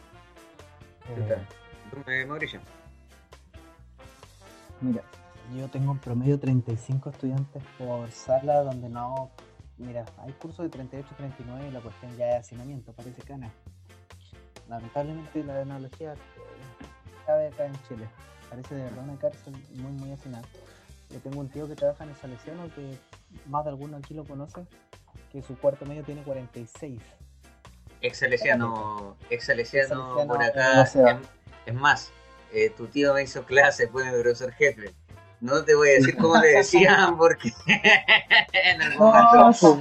Eh, Mauricio. Mira, yo tengo un promedio de treinta y cinco estudiantes por sala, donde no... Mira, hay cursos de treinta y ocho, treinta y nueve y la cuestión ya es hacinamiento, parece cana. Lamentablemente la tecnología eh, cabe acá en Chile. Parece de verdad una cárcel muy, muy hacinada. Yo tengo un tío que trabaja en el Salesiano, que más de alguno aquí lo conoce, que su cuarto medio tiene cuarenta y seis. Ex-salesiano, ex-salesiano por acá. No sé, es, es más, eh, tu tío me hizo clase, fue mi profesor jefe. No te voy a decir cómo le decían porque en algún momento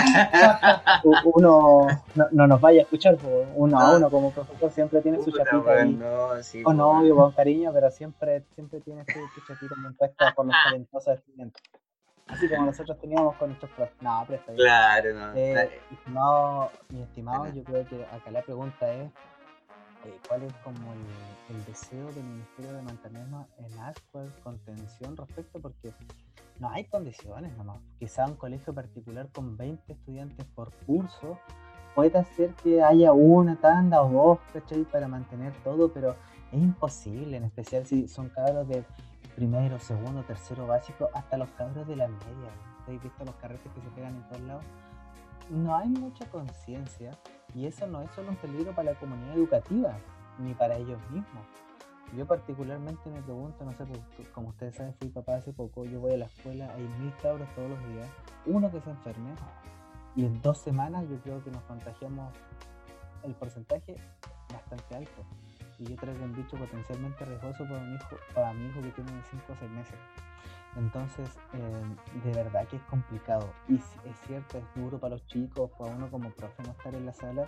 uno no, no nos vaya a escuchar, uno a uno como profesor siempre tiene su Puta, chapita bueno, ahí, no, sí, con bueno. odio, con cariño, pero siempre siempre tiene su, su chapita bien puesta por los talentosos estudiantes, así como nosotros teníamos con nuestros profes. No, pero está bien. Claro, no. Eh, estimado, mi estimado, Ajá. yo creo que acá la pregunta es eh, cuál es como el, el deseo del Ministerio de mantenernos en ascuas, contención respecto, porque no hay condiciones nomás. Quizá un colegio particular con veinte estudiantes por curso puede hacer que haya una tanda o dos, ¿cachai? Para mantener todo, pero es imposible, en especial si son cabros de primero, segundo, tercero básico, hasta los cabros de la media. ¿Habéis visto los carretes que se pegan en todos lados? No hay mucha conciencia, y eso no es solo un peligro para la comunidad educativa, ni para ellos mismos. Yo particularmente me pregunto, no sé, como ustedes saben, fui papá hace poco, yo voy a la escuela, hay mil cabros todos los días, uno que se enferme, y en dos semanas yo creo que nos contagiamos el porcentaje bastante alto. Y yo traigo un bicho potencialmente riesgoso para mi hijo, para mi hijo que tiene cinco o seis meses. Entonces, eh, de verdad que es complicado. Y es cierto, es duro para los chicos, para uno como profe no estar en la sala.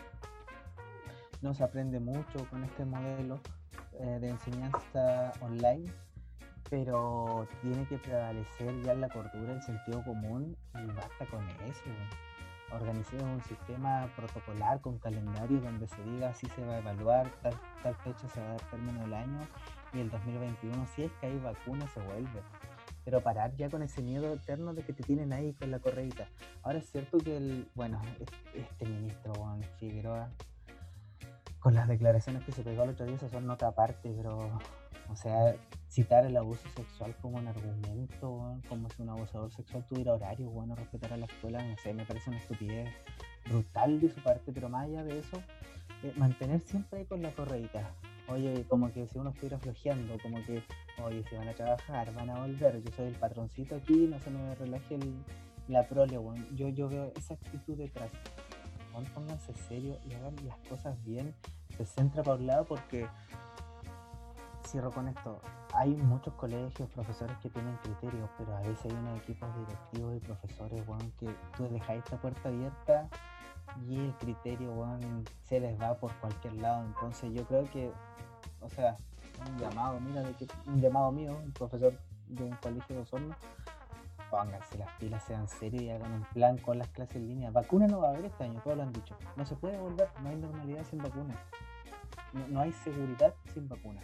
No se aprende mucho con este modelo eh, de enseñanza online, pero tiene que prevalecer ya la cordura, el sentido común, y basta con eso. Organicemos un sistema protocolar con calendario donde se diga si se va a evaluar, tal, tal fecha se va a dar término del año, y el dos mil veintiuno, si es que hay vacuna, se vuelve. Pero parar ya con ese miedo eterno de que te tienen ahí con la correíta. Ahora es cierto que el, bueno, este ministro Juan Figueroa, con las declaraciones que se pegó el otro día, esas son nota aparte, pero, o sea, citar el abuso sexual como un argumento, bueno, como si un abusador sexual tuviera horario, bueno, respetar a la escuela, no sé, me parece una estupidez brutal de su parte, pero más allá de eso, eh, mantener siempre ahí con la correíta. Oye, como que si uno estuviera flojeando, como que, oye, si van a trabajar, van a volver, yo soy el patroncito aquí, no se me relaje el, la prole, bueno. yo, yo veo esa actitud detrás. Bueno, pónganse serio y hagan las cosas bien, se centra para un lado, porque, cierro con esto, hay muchos colegios, profesores que tienen criterios, pero a veces hay unos equipos directivos y profesores, bueno, que tú dejáis esta puerta abierta y el criterio, bueno, se les va por cualquier lado. Entonces yo creo que, o sea, un llamado, mira, de que, un llamado mío, un profesor de un colegio de Osorno, pónganse las pilas, sean serios y hagan un plan con las clases en línea. Vacuna no va a haber este año, todos lo han dicho. No se puede volver, no hay normalidad sin vacuna. No, no hay seguridad sin vacuna.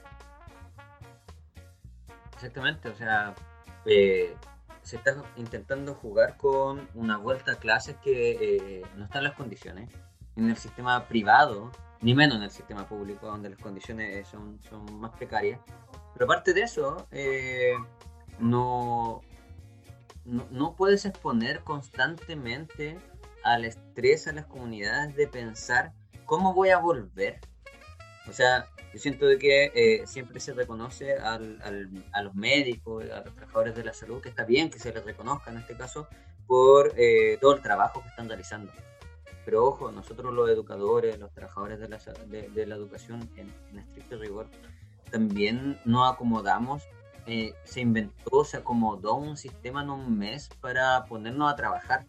Exactamente, o sea, eh, se está intentando jugar con una vuelta a clases que eh, no están las condiciones en el sistema privado, ni menos en el sistema público, donde las condiciones son, son más precarias. Pero aparte de eso, eh, no, no, no puedes exponer constantemente al estrés a las comunidades de pensar cómo voy a volver. O sea, yo siento de que eh, siempre se reconoce al, al, a los médicos, a los trabajadores de la salud, que está bien que se les reconozca en este caso por eh, todo el trabajo que están realizando. Pero ojo, nosotros los educadores, los trabajadores de la, de, de la educación en, en estricto rigor, también nos acomodamos, eh, se inventó, se acomodó un sistema en un mes para ponernos a trabajar.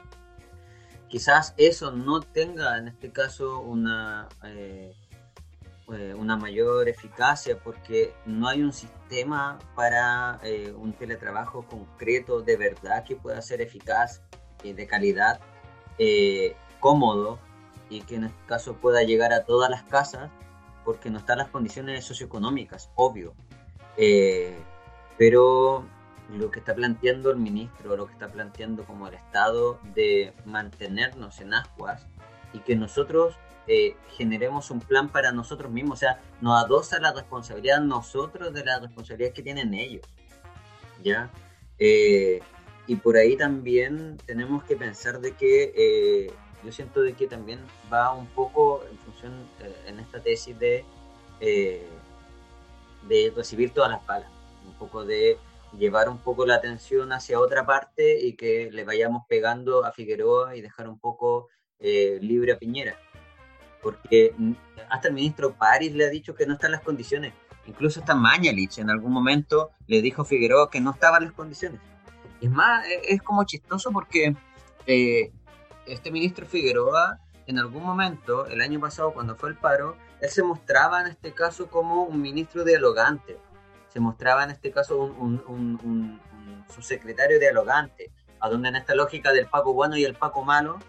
Quizás eso no tenga en este caso una... Eh, una mayor eficacia porque no hay un sistema para eh, un teletrabajo concreto de verdad que pueda ser eficaz, eh, de calidad, eh, cómodo y que en este caso pueda llegar a todas las casas porque no están las condiciones socioeconómicas, obvio. Eh, pero lo que está planteando el ministro, lo que está planteando como el Estado de mantenernos en ascuas y que nosotros Eh, generemos un plan para nosotros mismos, o sea, nos adosa la responsabilidad nosotros de la responsabilidad que tienen ellos, ¿ya? Eh, y por ahí también tenemos que pensar de que eh, yo siento de que también va un poco en función, eh, en esta tesis de eh, de recibir todas las balas, un poco de llevar un poco la atención hacia otra parte y que le vayamos pegando a Figueroa y dejar un poco eh, libre a Piñera. Porque hasta el ministro París le ha dicho que no están las condiciones. Incluso hasta Mañalich en algún momento le dijo a Figueroa que no estaban las condiciones. Es más, es como chistoso porque eh, este ministro Figueroa en algún momento, el año pasado cuando fue el paro, él se mostraba en este caso como un ministro dialogante. Se mostraba en este caso un, un, un, un, un subsecretario dialogante, a donde en esta lógica del Paco bueno y el Paco malo,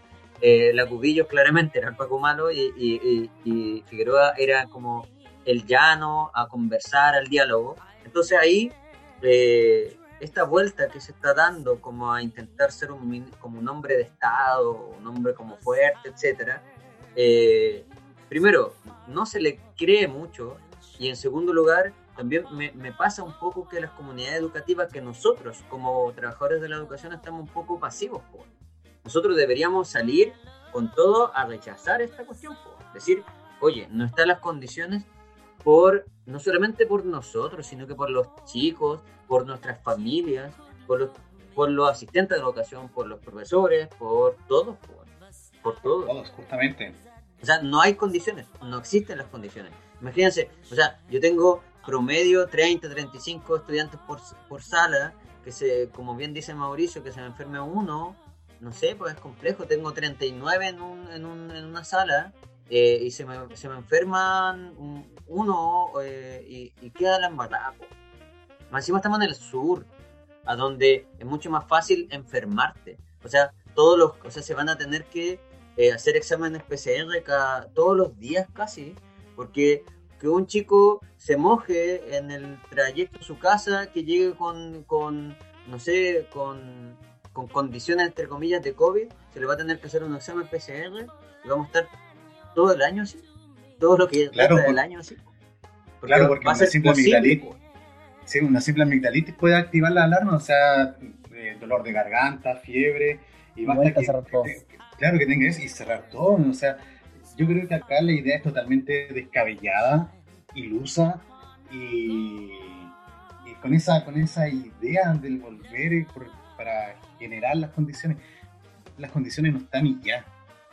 Eh, la Cubillos claramente era el Paco Malo y, y, y, y Figueroa era como el llano a conversar, al diálogo. Entonces ahí eh, esta vuelta que se está dando como a intentar ser un, como un hombre de Estado, un hombre como fuerte, etcétera, eh, primero, no se le cree mucho, y en segundo lugar, también me, me pasa un poco que las comunidades educativas, que nosotros como trabajadores de la educación estamos un poco pasivos, po. Nosotros deberíamos salir con todo a rechazar esta cuestión, po. Decir, oye, no están las condiciones por, no solamente por nosotros, sino que por los chicos, por nuestras familias, por los, por los asistentes de educación, por los profesores, por todos, por, por todos. Todos, justamente. O sea, no hay condiciones, no existen las condiciones. Imagínense, o sea, yo tengo promedio treinta, treinta y cinco estudiantes por, por sala, que se, como bien dice Mauricio, que se me enferme uno, no sé, pues es complejo. Tengo treinta y nueve en, un, en, un, en una sala eh, y se me, se me enferman uno eh, y, y queda la embarrada. Más encima estamos en el sur, a donde es mucho más fácil enfermarte. O sea, todos los, o sea, se van a tener que eh, hacer exámenes P C R cada, todos los días casi, porque que un chico se moje en el trayecto a su casa, que llegue con, con no sé, con, con condiciones entre comillas de COVID, se le va a tener que hacer un examen P C R y vamos a estar todo el año así, todo lo que claro, resta del año así. Porque claro, porque va a ser simple amigdalitis, sí, una simple amigdalitis puede activar la alarma, o sea, eh, dolor de garganta, fiebre, y basta que, que, que, claro, que tenga eso y cerrar todo, o sea, yo creo que acá la idea es totalmente descabellada, ilusa, y, y con esa con esa idea del volver por, para generar las condiciones, las condiciones no están y ya.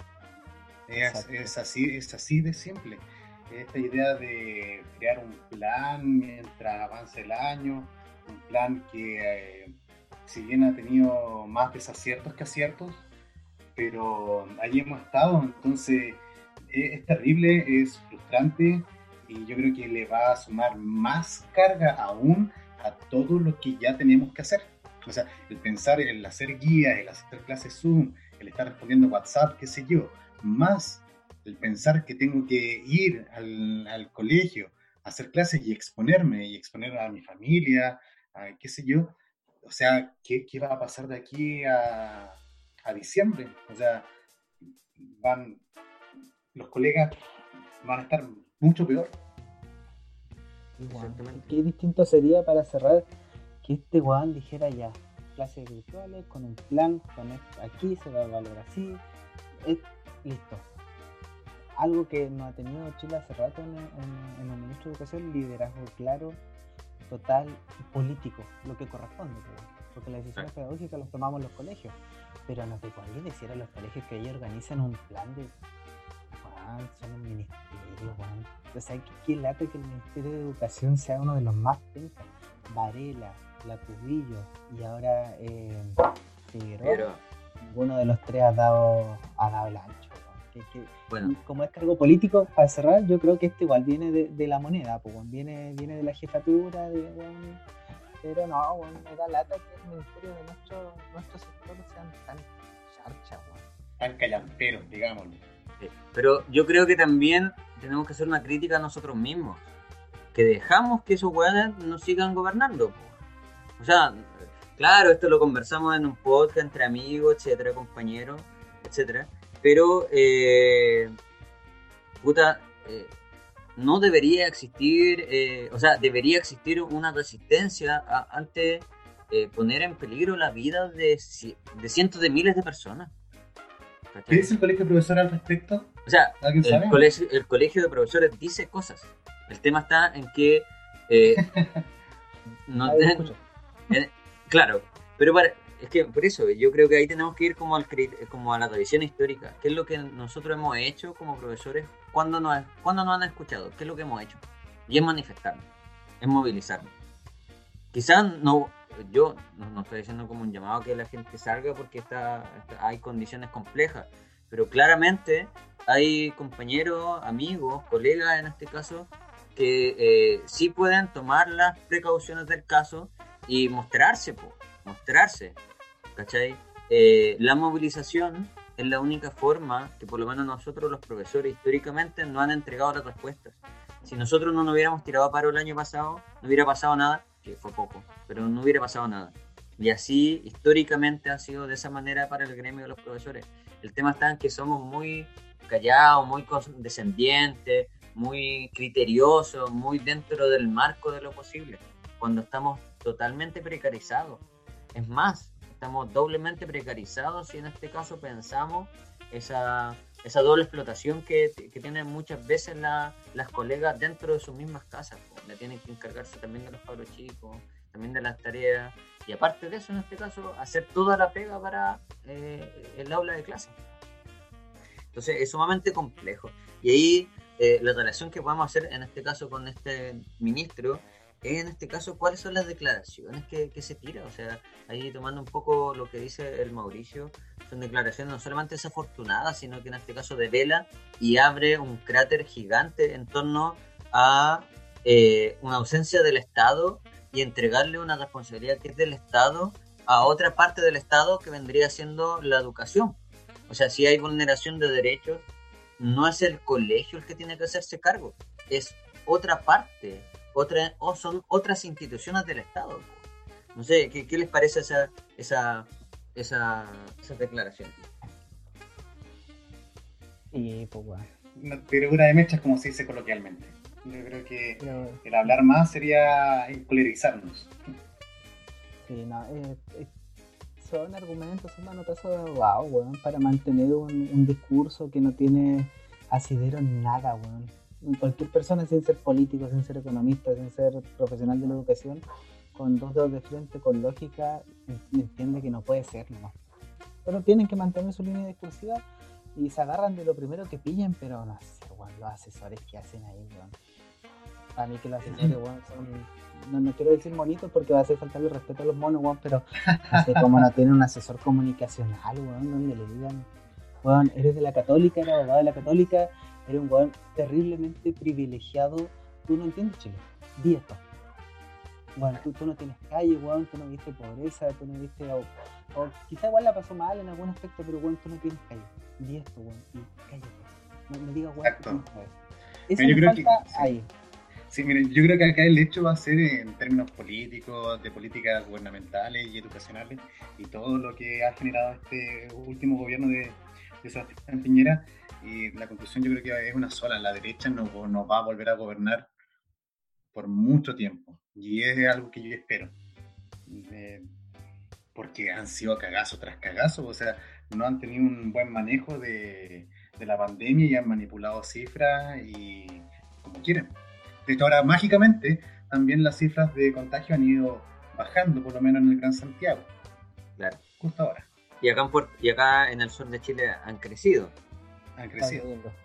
Es, es así, es así de simple. Esta idea de crear un plan mientras avance el año, un plan que eh, si bien ha tenido más desaciertos que aciertos, pero allí hemos estado, entonces es, es terrible, es frustrante, y yo creo que le va a sumar más carga aún a todo lo que ya tenemos que hacer. O sea, el pensar, el hacer guías, el hacer clases Zoom, el estar respondiendo WhatsApp, qué sé yo, más el pensar que tengo que ir al, al colegio a hacer clases y exponerme, y exponer a mi familia, a qué sé yo. O sea, ¿qué, qué va a pasar de aquí a, a diciembre? O sea, van, los colegas van a estar mucho peor. Igual, qué distinto sería para cerrar que este weón dijera ya, clases virtuales, con un plan, con esto, aquí se va a valorar así, es, listo. Algo que no ha tenido Chile hace rato en, en, en el ministro de Educación, liderazgo claro, total y político, lo que corresponde, porque las decisiones pedagógicas las tomamos los colegios, pero no te podéis decir a los colegios que ellos organizan un plan de Juan, son un ministerio, Juan. O sea, que qué lata que el Ministerio de Educación sea uno de los más pencas. Varela, Lacubillo y ahora eh, Figueroa, pero ninguno de los tres ha dado, ha dado el ancho. Que, que, bueno. Como es cargo político, para cerrar, yo creo que este igual viene de, de la moneda, pues, viene, viene de la jefatura, de, bueno, pero no, bueno, me da lata que el ministerio de nuestro, nuestro sector sean tan charcha, bueno. Tan callamperos, digámoslo. Sí, pero yo creo que también tenemos que hacer una crítica a nosotros mismos, que dejamos que esos weones nos sigan gobernando, pues. O sea, claro, esto lo conversamos en un podcast entre amigos, etcétera, compañeros, etcétera. Pero, eh, puta, eh, no debería existir, eh, o sea, debería existir una resistencia a, ante eh, poner en peligro la vida de, de cientos de miles de personas. ¿Qué dice el colegio de profesores al respecto? O sea, el colegio, el colegio de profesores dice cosas. El tema está en que... Eh, no ten, eh, claro, pero para... Es que por eso, yo creo que ahí tenemos que ir como, al, como a la tradición histórica. ¿Qué es lo que nosotros hemos hecho como profesores? ¿Cuándo nos, ¿Cuándo nos han escuchado? ¿Qué es lo que hemos hecho? Y es manifestarnos, es movilizarnos. Quizás no, yo no, no estoy diciendo como un llamado a que la gente salga porque está, está, hay condiciones complejas, pero claramente hay compañeros, amigos, colegas en este caso, que eh, sí pueden tomar las precauciones del caso y mostrarse, po, mostrarse. ¿Cachai? Eh, la movilización es la única forma que por lo menos nosotros los profesores históricamente no han entregado las respuestas. Si nosotros no nos hubiéramos tirado a paro el año pasado, no hubiera pasado nada, que fue poco, pero no hubiera pasado nada. Y así históricamente ha sido de esa manera para el gremio de los profesores. El tema está en que somos muy callados, muy condescendientes, muy criteriosos, muy dentro del marco de lo posible, cuando estamos totalmente precarizados. Es más, estamos doblemente precarizados y en este caso pensamos esa, esa doble explotación que, que tienen muchas veces la, las colegas dentro de sus mismas casas, donde tienen que encargarse también de los cabros chicos, también de las tareas, y aparte de eso, en este caso, hacer toda la pega para eh, el aula de clase. Entonces es sumamente complejo. Y ahí eh, la relación que vamos a hacer en este caso con este ministro es en este caso cuáles son las declaraciones que, que se tira. O sea, ahí tomando un poco lo que dice el Mauricio, son declaraciones no solamente desafortunadas, sino que en este caso devela y abre un cráter gigante en torno a eh, una ausencia del Estado y entregarle una responsabilidad que es del Estado a otra parte del Estado que vendría siendo la educación. O sea, si hay vulneración de derechos, no es el colegio el que tiene que hacerse cargo, es otra parte, otra, o son otras instituciones del Estado. No sé, ¿qué, qué les parece esa, esa, esa, esa declaración? Y pues bueno. Una tiradura de mechas, como se dice coloquialmente. Yo creo que Pero, el hablar más sería polarizarnos. sí, no, eh, eh, son argumentos, son manotazos de abogado, weón, para mantener un, un discurso que no tiene asidero en nada, weón. Cualquier persona, sin ser político, sin ser economista, sin ser profesional de la educación, con dos dedos de frente, con lógica, entiende que no puede ser, ¿no? Pero tienen que mantener su línea discursiva y se agarran de lo primero que pillen, pero no sé, weón, los asesores que hacen ahí, weón. A mí que los asesores, weón, son... No, no quiero decir monitos porque va a hacer faltarle respeto a los monos, weón, pero no sé cómo no tiene un asesor comunicacional, weón, donde le digan, weón, eres de la Católica, eres abogado de la Católica, eres un weón terriblemente privilegiado, tú no entiendes, Chile, di esto. Bueno, tú, tú no tienes calle, weón, tú no viste pobreza, tú no viste... O, o quizá igual la pasó mal en algún aspecto, pero weón, tú no tienes calle. Di esto, weón, y cállate. No me digas, weón, que tú no sabes. Eso yo me creo falta que, ahí. Sí, miren, yo creo que acá el hecho va a ser en términos políticos, de políticas gubernamentales y educacionales, y todo lo que ha generado este último gobierno de, de Sebastián Piñera, y la conclusión yo creo que es una sola: la derecha no, no va a volver a gobernar por mucho tiempo, y es algo que yo espero, eh, porque han sido cagazos tras cagazos, o sea, no han tenido un buen manejo de, de la pandemia y han manipulado cifras y como quieren. De hecho, ahora mágicamente también las cifras de contagio han ido bajando, por lo menos en el Gran Santiago. Claro. Justo ahora. Y acá en, Puerto, y acá en el sur de Chile han crecido. Han crecido.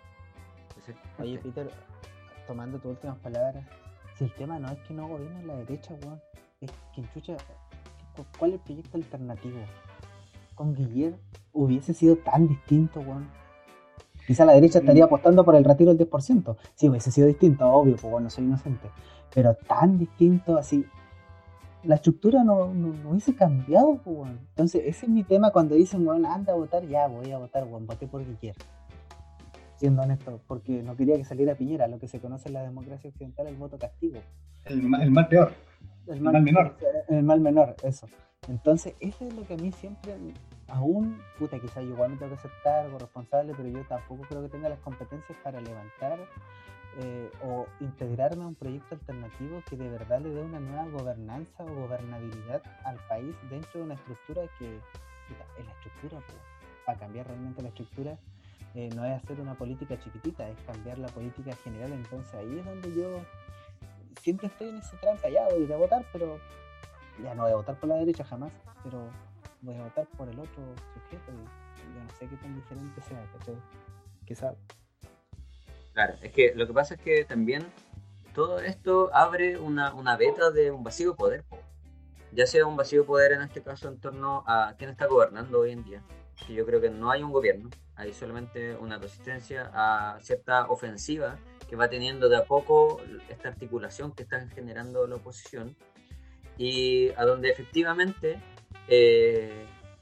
Oye, Peter, tomando tus últimas palabras, si el tema no es que no gobierna la derecha, weón, es que chucha, ¿cuál es el proyecto alternativo? Con Guillermo hubiese sido tan distinto, weón. Quizá la derecha estaría apostando por el retiro del diez por ciento. Sí, hubiese sido distinto, obvio, pues bueno, soy inocente. Pero tan distinto así. La estructura no, no, no hubiese cambiado, pues bueno. Entonces, ese es mi tema cuando dicen, bueno, anda a votar, ya voy a votar, bueno, voté por Guillermo. Siendo honesto, porque no quería que saliera Piñera, lo que se conoce en la democracia occidental, el voto castigo. El, el mal peor. El mal, el mal menor. El mal menor, eso. Entonces, eso es lo que a mí siempre... Aún, puta, quizás yo igual me tengo que hacer cargo, responsable, pero yo tampoco creo que tenga las competencias para levantar eh, o integrarme a un proyecto alternativo que de verdad le dé una nueva gobernanza o gobernabilidad al país dentro de una estructura que, puta, es la estructura, pues, para cambiar realmente la estructura eh, no es hacer una política chiquitita, es cambiar la política general. Entonces ahí es donde yo siempre estoy en ese trampa, ya voy a votar, pero ya no voy a votar por la derecha jamás, pero voy a votar por el otro sujeto y yo no sé qué tan diferente sea, ¿cachai? ¿Qué sabe? Claro, es que lo que pasa es que también todo esto abre una, una beta de un vacío de poder, ya sea un vacío de poder en este caso en torno a quién está gobernando hoy en día, que yo creo que no hay un gobierno, hay solamente una resistencia a cierta ofensiva que va teniendo de a poco esta articulación que está generando la oposición y a donde efectivamente Eh,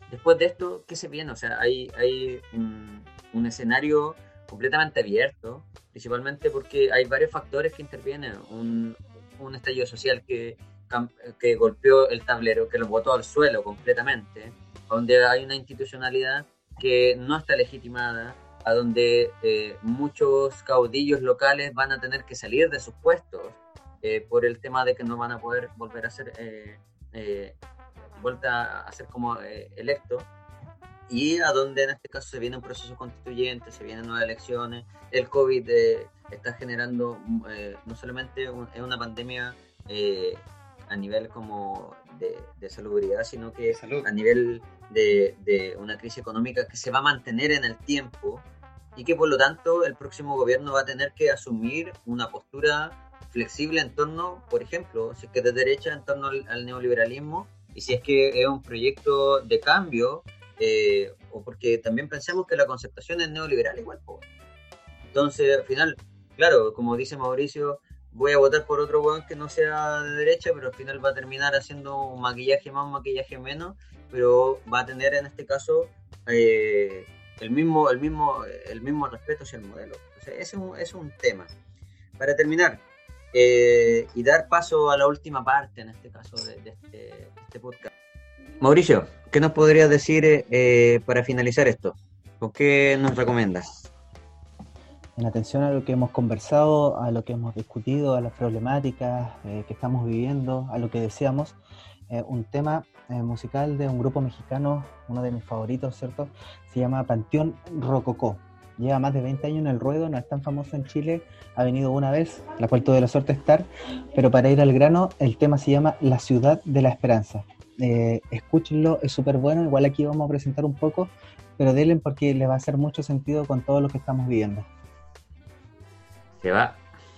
después de esto, ¿qué se viene? O sea, hay, hay un, un escenario completamente abierto, principalmente porque hay varios factores que intervienen. Un, un estallido social que, que golpeó el tablero, que lo botó al suelo completamente, donde hay una institucionalidad que no está legitimada, a donde eh, muchos caudillos locales van a tener que salir de sus puestos eh, por el tema de que no van a poder volver a ser eh, eh, vuelta a ser como eh, electos, y a donde en este caso se viene un proceso constituyente, se vienen nuevas elecciones, el COVID eh, está generando eh, no solamente un, una pandemia eh, a nivel como de, de salubridad, sino que Salud. a nivel de, de una crisis económica que se va a mantener en el tiempo, y que por lo tanto el próximo gobierno va a tener que asumir una postura flexible en torno, por ejemplo, si es que es de derecha, en torno al, al neoliberalismo, y si es que es un proyecto de cambio, eh, o porque también pensemos que la concertación es neoliberal igual. Po. Entonces, al final, claro, como dice Mauricio, voy a votar por otro weón que no sea de derecha, pero al final va a terminar haciendo un maquillaje más, un maquillaje menos, pero va a tener en este caso eh, el mismo, el mismo, el mismo respeto hacia el modelo. O sea, ese es un, es un tema. Para terminar, eh, y dar paso a la última parte, en este caso, de, de, este, de este podcast. Mauricio, ¿qué nos podrías decir eh, para finalizar esto? ¿Con qué nos recomiendas? En atención a lo que hemos conversado, a lo que hemos discutido, a las problemáticas eh, que estamos viviendo, a lo que deseamos, eh, un tema eh, musical de un grupo mexicano, uno de mis favoritos, ¿cierto? Se llama Panteón Rococó. Lleva más de veinte años en el ruedo, no es tan famoso en Chile, ha venido una vez, la cual tuve la suerte de estar, pero para ir al grano, el tema se llama La Ciudad de la Esperanza. Eh, escúchenlo, es súper bueno, igual aquí vamos a presentar un poco, pero denle porque le va a hacer mucho sentido con todo lo que estamos viviendo. Se va.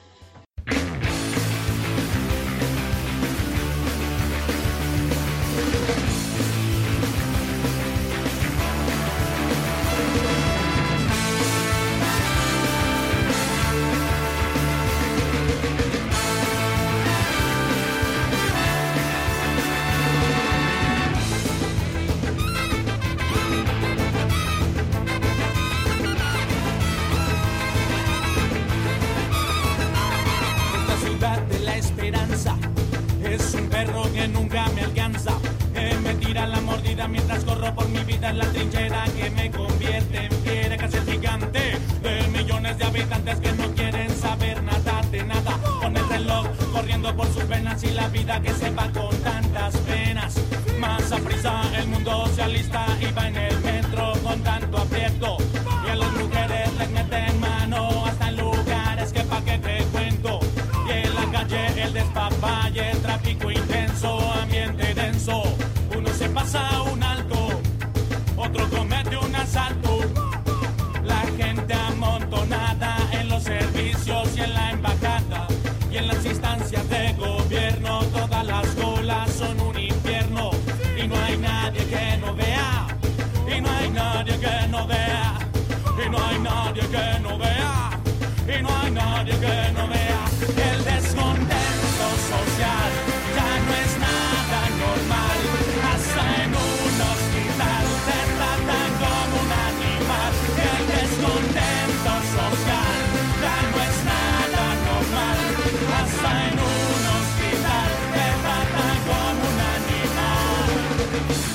Mientras corro por mi vida en la trinchera que me convierte en fiera, casi el gigante de millones de habitantes que no quieren saber nada de nada, con el reloj corriendo por sus venas y la vida que se va con tantas penas. Más a prisa el mundo se alista y va en el metro con tanto aprieto, y a las mujeres les meten mano hasta en lugares que pa' que te cuento, y en la calle el despapalle, el tráfico intenso, ambiente denso. Uno se pasa un alto, otro comete un asalto. La gente amontonada en los servicios y en la embajada y en las instancias de gobierno. Todas las colas son un infierno y no hay nadie que no vea, y no hay nadie que no vea, y no hay nadie que no vea, y no hay nadie que no vea. El descontento social ya no es nada normal. Hasta en un hospital te tratan como un animal. El descontento social ya no es nada normal. Hasta en un hospital te tratan como un animal.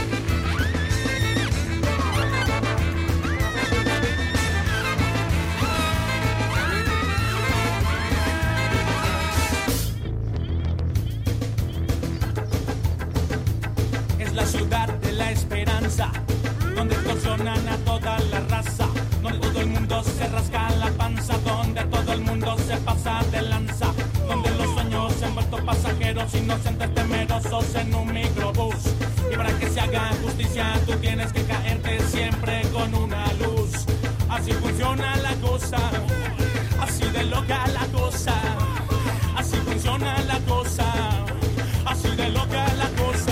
La ciudad de la esperanza, donde extorsionan a toda la raza, donde todo el mundo se rasca la panza, donde todo el mundo se pasa de lanza, donde los sueños se han vuelto pasajeros, inocentes temerosos en un microbús. Y para que se haga justicia tú tienes que caerte siempre con una luz. Así funciona la cosa, así de loca la cosa, así funciona la cosa, así de loca la cosa.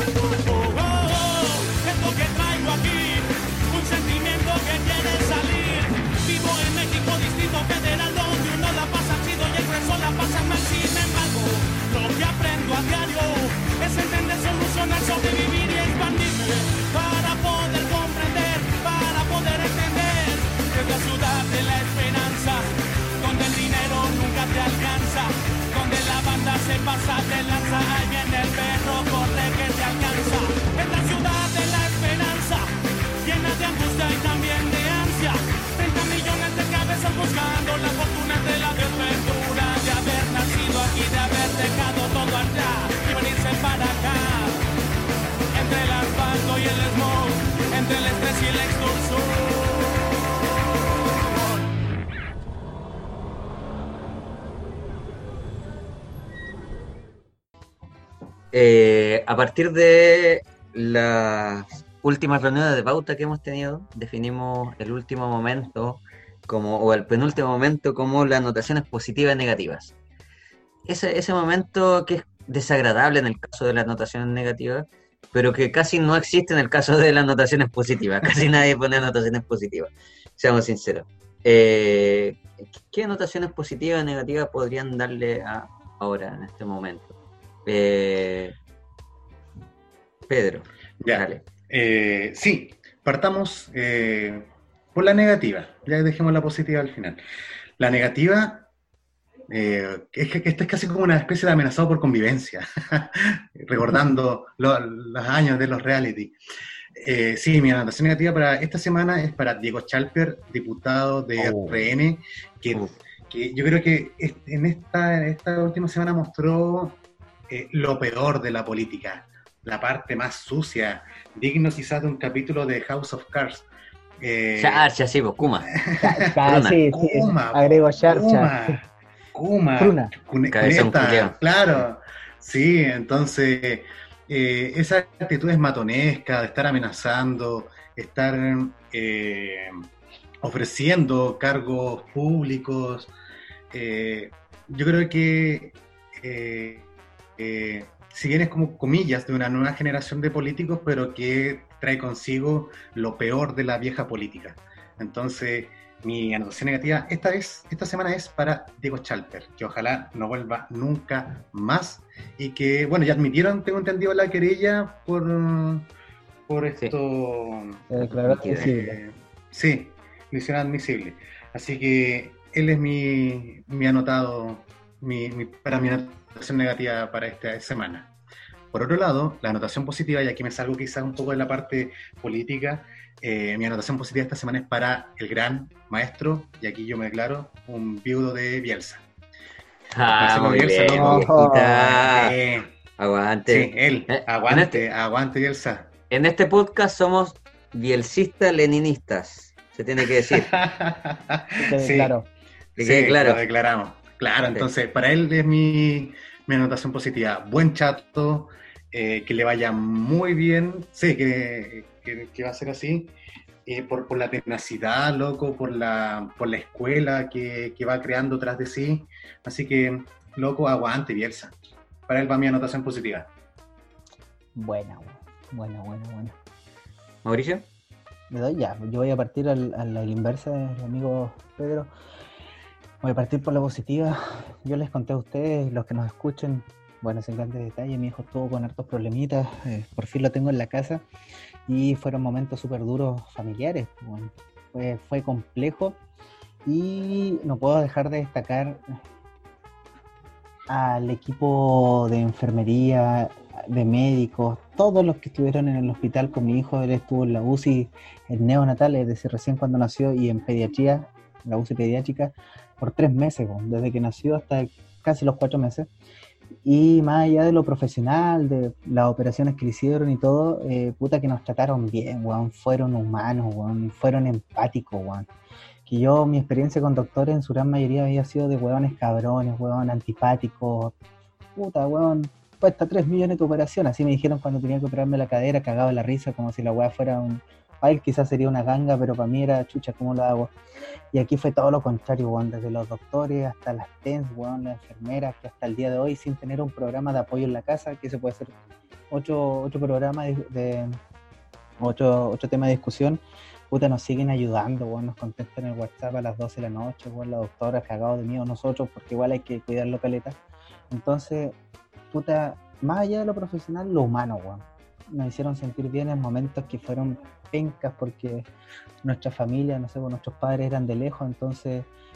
Que quiere salir, vivo en México, Distrito Federal, donde uno la pasa chido y el resto la pasa mal. Sin embargo, lo que aprendo a diario es entender, solucionar, sobrevivir y expandirme. se pasa de lanza, ahí viene el perro, corre que te alcanza. Es la ciudad de la esperanza, llena de angustia y también de ansia. treinta millones de cabezas buscando la fortuna de la desventura, de haber nacido aquí, de haber dejado todo allá y venirse para acá. Entre el asfalto y el smog, entre el estrés y la extorsión. Eh, a partir de las últimas reuniones de pauta que hemos tenido, definimos el último momento como, o el penúltimo momento como las anotaciones positivas y negativas. Ese, ese momento que es desagradable en el caso de las anotaciones negativas, pero que casi no existe en el caso de las anotaciones positivas. Casi nadie pone anotaciones positivas, seamos sinceros. Eh, ¿Qué anotaciones positivas y negativas podrían darle a, ahora, en este momento? Eh, Pedro, ya. Dale. Eh, sí, partamos eh, por la negativa, ya dejemos la positiva al final. La negativa eh, es que esto es casi como una especie de amenazado por convivencia, recordando lo, los años de los reality. Eh, sí, mi anotación negativa para esta semana es para Diego Chalper, diputado de Oh. R N, que, Uf. que yo creo que en esta, en esta última semana mostró eh, lo peor de la política, la parte más sucia, digno quizás de un capítulo de House of Cards. Eh, Charcha, sí, pues, Kuma. Ah, sí, sí, Kuma, agrego Charcha. Kuma, Kuma, Pruna. Cune- Cabezón Cuneta, culiao. claro, sí, entonces eh, esa actitud es matonesca, de estar amenazando, estar eh, ofreciendo cargos públicos, eh, yo creo que eh, eh, si bien es como comillas de una nueva generación de políticos, pero que trae consigo lo peor de la vieja política. Entonces, mi anotación negativa esta vez, esta semana es para Diego Chalper, que ojalá no vuelva nunca más y que, bueno, ya admitieron, tengo entendido, la querella por, por Sí. esto. Se declaró Eh, admisible. Sí, lo hicieron admisible. Así que él es mi, mi anotado, mi, mi- para mi anotación negativa para esta semana. Por otro lado, la anotación positiva, y aquí me salgo quizás un poco de la parte política, eh, mi anotación positiva esta semana es para el gran maestro, y aquí yo me declaro, un viudo de Bielsa. Ah, Marcelo muy Bielsa, bien, loco. viejita. Eh, Aguante. sí, él, Eh, aguante, En este, aguante Bielsa. en este podcast somos bielsistas leninistas, se tiene que decir. Que, Sí. Claro, Que Sí, quede claro. lo declaramos. Claro, Sí. entonces para él es mi, mi anotación positiva. Buen chato, eh, que le vaya muy bien. Sé que, que, que va a ser así. eh, por, por la tenacidad, loco, por la, por la escuela que, que va creando tras de sí. Así que, loco, aguante, Bielsa. Para él va mi anotación positiva. buena, buena, buena, buena. Mauricio. Le doy ya, yo voy a partir al, a la inversa del amigo Pedro. Voy a partir por la positiva. Yo les conté a ustedes, los que nos escuchen, bueno, sin grandes detalles, mi hijo estuvo con hartos problemitas, eh, por fin lo tengo en la casa y fueron momentos súper duros familiares. Bueno, fue, fue complejo y no puedo dejar de destacar al equipo de enfermería, de médicos, todos los que estuvieron en el hospital con mi hijo. Él estuvo en la U C I en neonatal, es decir, recién cuando nació, y en pediatría, la U C I pediátrica, por tres meses, bueno, desde que nació hasta casi los cuatro meses. Y más allá de lo profesional, de las operaciones que le hicieron y todo, eh, puta que nos trataron bien, weón, fueron humanos, weón, fueron empáticos, weón. Que yo, mi experiencia con doctores en su gran mayoría había sido de weones cabrones, weón, antipáticos, puta, weón, cuesta tres millones de operación, así me dijeron cuando tenía que operarme la cadera, cagado en la risa, como si la weá fuera un... Para él quizás sería una ganga, pero para mí era chucha, ¿cómo lo hago? Y aquí fue todo lo contrario, weón, desde los doctores hasta las T E N S, weón, las enfermeras, que hasta el día de hoy, sin tener un programa de apoyo en la casa, que se puede hacer ocho, ocho programas de, de ocho, ocho temas de discusión, puta, nos siguen ayudando, weón, nos contestan en el WhatsApp a las doce de la noche, weón, la doctora cagado de miedo nosotros, porque igual hay que cuidarlo caleta. Entonces, puta, más allá de lo profesional, lo humano, weón. Nos hicieron sentir bien en momentos que fueron pencas porque nuestra familia, no sé, pues, nuestros padres eran de lejos, entonces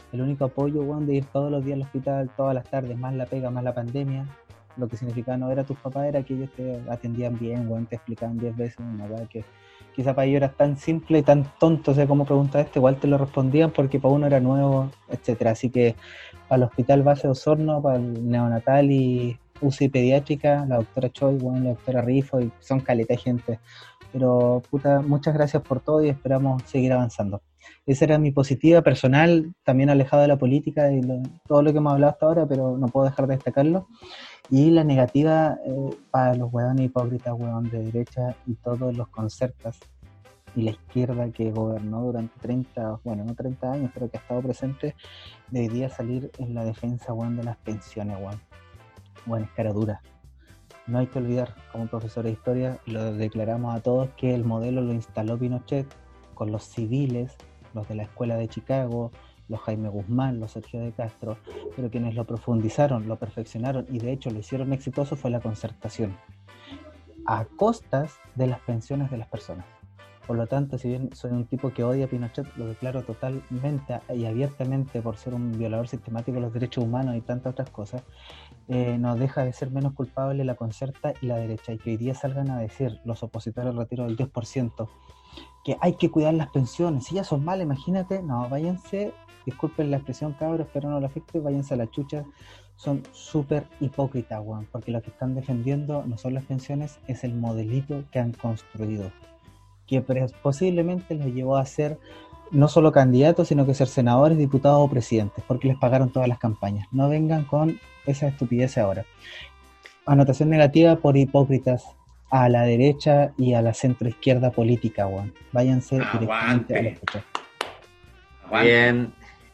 el único apoyo, weón, de ir todos los días al hospital, todas las tardes, más la pega, más la pandemia, lo que significaba no ver a tus papás era que ellos te atendían bien, weón, te explicaban diez veces una weá que quizá para ellos era tan simple y tan tonto, o sea, como pregunta este, igual te lo respondían porque para uno era nuevo, etcétera. Así que para el Hospital Base de Osorno, para el neonatal y U C I pediátrica, la doctora Choi, bueno, la doctora Rifo, y son caleta de gente. Pero, puta, muchas gracias por todo y esperamos seguir avanzando. Esa era mi positiva personal, también alejado de la política y lo, todo lo que hemos hablado hasta ahora, pero no puedo dejar de destacarlo. Y la negativa eh, para los hueones hipócritas, hueón de derecha y todos los concertas y la izquierda que gobernó durante treinta, bueno, no treinta años, pero que ha estado presente, debería salir en la defensa, hueón, de las pensiones, hueón. Hueón, es cara dura. No hay que olvidar, como profesor de historia, lo declaramos a todos que el modelo lo instaló Pinochet con los civiles, los de la Escuela de Chicago, los Jaime Guzmán, los Sergio de Castro, pero quienes lo profundizaron, lo perfeccionaron y de hecho lo hicieron exitoso fue la concertación, a costas de las pensiones de las personas. Por lo tanto, si bien soy un tipo que odia a Pinochet, lo declaro totalmente y abiertamente por ser un violador sistemático de los derechos humanos y tantas otras cosas, eh, no deja de ser menos culpable la concerta y la derecha, y que hoy día salgan a decir los opositores al retiro del diez por ciento que hay que cuidar las pensiones, si ya son malas, imagínate, no, váyanse, disculpen la expresión cabros, pero no lo afecte, váyanse a la chucha, son súper hipócritas, weón, porque lo que están defendiendo no son las pensiones, es el modelito que han construido, que posiblemente les llevó a ser no solo candidatos, sino que ser senadores, diputados o presidentes, porque les pagaron todas las campañas. No vengan con esa estupidez ahora. Anotación negativa por hipócritas a la derecha y a la centroizquierda política, weón. Váyanse directamente a la derecha. Bien.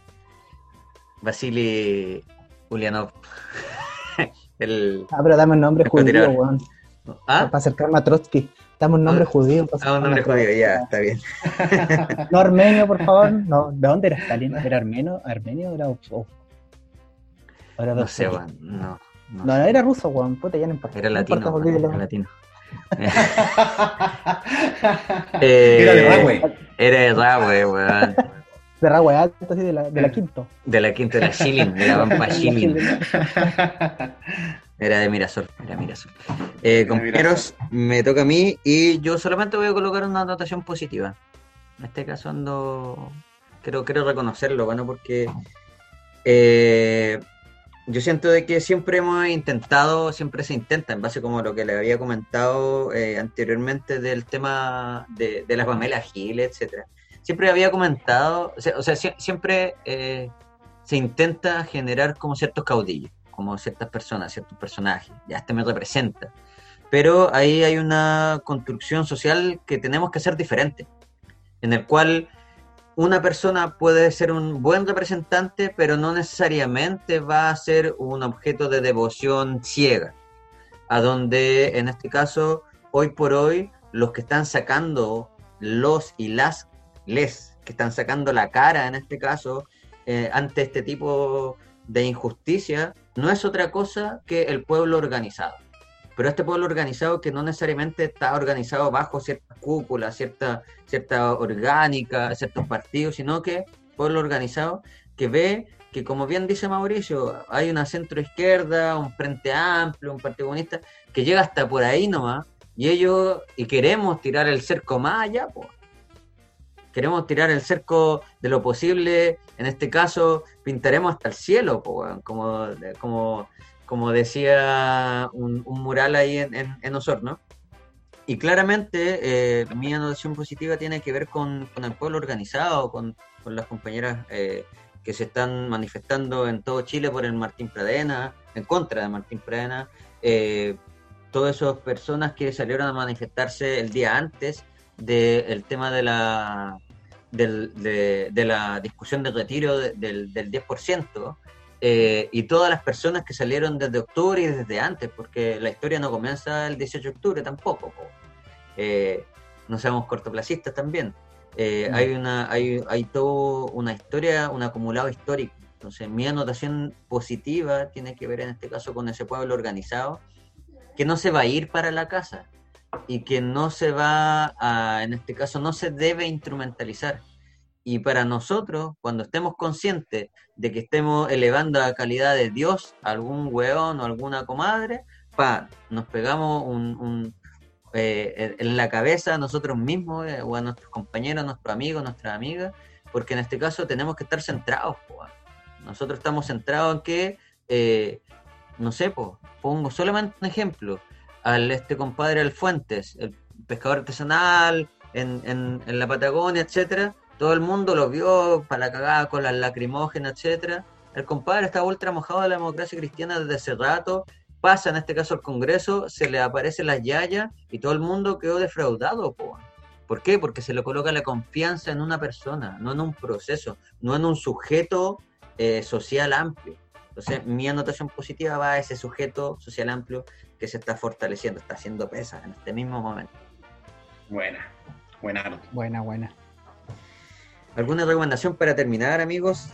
Vasily Ulyanov. El... Ah, pero dame un nombre judío, weón. ¿Ah? Para acercarme a Trotsky. Dame un nombre ah, judío. Ah, un nombre judío, ya, está bien. No armenio, por favor. No, ¿de dónde era Stalin? ¿Era armenio? ¿Armenio o era, oh. era no sé, weón. No, no, no, no era ruso, weón. Puta, ya no importa. Era no latino. Importa, weón, era latino. eh, era de Rahue. Era de Rahue, weón. De Rahue alto, así, de la, de la Quinto. De la Quinto, de la Schilling, de la Pampa Schilling. Era de Mirasol, era Mirasol. Eh, compañeros, me toca a mí y yo solamente voy a colocar una anotación positiva. En este caso ando... Quiero, quiero reconocerlo, bueno, porque eh, yo siento de que siempre hemos intentado, siempre se intenta, en base como lo que le había comentado eh, anteriormente del tema de, de las Pamela Giles, etcétera. Siempre había comentado, o sea, o sea si, siempre eh, se intenta generar como ciertos caudillos, como ciertas personas, ciertos personajes, ya este me representa, pero ahí hay una construcción social que tenemos que hacer diferente, en el cual una persona puede ser un buen representante, pero no necesariamente va a ser un objeto de devoción ciega, a donde en este caso, hoy por hoy, los que están sacando los y las les, que están sacando la cara en este caso, eh, ante este tipo de injusticia, no es otra cosa que el pueblo organizado. Pero este pueblo organizado que no necesariamente está organizado bajo ciertas cúpulas, cierta, cierta orgánica, ciertos partidos, sino que pueblo organizado que ve que, como bien dice Mauricio, hay una centroizquierda, un frente amplio, un partido comunista, que llega hasta por ahí nomás, y ellos, y queremos tirar el cerco más allá, pues. Queremos tirar el cerco de lo posible, en este caso pintaremos hasta el cielo, po, como, como, como decía un, un mural ahí en, en, en Osorno. Y claramente eh, mi anotación positiva tiene que ver con, con el pueblo organizado, con, con las compañeras eh, que se están manifestando en todo Chile por el Martín Pradena, en contra de Martín Pradena, eh, todas esas personas que salieron a manifestarse el día antes del tema de la del, de, de la discusión del retiro de, del, del diez por ciento, eh, y todas las personas que salieron desde octubre y desde antes, porque la historia no comienza el dieciocho de octubre tampoco, eh, no seamos cortoplacistas también, eh, mm. hay una hay, hay toda una historia, un acumulado histórico. Entonces mi anotación positiva tiene que ver en este caso con ese pueblo organizado que no se va a ir para la casa y que no se va a, en este caso, no se debe instrumentalizar. Y para nosotros, cuando estemos conscientes de que estemos elevando la calidad de Dios a algún weón o alguna comadre, pa, nos pegamos un, un eh, en la cabeza a nosotros mismos, eh, o a nuestros compañeros, a nuestros amigos, nuestras amigas, porque en este caso tenemos que estar centrados, po. Nosotros estamos centrados en que, eh, no sé, po, pongo solamente un ejemplo, al este compadre Alfuentes, el pescador artesanal en, en, en la Patagonia, etcétera. Todo el mundo lo vio para la cagada con las lacrimógenas, etcétera. El compadre está ultra mojado de la democracia cristiana desde hace rato. Pasa en este caso al Congreso, se le aparecen las yayas y todo el mundo quedó defraudado, po. ¿Por qué? Porque se le coloca la confianza en una persona, no en un proceso, no en un sujeto eh, social amplio. Entonces, mi anotación positiva va a ese sujeto social amplio que se está fortaleciendo, está haciendo pesas en este mismo momento. Buena, buena. Buena, buena. ¿Alguna recomendación para terminar, amigos?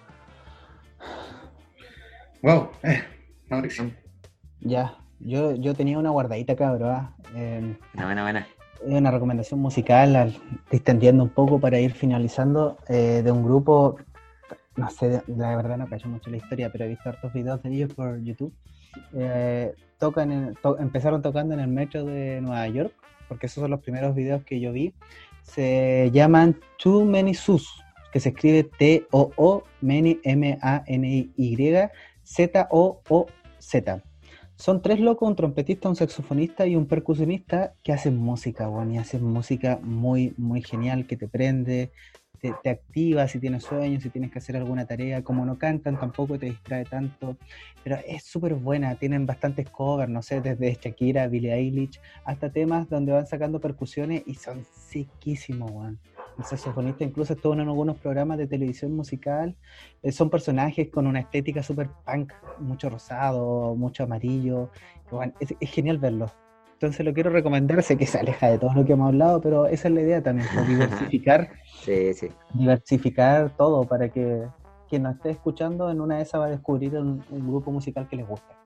Wow, eh, Mauricio. Ya, yo, yo tenía una guardadita, cabrón. Eh, buena, buena, buena. Una recomendación musical, al, distendiendo un poco para ir finalizando, eh, de un grupo, no sé, la verdad no cacho mucho la historia, pero he visto hartos videos de ellos por YouTube. Eh, tocan en, to, empezaron tocando en el metro de Nueva York, porque esos son los primeros videos que yo vi. Se llaman Too Many Sus, que se escribe T O O, Many, M A N Y, Z O O Z. Son tres locos, un trompetista, un saxofonista y un percusionista que hacen música, bueno, y hacen música muy, muy genial, que te prende, te, te activa si tienes sueños, si tienes que hacer alguna tarea. Como no cantan, tampoco te distrae tanto, pero es súper buena. Tienen bastantes covers, no sé, desde Shakira, Billie Eilish, hasta temas donde van sacando percusiones y son siquísimos, bueno. El saxofonista incluso estuvo en algunos programas de televisión musical. Eh, son personajes con una estética súper punk, mucho rosado, mucho amarillo. Bueno, es, es genial verlos. Entonces lo quiero recomendar, sé que se aleja de todo lo que hemos hablado, pero esa es la idea también, por diversificar, sí, sí. diversificar todo para que quien nos esté escuchando en una de esas va a descubrir un, un grupo musical que les guste.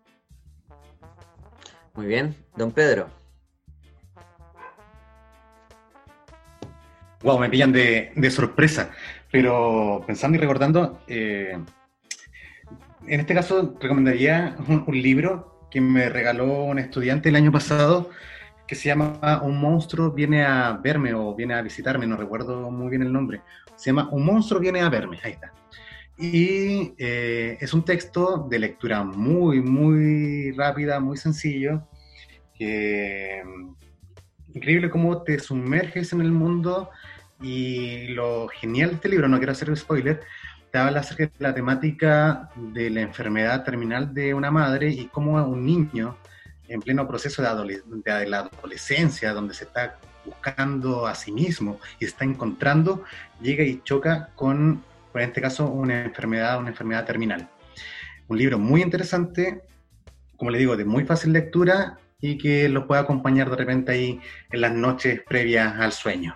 Muy bien, don Pedro. Wow, me pillan de, de sorpresa, pero pensando y recordando, eh, en este caso recomendaría un, un libro que me regaló un estudiante el año pasado, que se llama Un monstruo viene a verme o viene a visitarme, no recuerdo muy bien el nombre. Se llama Un monstruo viene a verme, ahí está. Y eh, es un texto de lectura muy, muy rápida, muy sencillo, que... increíble cómo te sumerges en el mundo. Y lo genial de este libro, no quiero hacer spoiler, te habla acerca de la temática de la enfermedad terminal de una madre y cómo un niño en pleno proceso de, adole- de la adolescencia, donde se está buscando a sí mismo y se está encontrando, llega y choca con, en este caso, una enfermedad, una enfermedad terminal. Un libro muy interesante, como le digo, de muy fácil lectura y que los puede acompañar de repente ahí en las noches previas al sueño.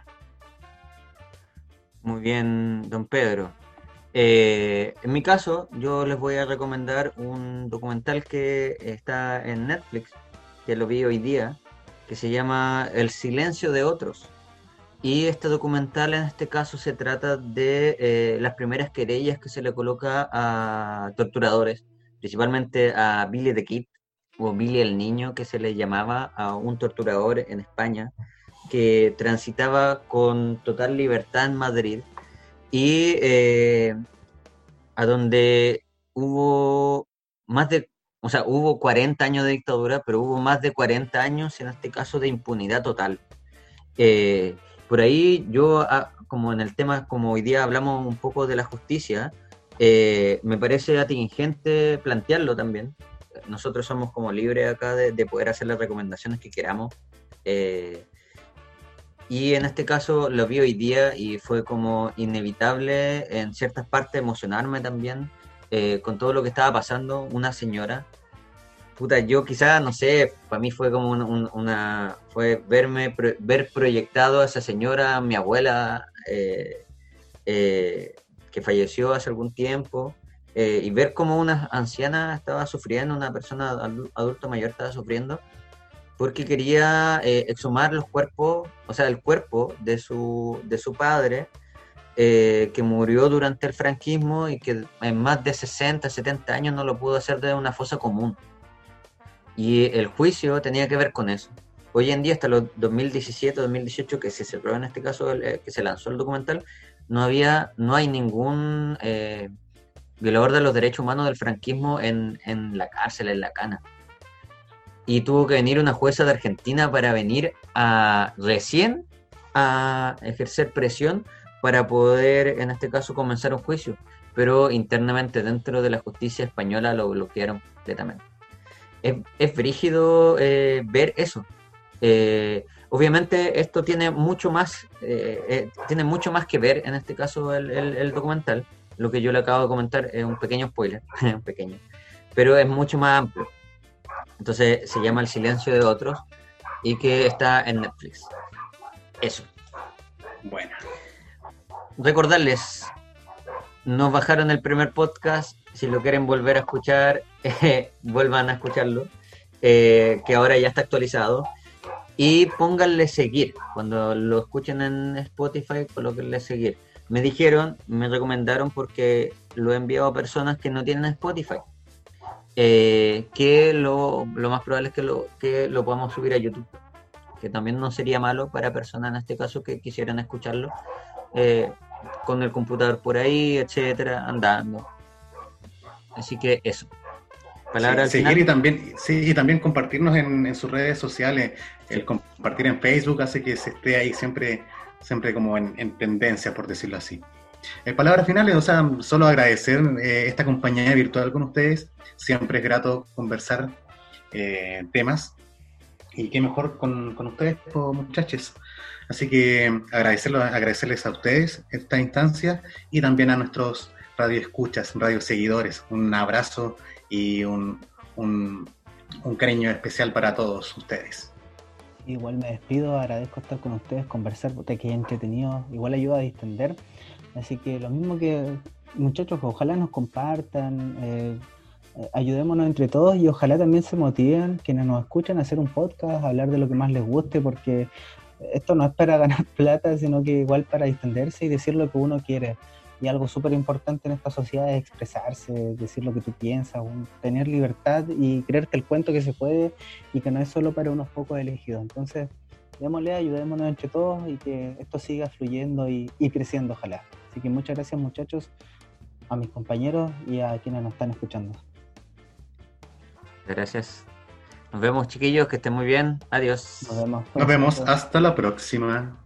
Muy bien, don Pedro. Eh, en mi caso, yo les voy a recomendar un documental que está en Netflix, que lo vi hoy día, que se llama El silencio de otros. Y este documental en este caso se trata de eh, las primeras querellas que se le coloca a torturadores, principalmente a Billy the Kid, o Billy el Niño, que se le llamaba a un torturador en España, que transitaba con total libertad en Madrid y eh, a donde hubo más de, o sea, hubo cuarenta años de dictadura, pero hubo más de cuarenta años en este caso de impunidad total. Eh, por ahí yo, como en el tema, como hoy día hablamos un poco de la justicia, eh, me parece atingente plantearlo también. Nosotros somos como libres acá de, de poder hacer las recomendaciones que queramos. Eh, Y en este caso lo vi hoy día y fue como inevitable en ciertas partes emocionarme también eh, con todo lo que estaba pasando. Una señora, puta, yo quizás, no sé, para mí fue como un, un, una, fue verme, pro, ver proyectado a esa señora, mi abuela, eh, eh, que falleció hace algún tiempo, eh, y ver cómo una anciana estaba sufriendo, una persona adulto mayor estaba sufriendo, porque quería eh, exhumar los cuerpos, o sea, el cuerpo de su, de su padre, eh, que murió durante el franquismo y que en más de sesenta, setenta años no lo pudo hacer de una fosa común. Y el juicio tenía que ver con eso. Hoy en día, hasta los dos mil diecisiete, dos mil dieciocho, que se cerró en este caso, el, eh, que se lanzó el documental, no había, no hay ningún eh, violador de los derechos humanos del franquismo en, en la cárcel, en la cana. Y tuvo que venir una jueza de Argentina para venir a recién a ejercer presión para poder, en este caso, comenzar un juicio. Pero internamente dentro de la justicia española lo bloquearon completamente. Es, es brígido eh, ver eso. Eh, obviamente esto tiene mucho más eh, eh, tiene mucho más que ver en este caso el, el, el documental. Lo que yo le acabo de comentar es un pequeño spoiler un pequeño, pero es mucho más amplio. Entonces se llama El silencio de otros y que está en Netflix. Eso. Bueno, recordarles, nos bajaron el primer podcast. Si lo quieren volver a escuchar, eh, vuelvan a escucharlo, eh, que ahora ya está actualizado. Y pónganle seguir. Cuando lo escuchen en Spotify, colóquenle seguir. Me dijeron, me recomendaron, porque lo he enviado a personas que no tienen Spotify, eh, que lo, lo más probable es que lo, que lo podamos subir a YouTube, que también no sería malo para personas en este caso que quisieran escucharlo eh, con el computador por ahí, etcétera, andando. Así que eso. Palabra sí, al seguir final. y también, sí, y también compartirnos en, en sus redes sociales. El compartir en Facebook hace que se esté ahí siempre, siempre como en, en tendencia, por decirlo así. Eh, palabras finales, o sea, solo agradecer eh, esta compañía virtual con ustedes. Siempre es grato conversar eh, temas. Y qué mejor con, con ustedes, pues, muchachos. Así que agradecerlo, agradecerles a ustedes esta instancia y también a nuestros radioescuchas, radioseguidores. Un abrazo y un, un, un cariño especial para todos ustedes. Igual me despido, agradezco estar con ustedes, conversar, porque que entretenido, igual ayuda a distender. Así que lo mismo que, muchachos, ojalá nos compartan, eh, ayudémonos entre todos y ojalá también se motiven quienes nos escuchan a hacer un podcast, a hablar de lo que más les guste, porque esto no es para ganar plata, sino que igual para distenderse y decir lo que uno quiere. Y algo súper importante en esta sociedad es expresarse, decir lo que tú piensas, un, tener libertad y creerte el cuento que se puede y que no es solo para unos pocos elegidos. Entonces, démosle, ayudémonos entre todos y que esto siga fluyendo y, y creciendo, ojalá. Así que muchas gracias, muchachos, a mis compañeros y a quienes nos están escuchando. Gracias. Nos vemos, chiquillos, que estén muy bien. Adiós. Nos vemos. Nos vemos, hasta la próxima.